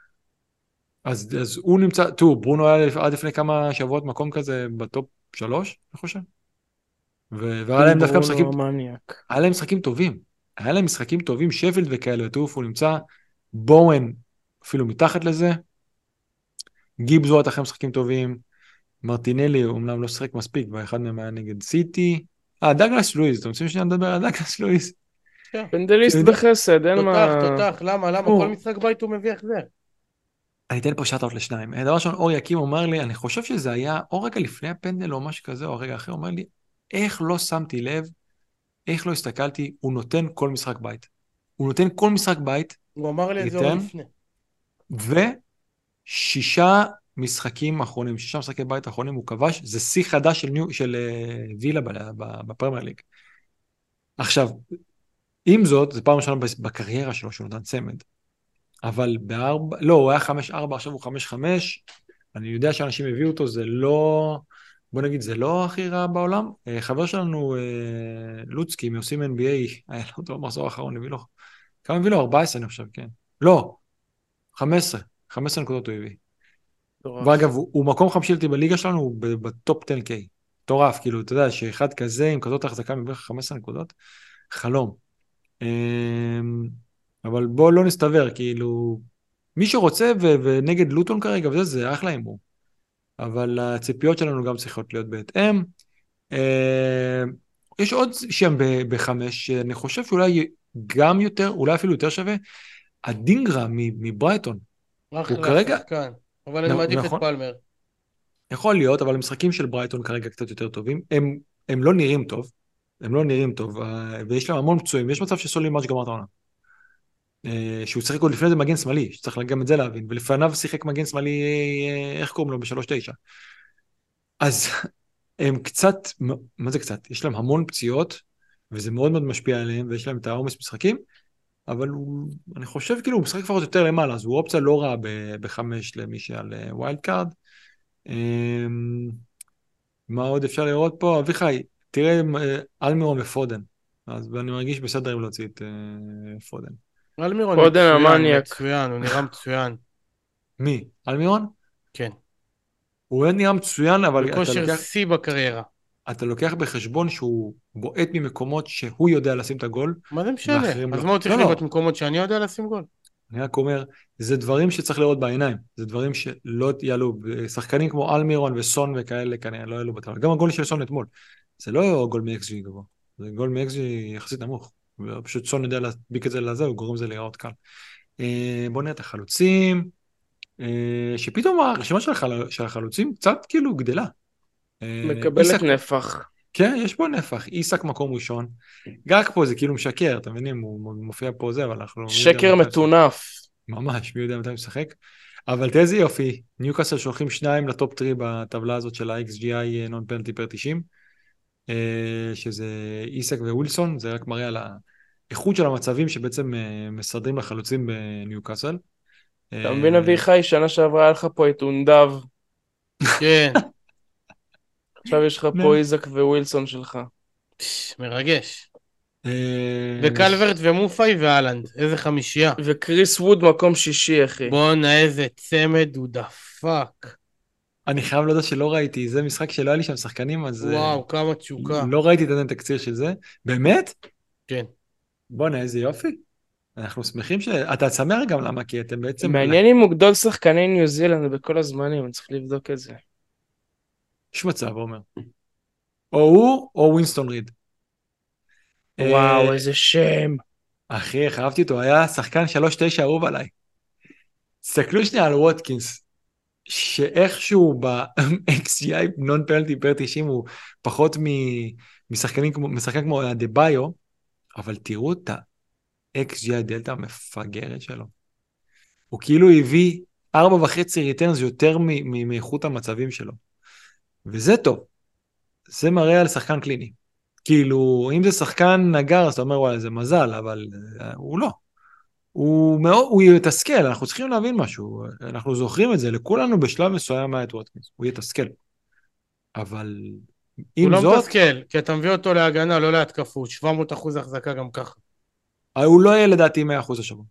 [SPEAKER 1] אז הוא נמצא, תראו, ברונו היה עד לפני כמה שבועות מקום כזה בטופ 3, אני חושב. והיה להם דווקא משחקים,
[SPEAKER 2] ברונו המניאק.
[SPEAKER 1] היה להם משחקים טובים. היה להם משחקים טובים, שפילד וכאלה, וטוף, הוא נמצא, בואן אפילו מתחת לזה, גיבס וואט אחרי משחקים טובים, מרטינלי, אומנם לא שחק מספיק, ואחד מהם היה נגד סיטי. דאגלס לואיז, אתם רוצים שניה לדבר על דאגלס לואיז?
[SPEAKER 2] פנדליסט בחסד, אין מה...
[SPEAKER 3] תותח, למה? כל משחק בית הוא מביא החזר.
[SPEAKER 1] אני אתן פה שאט-אאוט לשניים. דבר ראשון, אור יקים אומר לי, אני חושב שזה היה או רגע לפני הפנדל או משהו כזה, או רגע אחר, אומר לי, איך לא שמתי לב, איך לא הסתכלתי, הוא נותן כל משחק בית. הוא נותן כל משחק בית,
[SPEAKER 3] הוא אמר לי את זה עוד לפני.
[SPEAKER 1] ושישה משחקים אחרונים, 6 משחקי בית אחרונים הוא כבש, זה שיא חדש של וילה בפרמייר ליג. עכשיו, עם זאת, זה פעם ראשונה בקריירה שלו שהוא נותן צמד. אבל לא, הוא היה 5-4, עכשיו הוא 5-5, אני יודע שאנשים הביאו אותו, זה לא, בוא נגיד, זה לא הכי רע בעולם. חבר שלנו, לוצקי, מעושים NBA, היה לו אותו במחזור האחרון, כמה הביא לו? 14, אני חושב, כן. לא, 15 נקודות הוא הביא. ואגב, הוא מקום חמישי אותי בליגה שלנו, הוא בטופ 10K. טורף, כאילו, אתה יודע, שאחד כזה, עם כזאת החזקה מבערך 15 נקודות, חלום. אבל בוא לא נסתבר, כאילו, מי שרוצה ונגד לוטון כרגע, וזה, זה אחלה הימור. אבל הציפיות שלנו גם צריכות להיות בהתאם. יש עוד שם בחמש, שאני חושב שאולי גם יותר, אולי אפילו יותר שווה, הדינגרה מברייטון.
[SPEAKER 3] אחלה שחקן, אבל אני מעדיף את פלמר.
[SPEAKER 1] יכול להיות, אבל המשחקים של ברייטון כרגע קצת יותר טובים. הם לא נראים טוב, ויש להם המון פצועים, ויש מצב שסולי מאץ' גמר את העונה. שהוא שיחק עוד לפני זה מגן שמאלי, שצריך גם את זה להבין, ולפניו שיחק מגן שמאלי, איך קוראים לו, ב-3-9. אז הם קצת, מה זה קצת? יש להם המון פציעות, וזה מאוד מאוד משפיע עליהם, ויש להם את העומס משחקים, אבל אני חושב כאילו הוא משחק כבר יותר למעלה, אז הוא אופציה לא רעה בחמש למי שעל ווילד קארד. מה עוד אפשר לראות פה? אביחי, תראה אלמירון ופודן, אז אני מרגיש בסדר אם להוציא את פודן.
[SPEAKER 3] אלמירון מצוין, הוא נראה מצוין.
[SPEAKER 1] מי? אלמירון?
[SPEAKER 3] כן.
[SPEAKER 1] הוא נראה מצוין, אבל
[SPEAKER 3] בכושר שיא בקריירה.
[SPEAKER 1] אתה לוקח בחשבון שהוא בועט ממקומות שהוא יודע לשים את הגול.
[SPEAKER 3] מה זה משנה? אז מה הוא צריך לראות מקומות שאני יודע לשים גול?
[SPEAKER 1] אני רק אומר, זה דברים שצריך לראות בעיניים. זה דברים שלא יעלו. שחקנים כמו אלמירון וסון וכאלה, כנראה לא יעלו בטח. גם הגול של סון אתמול. זה לא גול מ-XG גבוה. זה גול מ-XG יחסית נמוך. פשוט סון יודע להדביק את זה לזה, הוא גורם זה להיראות קל. בוא נראה את החלוצים, שפתאום הרשימה של החלוצים קצת כאילו גדלה.
[SPEAKER 2] מקבלת נפח.
[SPEAKER 1] כן, יש פה נפח. איסק מקום ראשון. גג פה זה כאילו משקר, אתם מבינים, הוא מופיע פה זה, אבל אנחנו...
[SPEAKER 2] שקר מטונף.
[SPEAKER 1] ממש, מי יודע מתי משחק. אבל תראה איזה יופי, ניוקאסל שולחים 2 לטופ 3 בטבלה הזאת של ה-XGI נון פנלטי פר 90, שזה איסק ווילסון, זה רק מראה על האיכות של המצבים שבעצם מסדרים לחלוצים בניוקאסל.
[SPEAKER 2] אתה מבין אביחי, שנה שעברה היה לך פה את אונדב.
[SPEAKER 3] כן.
[SPEAKER 2] עכשיו יש לך פה איזק ווילסון שלך.
[SPEAKER 3] מרגש. וקלברט ומופאי ואלנד, איזה חמישייה.
[SPEAKER 2] וקריס ווד מקום שישי, אחי.
[SPEAKER 3] בואנה, איזה צמד הוא דפק.
[SPEAKER 1] אני חייב לדעת שלא ראיתי, זה משחק שלא היה לי שם שחקנים, אז...
[SPEAKER 3] וואו, כמה תשוקה.
[SPEAKER 1] לא ראיתי את התקציר של זה. באמת?
[SPEAKER 3] כן.
[SPEAKER 1] בואנה, איזה יופי. אנחנו שמחים אתה שמח גם למה, כי אתם בעצם...
[SPEAKER 2] מעניין אם הוא גדול שחקני ניו זילנד בכל הזמנים, אני צריך לבדוק את זה.
[SPEAKER 1] יש מצב, אומר. או הוא, או ווינסטון ריד.
[SPEAKER 2] וואו, איזה שם.
[SPEAKER 1] אחי, אהבתי אותו, היה שחקן 3-9 אהוב עליי. תסתכלו שנייה על ווטקינס, שאיכשהו ב-XGI נון פנלטי פר 90 הוא פחות משחקן כמו דבאיו, אבל תראו את ה-XGI דלטה המפגרת שלו. הוא כאילו הביא 4.5 ריטרנס יותר מאיכות המצבים שלו. וזה טוב. זה מראה על שחקן קליני. כאילו, אם זה שחקן נגר, אז אתה אומר, וואי, זה מזל, אבל הוא לא. הוא יתסכל, אנחנו צריכים להבין משהו. אנחנו זוכרים את זה, לכולנו בשלב מסוים היה את ווטקינס. הוא יתסכל. אבל
[SPEAKER 3] הוא
[SPEAKER 1] עם
[SPEAKER 3] לא
[SPEAKER 1] זאת,
[SPEAKER 3] מתסכל, כי אתה מביא אותו להגנה, לא להתקפות, 700% החזקה גם ככה.
[SPEAKER 1] הוא לא יהיה לדעתי 100% השבוע.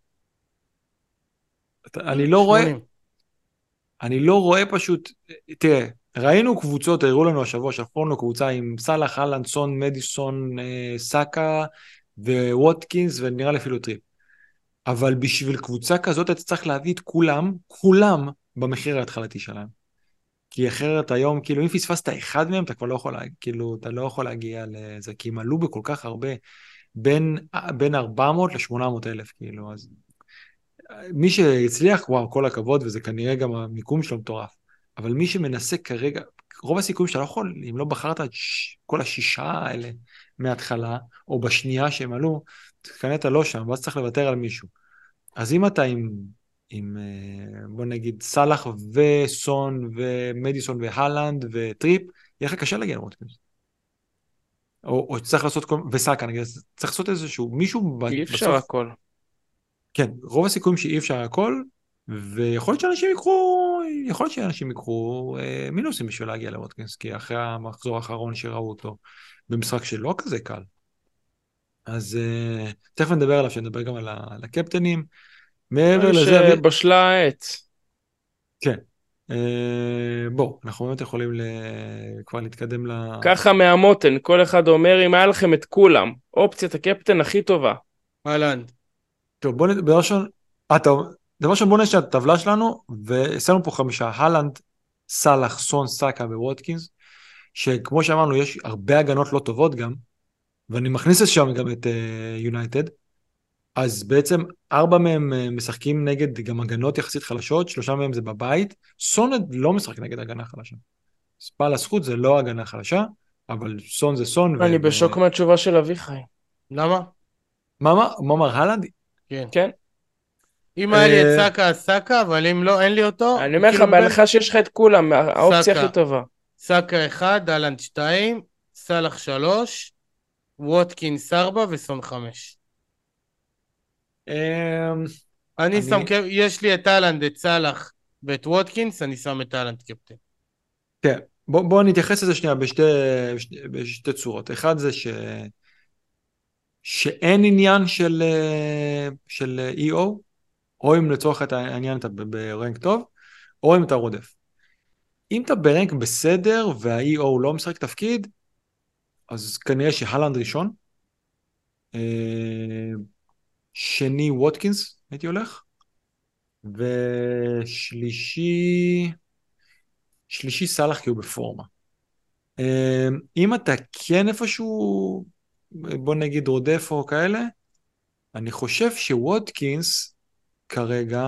[SPEAKER 1] אני לא רואה,
[SPEAKER 3] 80.
[SPEAKER 1] אני לא רואה פשוט, תראה, ראינו קבוצות, הראו לנו השבוע, שלחו לנו קבוצה עם סלאח, אהלנד, סון, מדיסון, סאקה וווטקינס, ונראה לי אפילו טריפ. אבל בשביל קבוצה כזאת אתה צריך להביא את כולם במחיר ההתחלתי שלהם. כי אחרת היום, כאילו אם פספסת אחד מהם, אתה כבר לא יכול, כאילו, אתה לא יכול להגיע לזה, כי הם עלו בכל כך הרבה, בין 400 ל-800 אלף, כאילו, אז מי שהצליח, וואו, כל הכבוד, וזה כנראה גם המיקום שלו מטורף. אבל מי שמנסה כרגע, רוב הסיכויים שאתה לא יכול, אם לא בחרת את כל השישה האלה מההתחלה, או בשנייה שהם עלו, כנראה אתה לא שם, ואז צריך לוותר על מישהו. אז אם אתה עם בוא נגיד, סלאח וסון ומדיסון והלנד וטריפ, יהיה לך קשה להגיע לווטקינס. או צריך לעשות, וסאקה נגיד, צריך לעשות איזשהו, מישהו
[SPEAKER 2] אי אפשר
[SPEAKER 1] בסוף,
[SPEAKER 2] הכל.
[SPEAKER 1] כן, רוב הסיכויים שאי אפשר הכל, ויכול להיות שאנשים יקחו מינוסים בשביל להגיע לווטקינס, כי אחרי המחזור האחרון שראו אותו במשחק שלא כזה קל. אז תכף נדבר עליו, שנדבר גם על הקפטנים. מעבר לזה,
[SPEAKER 2] שבשלה העת.
[SPEAKER 1] כן. בוא, אנחנו באמת יכולים כבר להתקדם
[SPEAKER 2] ככה מהמותן, כל אחד אומר, אם היה לכם את כולם, אופציית הקפטן הכי טובה.
[SPEAKER 3] אהלנד.
[SPEAKER 1] טוב, דבר ראשון בוא נשאר את הטבלה שלנו, ושמנו פה 5, הלנד, סלאח, סון, סאקה וווטקינס, שכמו שאמרנו, יש הרבה הגנות לא טובות גם, ואני מכניס לשם גם את יונייטד, אז בעצם 4 מהם משחקים נגד גם הגנות יחסית חלשות, 3 מהם זה בבית, סון לא משחק נגד הגנה חלשה. ספל הזכות זה לא הגנה חלשה, אבל סון זה סון.
[SPEAKER 2] אני בשוק מהתשובה של אביחי.
[SPEAKER 3] למה?
[SPEAKER 1] מה אמר הלנד?
[SPEAKER 3] כן.
[SPEAKER 2] כן.
[SPEAKER 3] אם היה לי את סאקה, אז סאקה, אבל אם לא, אין לי אותו.
[SPEAKER 2] אני אומר לך, בהנחה שיש לך את כולם, האופציה הכי טובה.
[SPEAKER 3] סאקה 1, אהלנד 2, סלאח 3, ווטקינס 4 וסון 5. יש לי את אהלנד, את סלאח ואת ווטקינס, אני שם את אהלנד קפטן.
[SPEAKER 1] כן, בוא נתייחס לזה שנייה בשתי צורות. אחד זה שאין עניין של EO, או אם לצורך העניין אתה ברנק טוב, או אם אתה רודף. אם אתה ברנק בסדר וה-EO לא משחק תפקיד, אז כנראה שהלנד ראשון, שני ווטקינס הייתי הולך, ושלישי סלאח כי הוא בפורמה. אם אתה כן איפשהו, בוא נגיד רודף או כאלה, אני חושב שווטקינס כרגע,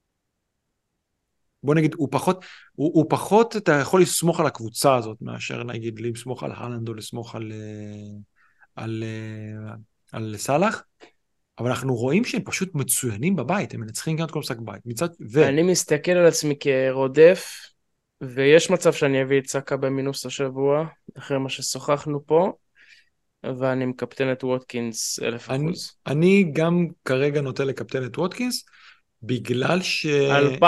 [SPEAKER 1] בוא נגיד, הוא פחות, אתה יכול לסמוך על הקבוצה הזאת, מאשר נגיד לסמוך על הלנד או לסמוך על סלאח, אבל אנחנו רואים שהם פשוט מצוינים בבית, הם מנצחים גם את כל משחק בית.
[SPEAKER 2] אני מסתכל על עצמי כרודף, ויש מצב שאני אביא את סאקה במינוס השבוע, אחרי מה ששוחחנו פה, ואני מקפטן את ווטקינס 1000%.
[SPEAKER 1] אני גם כרגע נוטה לקפטן את ווטקינס, בגלל
[SPEAKER 2] 2000%.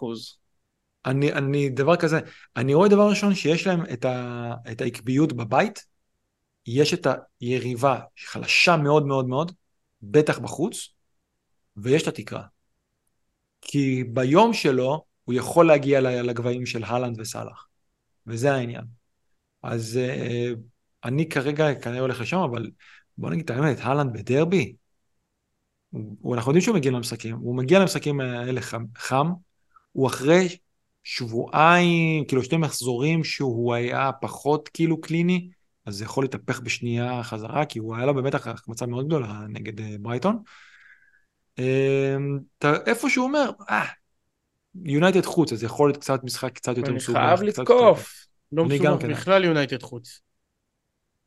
[SPEAKER 1] אני דבר כזה, אני רואה דבר ראשון שיש להם את העקביות בבית, יש את היריבה חלשה מאוד מאוד מאוד, בטח בחוץ, ויש את התקרה. כי ביום שלו, הוא יכול להגיע לגבהים של הלנד וסלאח, וזה העניין. אז אני כרגע כנראה הולך לשם, אבל בוא נגיד את האמת, הלנד בדרבי, אנחנו יודעים שהוא מגיע למשחקים, הוא מגיע למשחקים האלה חם, הוא אחרי שבועיים, כאילו 2 מחזורים שהוא היה פחות כאילו קליני, אז זה יכול להתהפך בשנייה חזרה, כי הוא היה לו באמת החמצה מאוד גדולה נגד ברייטון. איפה שהוא אומר, יונייטד חוץ, אז יכול להיות קצת משחק קצת יותר מסובך.
[SPEAKER 2] אני חייב לתקוף.
[SPEAKER 3] לא מסובך בכלל יונייטד חוץ.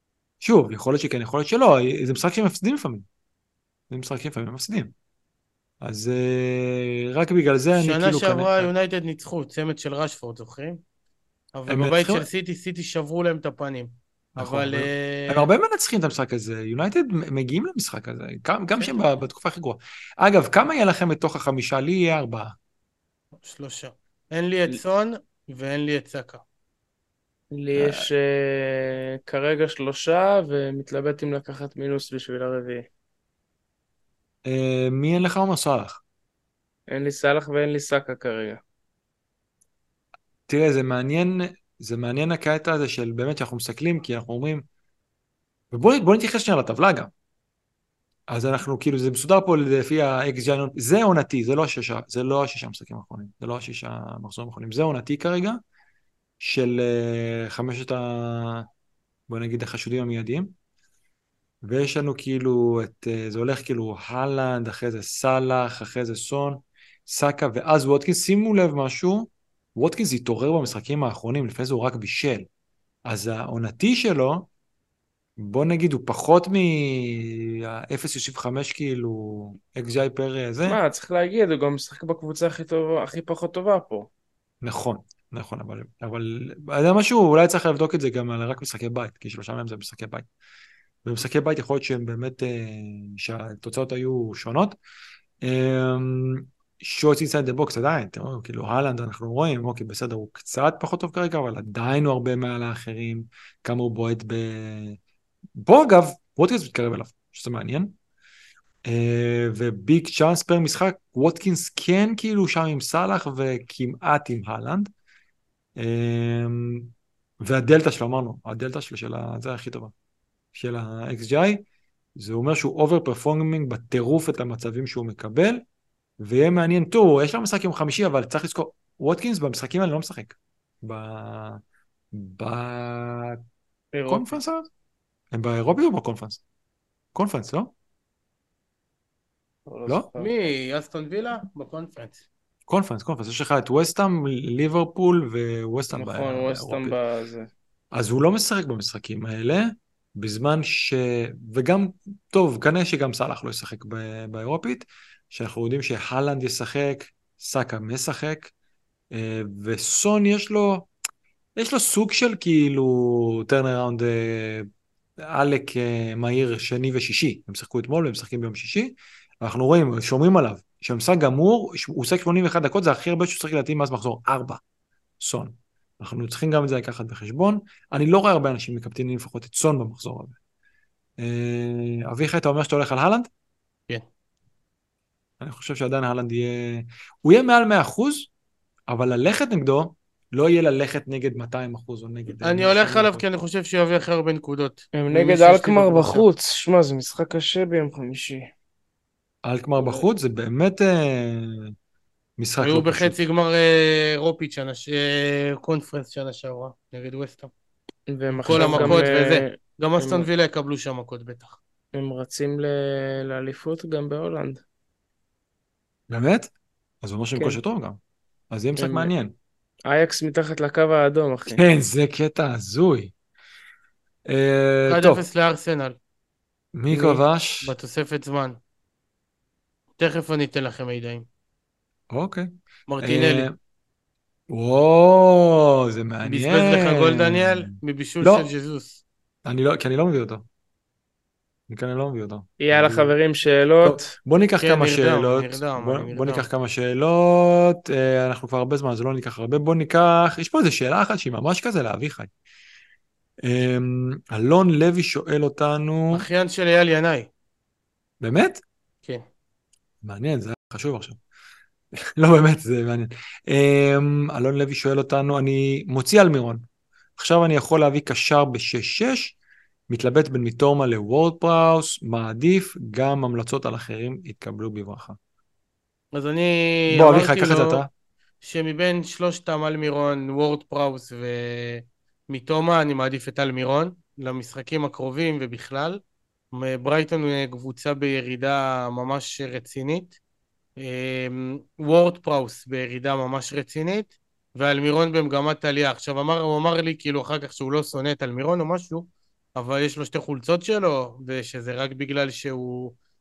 [SPEAKER 1] שוב, יכול להיות שכן, יכול להיות שלא, זה משחק שהם מפסידים לפעמים. זה משחקים לפעמים הם מפסידים. אז רק בגלל זה אני
[SPEAKER 3] שנה
[SPEAKER 1] כאילו
[SPEAKER 3] שעברה יונייטד ניצחו, צמד של רשפורד, זוכרים? אבל
[SPEAKER 1] הם
[SPEAKER 3] בבית
[SPEAKER 1] מנצחים,
[SPEAKER 3] של סיטי שברו להם את הפנים.
[SPEAKER 1] נכון,
[SPEAKER 3] אבל
[SPEAKER 1] אבל הם הרבה מנצחים את המשחק הזה, יונייטד מגיעים למשחק הזה, גם
[SPEAKER 3] כן,
[SPEAKER 1] שהם בתקופה הכי גרועה. אגב, כמה יהיה לכם בתוך החמישה? לי יהיה 4.
[SPEAKER 3] 3. אין לי את סון ואין לי את סאקה.
[SPEAKER 2] לי יש כרגע 3, ומתלבט אם לקחת מינוס בשביל הרביעי.
[SPEAKER 1] מי אין לך? עומר סאלח.
[SPEAKER 2] אין לי סלאח ואין לי סאקה כרגע.
[SPEAKER 1] תראה, זה מעניין הקטע הזה של באמת שאנחנו מסתכלים, כי אנחנו אומרים, ובואו נתייחס שנייה לטבלה גם. אז אנחנו כאילו, זה מסודר פה לפי ה-XG, זה עונתי, זה לא השישה משחקים האחרונים, זה לא השישה מחזורים האחרונים, זה עונתי כרגע, של חמשת בוא נגיד החשודים המיידיים, ויש לנו כאילו זה הולך כאילו הלנד, אחרי זה סאלח, אחרי זה סון, סאקה, ואז ווטקינס. שימו לב משהו, ווטקינס התעורר במשחקים האחרונים, לפני זה הוא רק בישל, אז העונתי שלו, בוא נגיד הוא פחות מ-0.65 כאילו XGI פר זה.
[SPEAKER 2] מה, צריך להגיד, הוא גם משחק בקבוצה הכי פחות טובה פה.
[SPEAKER 1] נכון, נכון, אבל זה משהו, אולי צריך לבדוק את זה גם על רק משחקי בית, כי 3 מהם זה משחקי בית. במשחקי בית יכול להיות שהם באמת, שהתוצאות היו שונות. שוט אינסייד דה בוקס עדיין, תראו, כאילו הלנד אנחנו רואים, אוקיי, בסדר, הוא קצת פחות טוב כרגע, אבל עדיין הוא הרבה מעל האחרים, כמה הוא בועט פה אגב, ווטקינס מתקרב אליו, שזה מעניין. וביג צ'אנס פר משחק, ווטקינס כן כאילו שם עם סאלח וכמעט עם הלנד. והדלטה שלו, אמרנו, הדלטה שלו זה הכי טובה, של ה-XGI, זה אומר שהוא אובר פרפורמינג בטירוף את המצבים שהוא מקבל, ויהיה מעניין, טוב, יש לו משחק יום חמישי, אבל צריך לזכור, ווטקינס במשחקים האלה לא משחק.
[SPEAKER 2] אירופי.
[SPEAKER 1] בקונפרנס? הם באירופי או בקונפרנס? קונפרנס, לא?
[SPEAKER 2] לא
[SPEAKER 1] לא?
[SPEAKER 2] זוכר.
[SPEAKER 3] מי? אסטון וילה? בקונפרנס.
[SPEAKER 1] קונפרנס, יש לך את וסטהאם, ליברפול וווסטהאם
[SPEAKER 2] נכון, ווסטהאם
[SPEAKER 1] באירופית.
[SPEAKER 2] בזה.
[SPEAKER 1] אז הוא לא משחק במשחקים האלה, בזמן וגם, טוב, כנראה שגם סאלח לא ישחק באירופית, שאנחנו יודעים שהלנד ישחק, סאקה משחק, וסון יש לו סוג של כאילו טרנראונד עלק מהיר שני ושישי. הם שחקו אתמול והם משחקים ביום שישי. אנחנו רואים, שומעים עליו, שהמשחק גמור, הוא עושה 81 דקות, זה הכי הרבה שהוא צריך לדעתי מאז מחזור 4, סון. אנחנו צריכים גם את זה לקחת בחשבון. אני לא רואה הרבה אנשים מקפטינים לפחות את סון במחזור הזה. אביחי, אתה אומר שאתה הולך על הלנד?
[SPEAKER 3] כן.
[SPEAKER 1] אני חושב שעדיין הלנד הוא יהיה מעל 100%, אבל ללכת נגדו, לא יהיה ללכת נגד 200% או נגד...
[SPEAKER 3] אני הולך עליו כי אני חושב שהוא יביא הכי הרבה נקודות.
[SPEAKER 2] הם
[SPEAKER 3] ממי
[SPEAKER 2] נגד
[SPEAKER 3] שיש לי
[SPEAKER 2] אלקמר
[SPEAKER 3] בקבוצה.
[SPEAKER 2] בחוץ. שמע, זה משחק קשה ביום חמישי.
[SPEAKER 1] אלקמר בחוץ, זה באמת משחק
[SPEAKER 3] היו
[SPEAKER 1] לא פשוט.
[SPEAKER 3] בחצי גמר אירופית קונפרנס שנה שעברה, נגד וסטהאם.
[SPEAKER 2] והם
[SPEAKER 3] עם כל
[SPEAKER 2] עכשיו גם...
[SPEAKER 3] המכות וזה. גם
[SPEAKER 2] הם-
[SPEAKER 3] אסטון וילה יקבלו שם מכות בטח.
[SPEAKER 2] הם רצים לאליפות גם בהולנד.
[SPEAKER 1] באמת? אז הוא אומר שהם
[SPEAKER 2] כן.
[SPEAKER 1] כושר טוב גם. אז יהיה משחק
[SPEAKER 2] הם-
[SPEAKER 1] מעניין.
[SPEAKER 2] אייקס מתחת לקו האדום, אחי.
[SPEAKER 1] כן, זה קטע הזוי.
[SPEAKER 3] 1-0
[SPEAKER 1] טוב,
[SPEAKER 3] לארסנל,
[SPEAKER 1] מי כבש?
[SPEAKER 3] בתוספת זמן. תכף אני אתן לכם מידעים.
[SPEAKER 1] אוקיי.
[SPEAKER 3] מרטינלי.
[SPEAKER 1] וואו, זה מעניין.
[SPEAKER 3] בזבז לך גול דניאל מבישול
[SPEAKER 1] לא.
[SPEAKER 3] של ג'זוס.
[SPEAKER 1] כי אני לא מביא אותו. אני לא מביא אותו.
[SPEAKER 2] יאללה חברים,
[SPEAKER 1] טוב,
[SPEAKER 2] שאלות.
[SPEAKER 1] בוא ניקח
[SPEAKER 3] כן,
[SPEAKER 1] כמה
[SPEAKER 3] נרדם,
[SPEAKER 1] שאלות.
[SPEAKER 3] נרדם,
[SPEAKER 1] בוא
[SPEAKER 3] אני
[SPEAKER 1] ניקח
[SPEAKER 3] נרדם.
[SPEAKER 1] כמה שאלות. אנחנו כבר הרבה זמן, אז לא ניקח הרבה. בוא ניקח, יש פה איזו שאלה אחת שהיא ממש כזה לאביחי. אלון לוי שואל אותנו,
[SPEAKER 3] אחיין של אייל ינאי.
[SPEAKER 1] באמת?
[SPEAKER 3] כן.
[SPEAKER 1] מעניין, זה חשוב עכשיו. לא באמת, זה מעניין. אלון לוי שואל אותנו, אני מוציא על מירון. עכשיו אני יכול להביא קשר ב-6-6, מתלבט בין מיטורמה לוורד פראוס, מעדיף, גם המלצות על אחרים יתקבלו בברכה.
[SPEAKER 3] אז אני
[SPEAKER 1] בוא, אביחי,
[SPEAKER 3] אמרתי
[SPEAKER 1] קח את זה
[SPEAKER 3] לו
[SPEAKER 1] אתה.
[SPEAKER 3] שמבין שלושתם אלמירון, וורד פראוס ומיטומה, אני מעדיף את אלמירון למשחקים הקרובים ובכלל. ברייטון הוא קבוצה בירידה ממש רצינית. וורד פראוס בירידה ממש רצינית, ואלמירון במגמת עלייה. עכשיו הוא אמר לי כאילו אחר כך שהוא לא שונא את אלמירון או משהו, אבל יש לו 2 חולצות שלו, ושזה רק בגלל שהוא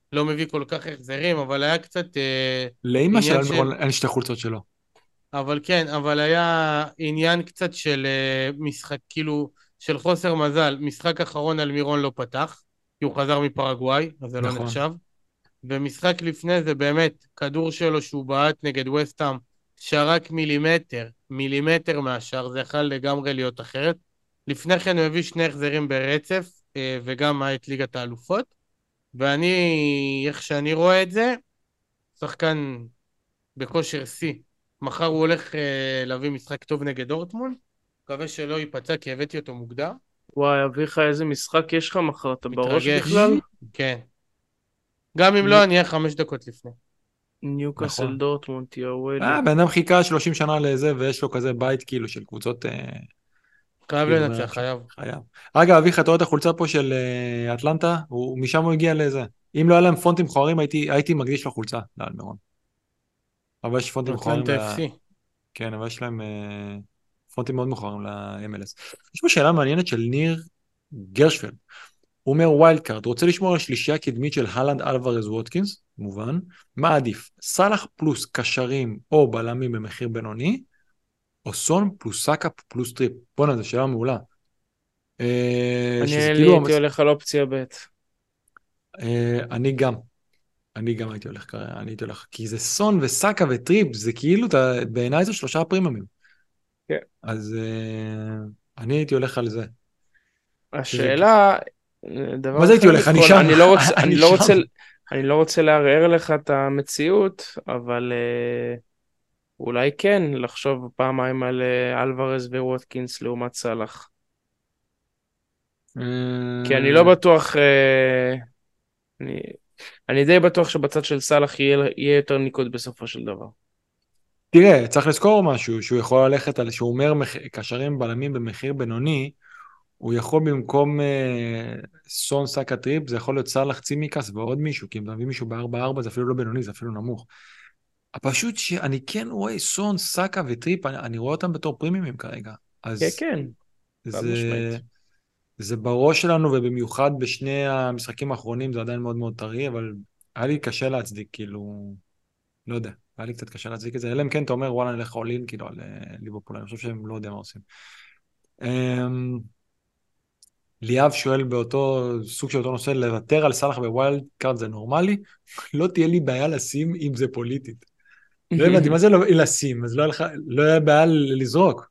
[SPEAKER 3] לא מביא כל כך החזרים, אבל היה קצת
[SPEAKER 1] לאמא של
[SPEAKER 3] עניין של...
[SPEAKER 1] אלמירון אין שתי חולצות שלו.
[SPEAKER 3] אבל כן, אבל היה עניין קצת של משחק, כאילו, של חוסר מזל. משחק אחרון אלמירון לא פתח, כי הוא חזר מפרגוואי, אז זה לא
[SPEAKER 1] נכון.
[SPEAKER 3] נחשב. ומשחק לפני זה באמת, כדור שלו שהוא בעט נגד וסטהאם, שרק מילימטר מהשאר, זה יכול לגמרי להיות אחרת. לפני כן הוא הביא שני החזרים ברצף, וגם היה את ליגת האלופות. ואני, איך שאני רואה את זה, שחקן בכושר שיא. מחר הוא הולך להביא משחק טוב נגד דורטמונד. מקווה שלא ייפצע כי הבאתי אותו מוקדם.
[SPEAKER 2] וואי, אביך, איזה משחק יש לך מחר, אתה בראש
[SPEAKER 3] מתרגש.
[SPEAKER 2] בכלל?
[SPEAKER 3] כן. גם אם לא, אני אהיה 5 דקות לפני.
[SPEAKER 2] ניוקאסל
[SPEAKER 1] נכון.
[SPEAKER 2] דורטמונד, יא וואלי.
[SPEAKER 1] בן אדם חיכה 30 שנה לזה, ויש לו כזה בית כאילו של קבוצות,
[SPEAKER 3] חייב
[SPEAKER 1] כאילו,
[SPEAKER 3] לנצח, חייב.
[SPEAKER 1] חייב. אגב, אביך, אתה רואה את החולצה פה של אטלנטה? משם הוא הגיע לזה. אם לא היה להם פונטים מכוערים, הייתי מקדיש לו חולצה לאלמירון. אבל יש פונטים מכוערים
[SPEAKER 3] אטלנטה FC.
[SPEAKER 1] כן, אבל יש להם פונטים מאוד מכוערים ל-MLS. יש פה שאלה מעניינת של ניר גרשפלד. הוא אומר ווילד קארד, רוצה לשמור על השלישייה הקדמית של הלנד, אלוורז, ווטקינס, מובן. מה עדיף? סלאח פלוס קשרים או בלמים במחיר בינוני, או סון פלוס סאקה פלוס טריפ? בוא'נה, זו שאלה מעולה. שזה
[SPEAKER 2] אני
[SPEAKER 1] כאילו...
[SPEAKER 2] הייתי הולך על אופציה ב'.
[SPEAKER 1] אני גם. אני גם הייתי הולך כרגע, אני הייתי הולך, כי זה סון וסאקה וטריפ, זה כאילו, בעיניי זה 3 פרימיומים.
[SPEAKER 2] כן.
[SPEAKER 1] אז אני הייתי הולך על זה.
[SPEAKER 2] השאלה,
[SPEAKER 1] מה
[SPEAKER 2] דבר
[SPEAKER 1] זה הייתי
[SPEAKER 2] אחר
[SPEAKER 1] הולך? אני
[SPEAKER 2] לבחון,
[SPEAKER 1] שם. אני שם.
[SPEAKER 2] אני לא רוצה לערער לך את המציאות, אבל אולי כן לחשוב פעמיים על אלוורז וווטקינס לעומת סלאח. כי אני לא בטוח, אני, אני די בטוח שבצד של סלאח יהיה יותר ניקוד בסופו של דבר.
[SPEAKER 1] תראה, צריך לזכור משהו, שהוא יכול ללכת על, שהוא אומר קשרים בלמים במחיר בינוני, הוא יכול במקום סון סאקה טריפ, זה יכול להיות סלאח צימקס ועוד מישהו, כי אם אתה מביא מישהו ב-4-4 זה אפילו לא בינוני, זה אפילו נמוך. פשוט שאני כן רואה סון, סאקה וטריפ, אני רואה אותם בתור פרימיומים כרגע.
[SPEAKER 2] כן,
[SPEAKER 1] אז
[SPEAKER 2] כן, חד משמעית.
[SPEAKER 1] זה בראש שלנו, ובמיוחד בשני המשחקים האחרונים זה עדיין מאוד מאוד טרי, אבל היה לי קשה להצדיק, כאילו, לא יודע, היה לי קצת קשה להצדיק את זה, אלא אם כן אתה אומר, וואלה, נלך אולין, כאילו, על ליברפול, אני חושב שהם לא יודעים מה עושים. ליאב שואל באותו סוג של אותו נושא, לוותר על סלאח בווילד קארד זה נורמלי? לא תהיה לי בעיה לשים אם זה פוליטית. לא הבנתי, מה זה לשים? אז לא היה בעיה לזרוק.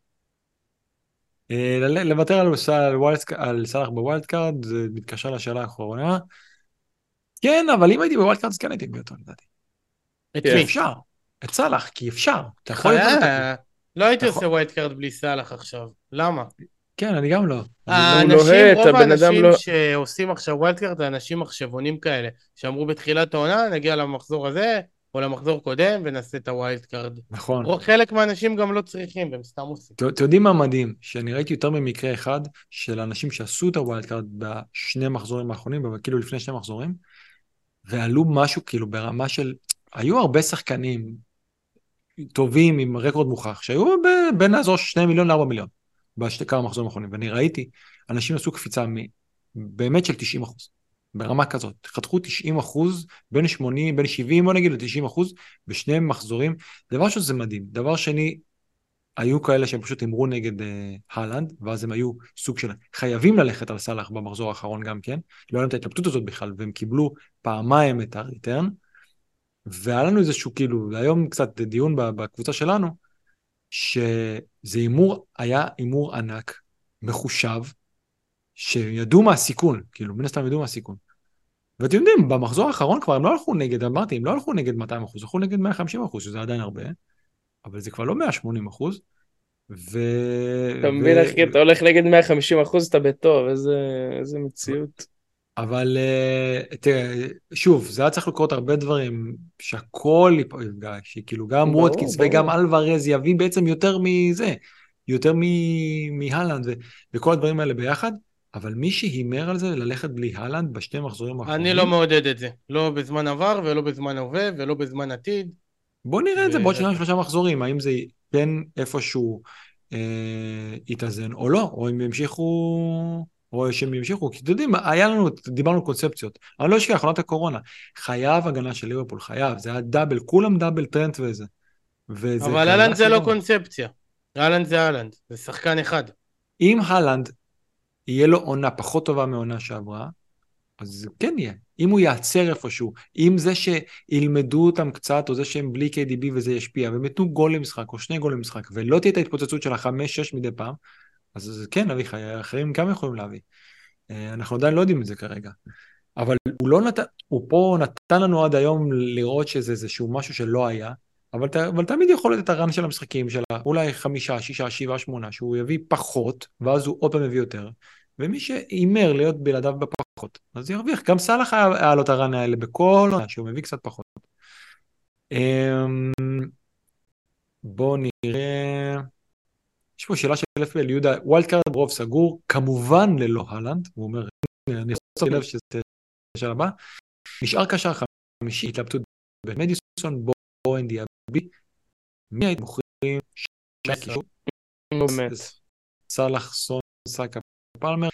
[SPEAKER 1] לוותר על סלאח בווילד קארד, זה מתקשר לשאלה האחרונה. כן, אבל אם הייתי בווילד קארד, אז כן הייתי מביא אותו, לדעתי.
[SPEAKER 3] את
[SPEAKER 1] כי
[SPEAKER 3] מי?
[SPEAKER 1] אפשר. את סלאח, כי אפשר. אתה יכול לבנות אותו.
[SPEAKER 3] חיה, לא הייתי עושה ווייט קארד בלי סאלח עכשיו. למה?
[SPEAKER 1] כן, אני גם לא.
[SPEAKER 2] הוא לוהט,
[SPEAKER 3] רוב
[SPEAKER 2] הבן אדם
[SPEAKER 3] האנשים
[SPEAKER 2] לא...
[SPEAKER 3] שעושים עכשיו ווילד קארד זה אנשים מחשבונים כאלה, שאמרו בתחילת העונה, נגיע למחזור הזה, או למחזור קודם, ונעשה את הווילד קארד.
[SPEAKER 1] נכון.
[SPEAKER 3] חלק מהאנשים גם לא צריכים, והם סתם עושים.
[SPEAKER 1] אתם יודעים מה מדהים? שאני ראיתי יותר ממקרה אחד של אנשים שעשו את הווילד קארד בשני מחזורים האחרונים, אבל כאילו לפני 2 מחזורים, ועלו משהו כאילו ברמה של... היו הרבה שחקנים טובים עם רקורד מוכח, שהיו בין לעזור 2 מיליון ל-4 מיליון, כמה מחזורים האחרונים, ואני ראיתי, אנשים עשו קפיצה באמת של 90%, ברמה כזאת, חתכו 90%, בין 80, בין 70, בוא נגיד ל-90%, בשני מחזורים, דבר שזה מדהים. דבר שני, היו כאלה שהם פשוט אמרו נגד הלנד, ואז הם היו סוג של חייבים ללכת על סלאח במחזור האחרון גם כן, לא היה להם את ההתלבטות הזאת בכלל, והם קיבלו פעמיים את הריטרן, והיה לנו איזשהו כאילו, היום קצת דיון בקבוצה שלנו, שזה הימור, היה הימור ענק, מחושב, שידעו מה הסיכון, כאילו, מן הסתם ידעו מה הסיכון. ואתם יודעים, במחזור האחרון כבר הם לא הלכו נגד, אמרתי, הם לא הלכו נגד 200%, הלכו נגד 150%, שזה עדיין הרבה, אבל זה כבר לא 180%,
[SPEAKER 2] אתה מבין, אחי, אתה הולך נגד 150%, אתה בטוב, איזה מציאות.
[SPEAKER 1] אבל תראה, שוב, זה היה צריך לקרות הרבה דברים, שהכל יפגע, שכאילו גם ווטקינס וגם אלוורז יביא בעצם יותר מזה, יותר מהלנד וכל הדברים האלה ביחד, אבל מי שהימר על זה ללכת בלי הלנד בשני מחזורים האחרונים...
[SPEAKER 3] אני לא מעודד את זה, לא בזמן עבר ולא בזמן הווה ולא בזמן עתיד.
[SPEAKER 1] בוא נראה את זה בעוד 2-3 מחזורים, האם זה כן איפשהו יתאזן או לא, או אם ימשיכו או שהם ימשיכו, כי אתם יודעים, דיברנו על קונספציות, אני לא אשכח, עונת הקורונה, חייב הגנה של ליברפול, חייב, זה היה דאבל, כולם דאבל טרנט וזה.
[SPEAKER 3] אבל הלנד זה לא קונספציה. הלנד זה הלנד, זה שחקן אחד.
[SPEAKER 1] אם הלנד יהיה לו עונה פחות טובה מעונה שעברה, אז זה כן יהיה. אם הוא יעצר איפשהו, אם זה שילמדו אותם קצת, או זה שהם בלי KDB וזה ישפיע, והם יתנו גול למשחק, או 2 גול למשחק, ולא תהיה את ההתפוצצות של 5-6 מדי פעם, אז כן, אביחי, אחרים גם יכולים להביא. אנחנו עדיין לא יודעים את זה כרגע. אבל הוא פה נתן לנו עד היום לראות שזה איזשהו משהו שלא היה, אבל תמיד יכול להיות את הרן של המשחקים שלה, אולי 5, 6, 7, 8, שהוא יביא פחות, ואז הוא עוד פעם יביא יותר, ומי שאימר להיות בלעדיו בפחות, אז ירוויח. גם סלאח היה לו את הרן האלה בכל עונה, שהוא מביא קצת פחות. בואו נראה... יש פה שאלה של FPL יהודה, ווילד קארד ברוב סגור, כמובן ללא הלנד, הוא אומר, אני חושב לב שזה השאלה הבאה, נשאר קשר חמישי, התלבטות במדיסון, בואן דיאבי, מי היית מוכרים?
[SPEAKER 2] באמת.
[SPEAKER 1] סלאח, סון, סאקה, פלמר.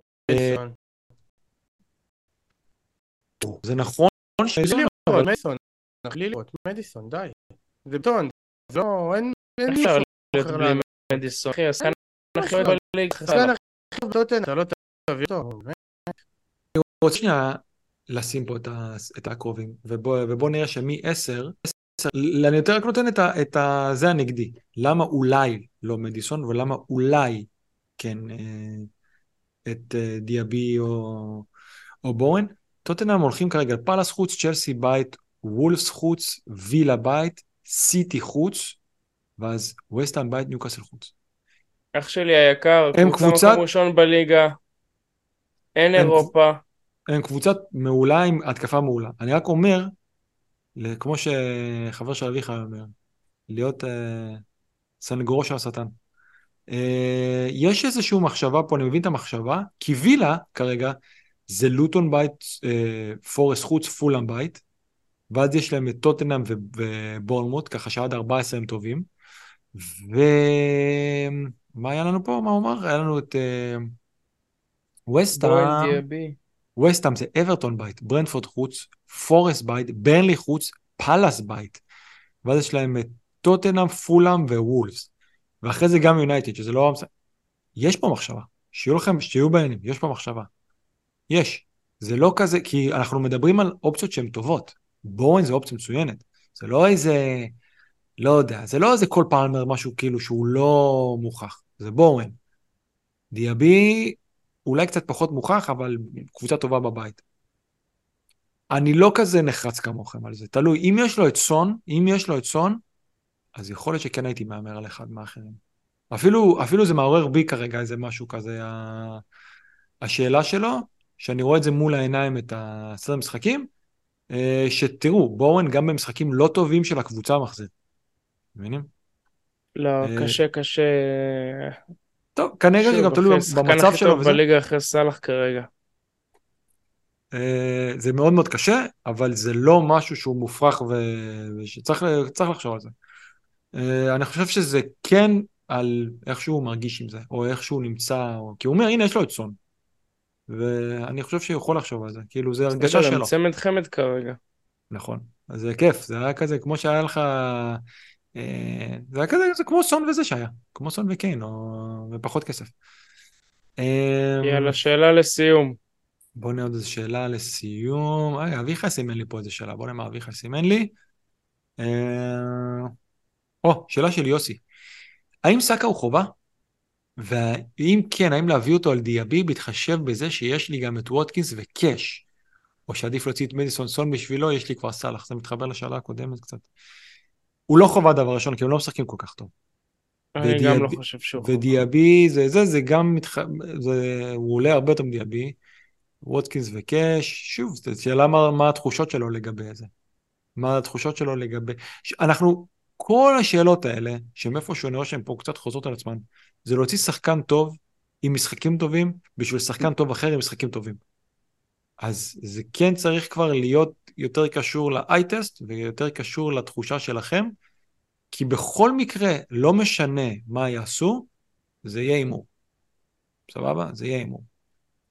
[SPEAKER 1] זה נכון
[SPEAKER 3] מדיסון, די. זה בטון, זה לא, אין
[SPEAKER 2] מישהו אחר בלי מדיסון. אחי, הסקן הכי אוהב בליג.
[SPEAKER 3] הסקן הכי אוהב בליג, אתה לא תביא אותו.
[SPEAKER 1] אני רוצה שנייה לשים פה את הקרובים, ובוא נראה שמי 10, אני יותר רק נותן את זה הנגדי. למה אולי לא מדיסון, ולמה אולי כן את דיאבי או בורן. טוטנהאם הולכים כרגע פאלאס חוץ, צ'לסי בית, וולפס חוץ, וילה בית, סיטי חוץ, ואז וסטהאם בית, ניוקאסל חוץ.
[SPEAKER 2] אח שלי היקר,
[SPEAKER 1] קבוצה
[SPEAKER 2] מקום ראשון בליגה, אין אירופה.
[SPEAKER 1] הם קבוצת מעולה עם התקפה מעולה. אני רק אומר, כמו שחבר של אביך אומר, להיות סנגורו של השטן. יש איזושהי מחשבה פה, אני מבין את המחשבה, כי וילה כרגע זה לוטון בית, פורסט חוץ, פולאם בית, ואז יש להם את טוטנהאם ובורנמוט, ככה שעד 14 הם טובים. ומה היה לנו פה? מה הוא אמר? היה לנו את וסטהאם זה אברטון בית, ברנפורד חוץ, פורסט בית, ברנלי חוץ, פאלאס בית. ואז יש להם את טוטנהאם, פולאם ווולפס. ואחרי זה גם יונייטד, שזה לא... יש פה מחשבה. שיהיו לכם, שתהיו בעניינים, יש פה מחשבה. יש. זה לא כזה, כי אנחנו מדברים על אופציות שהן טובות. בורן זה אופציה מצוינת. זה לא איזה, לא יודע, זה לא איזה כל פלמר משהו כאילו שהוא לא מוכח. זה בורן. דיאבי אולי קצת פחות מוכח, אבל קבוצה טובה בבית. אני לא כזה נחרץ כמוכם על זה. תלוי, אם יש לו את סון, אז יכול להיות שכן הייתי מאמר על אחד מהאחרים. אפילו זה מעורר בי כרגע איזה משהו כזה, השאלה שלו, שאני רואה את זה מול העיניים, את הסדר משחקים, שתראו, בורן גם במשחקים לא טובים של הקבוצה מחזיר. מבינים?
[SPEAKER 2] לא, קשה.
[SPEAKER 1] טוב, כנראה שגם תלוי במצב שלו.
[SPEAKER 2] שחקן הכי טוב בליגה אחרי סלאח כרגע.
[SPEAKER 1] זה מאוד מאוד קשה, אבל זה לא משהו שהוא מופרך ושצריך לחשוב על זה. אני חושב שזה כן על איך שהוא מרגיש עם זה, או איך שהוא נמצא, כי הוא אומר, הנה, יש לו את סון. ואני חושב שהוא יכול לחשוב על זה, כאילו זה הרגשה שלו.
[SPEAKER 2] זה צמד חמד כרגע.
[SPEAKER 1] נכון, אז זה כיף, זה היה כזה, כמו שהיה לך, זה היה כזה, זה כמו סון וזה שהיה, כמו סון וקיין, ופחות כסף.
[SPEAKER 2] יאללה, שאלה לסיום.
[SPEAKER 1] בוא נראה עוד איזו שאלה לסיום, אביחי סימן לי פה איזו שאלה, בוא נראה מה אביחי סימן לי. שאלה של יוסי. האם סאקה הוא חובה? ואם כן, האם להביא אותו על דיאבי, בהתחשב בזה שיש לי גם את ווטקינס וקש, או שעדיף להוציא את מדיסון סון בשבילו, יש לי כבר סלאח, זה מתחבר לשאלה הקודמת קצת. הוא לא חובה דבר ראשון, כי הם לא משחקים כל כך טוב.
[SPEAKER 2] אני גם לא חושב שהוא חובה.
[SPEAKER 1] ודיאבי, זה גם, הוא עולה הרבה יותר מדיאבי, ווטקינס וקש, שוב, זו שאלה מה התחושות שלו לגבי זה. מה התחושות שלו לגבי... כל השאלות האלה, שמאיפה שאני רואה שהן פה קצת חוזרות על עצמן, זה להוציא שחקן טוב עם משחקים טובים, בשביל שחקן טוב אחר עם משחקים טובים. אז זה כן צריך כבר להיות יותר קשור ל-i-test, ויותר קשור לתחושה שלכם, כי בכל מקרה, לא משנה מה יעשו, זה יהיה אימור. סבבה? זה יהיה אימור.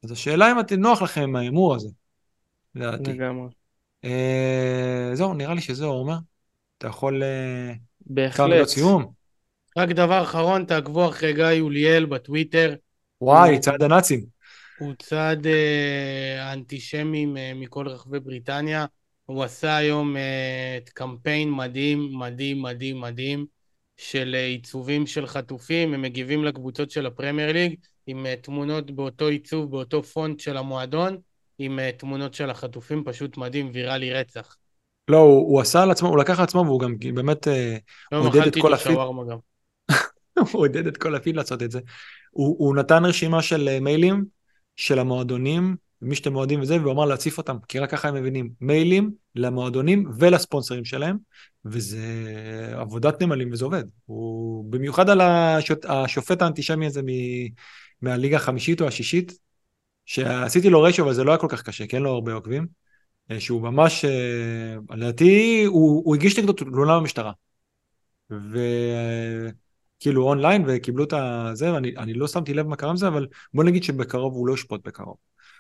[SPEAKER 1] אז השאלה אם נוח לכם עם ההימור הזה, לדעתי.
[SPEAKER 2] לגמרי.
[SPEAKER 1] זהו, נראה לי שזהו, עומר. אתה יכול כמה מילות
[SPEAKER 2] בהחלט.
[SPEAKER 1] סיום?
[SPEAKER 3] רק דבר אחרון, תעקבו אחרי גיא יוליאל בטוויטר.
[SPEAKER 1] וואי,
[SPEAKER 3] הוא
[SPEAKER 1] צעד הנאצים.
[SPEAKER 3] הוא צד האנטישמים מכל רחבי בריטניה. הוא עשה היום קמפיין מדהים, מדהים, מדהים, מדהים, של עיצובים של חטופים. הם מגיבים לקבוצות של הפרמייר ליג, עם תמונות באותו עיצוב, באותו פונט של המועדון, עם תמונות של החטופים, פשוט מדהים, ויראלי רצח.
[SPEAKER 1] לא, הוא עשה על עצמו, הוא לקח על עצמו, והוא גם באמת
[SPEAKER 3] היום
[SPEAKER 1] עודד את
[SPEAKER 3] אכלתי
[SPEAKER 1] כל
[SPEAKER 3] איתו
[SPEAKER 1] הפיד.
[SPEAKER 3] שווארמה גם.
[SPEAKER 1] הוא עודד את כל הפיד לעשות את זה. הוא נתן רשימה של מיילים של המועדונים, מי שאתם מועדים וזה, והוא אמר להציף אותם, כי רק ככה הם מבינים. מיילים למועדונים ולספונסרים שלהם, וזה עבודת נמלים וזה עובד. הוא במיוחד על השופט האנטישמי הזה מהליגה החמישית או השישית, שעשיתי לו ריישו, אבל זה לא היה כל כך קשה, כי אין לו הרבה עוקבים, שהוא ממש, לדעתי, הוא הגיש נגדו תלונה במשטרה. וכאילו אונליין, וקיבלו את זה, ואני לא שמתי לב מה קרה עם זה, אבל בוא נגיד שבקרוב הוא לא ישפוט בקרוב.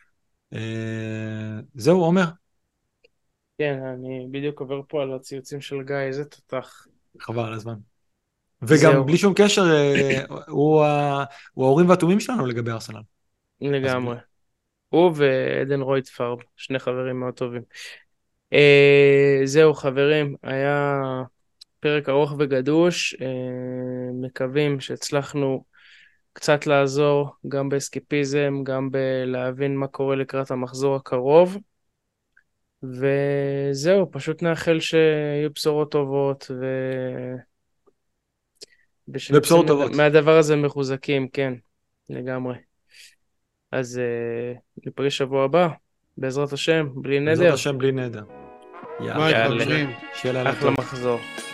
[SPEAKER 1] זהו, עומר,
[SPEAKER 2] כן, אני בדיוק עובר פה על הציוצים של גיא, איזה תותח.
[SPEAKER 1] חבל על הזמן.
[SPEAKER 2] זהו.
[SPEAKER 1] וגם בלי שום קשר, הוא ההורים והתומים שלנו לגבי ארסנל.
[SPEAKER 2] לגמרי. הוא ועדן רויטפרב, שני חברים מאוד טובים. זהו חברים, היה פרק ארוך וגדוש, מקווים שהצלחנו קצת לעזור גם באסקיפיזם, גם בלהבין מה קורה לקראת המחזור הקרוב, וזהו, פשוט נאחל שיהיו בשורות טובות ושנצא
[SPEAKER 1] ובשורות טובות.
[SPEAKER 2] מהדבר הזה מחוזקים, כן, לגמרי. אז ניפגש שבוע הבא, בעזרת השם, בלי
[SPEAKER 1] בעזרת
[SPEAKER 2] נדר.
[SPEAKER 1] השם בלי נדר.
[SPEAKER 3] ביי
[SPEAKER 2] יאללה,
[SPEAKER 3] חברים.
[SPEAKER 1] שיהיה לילה
[SPEAKER 2] אחלה
[SPEAKER 1] טוב.
[SPEAKER 2] מחזור.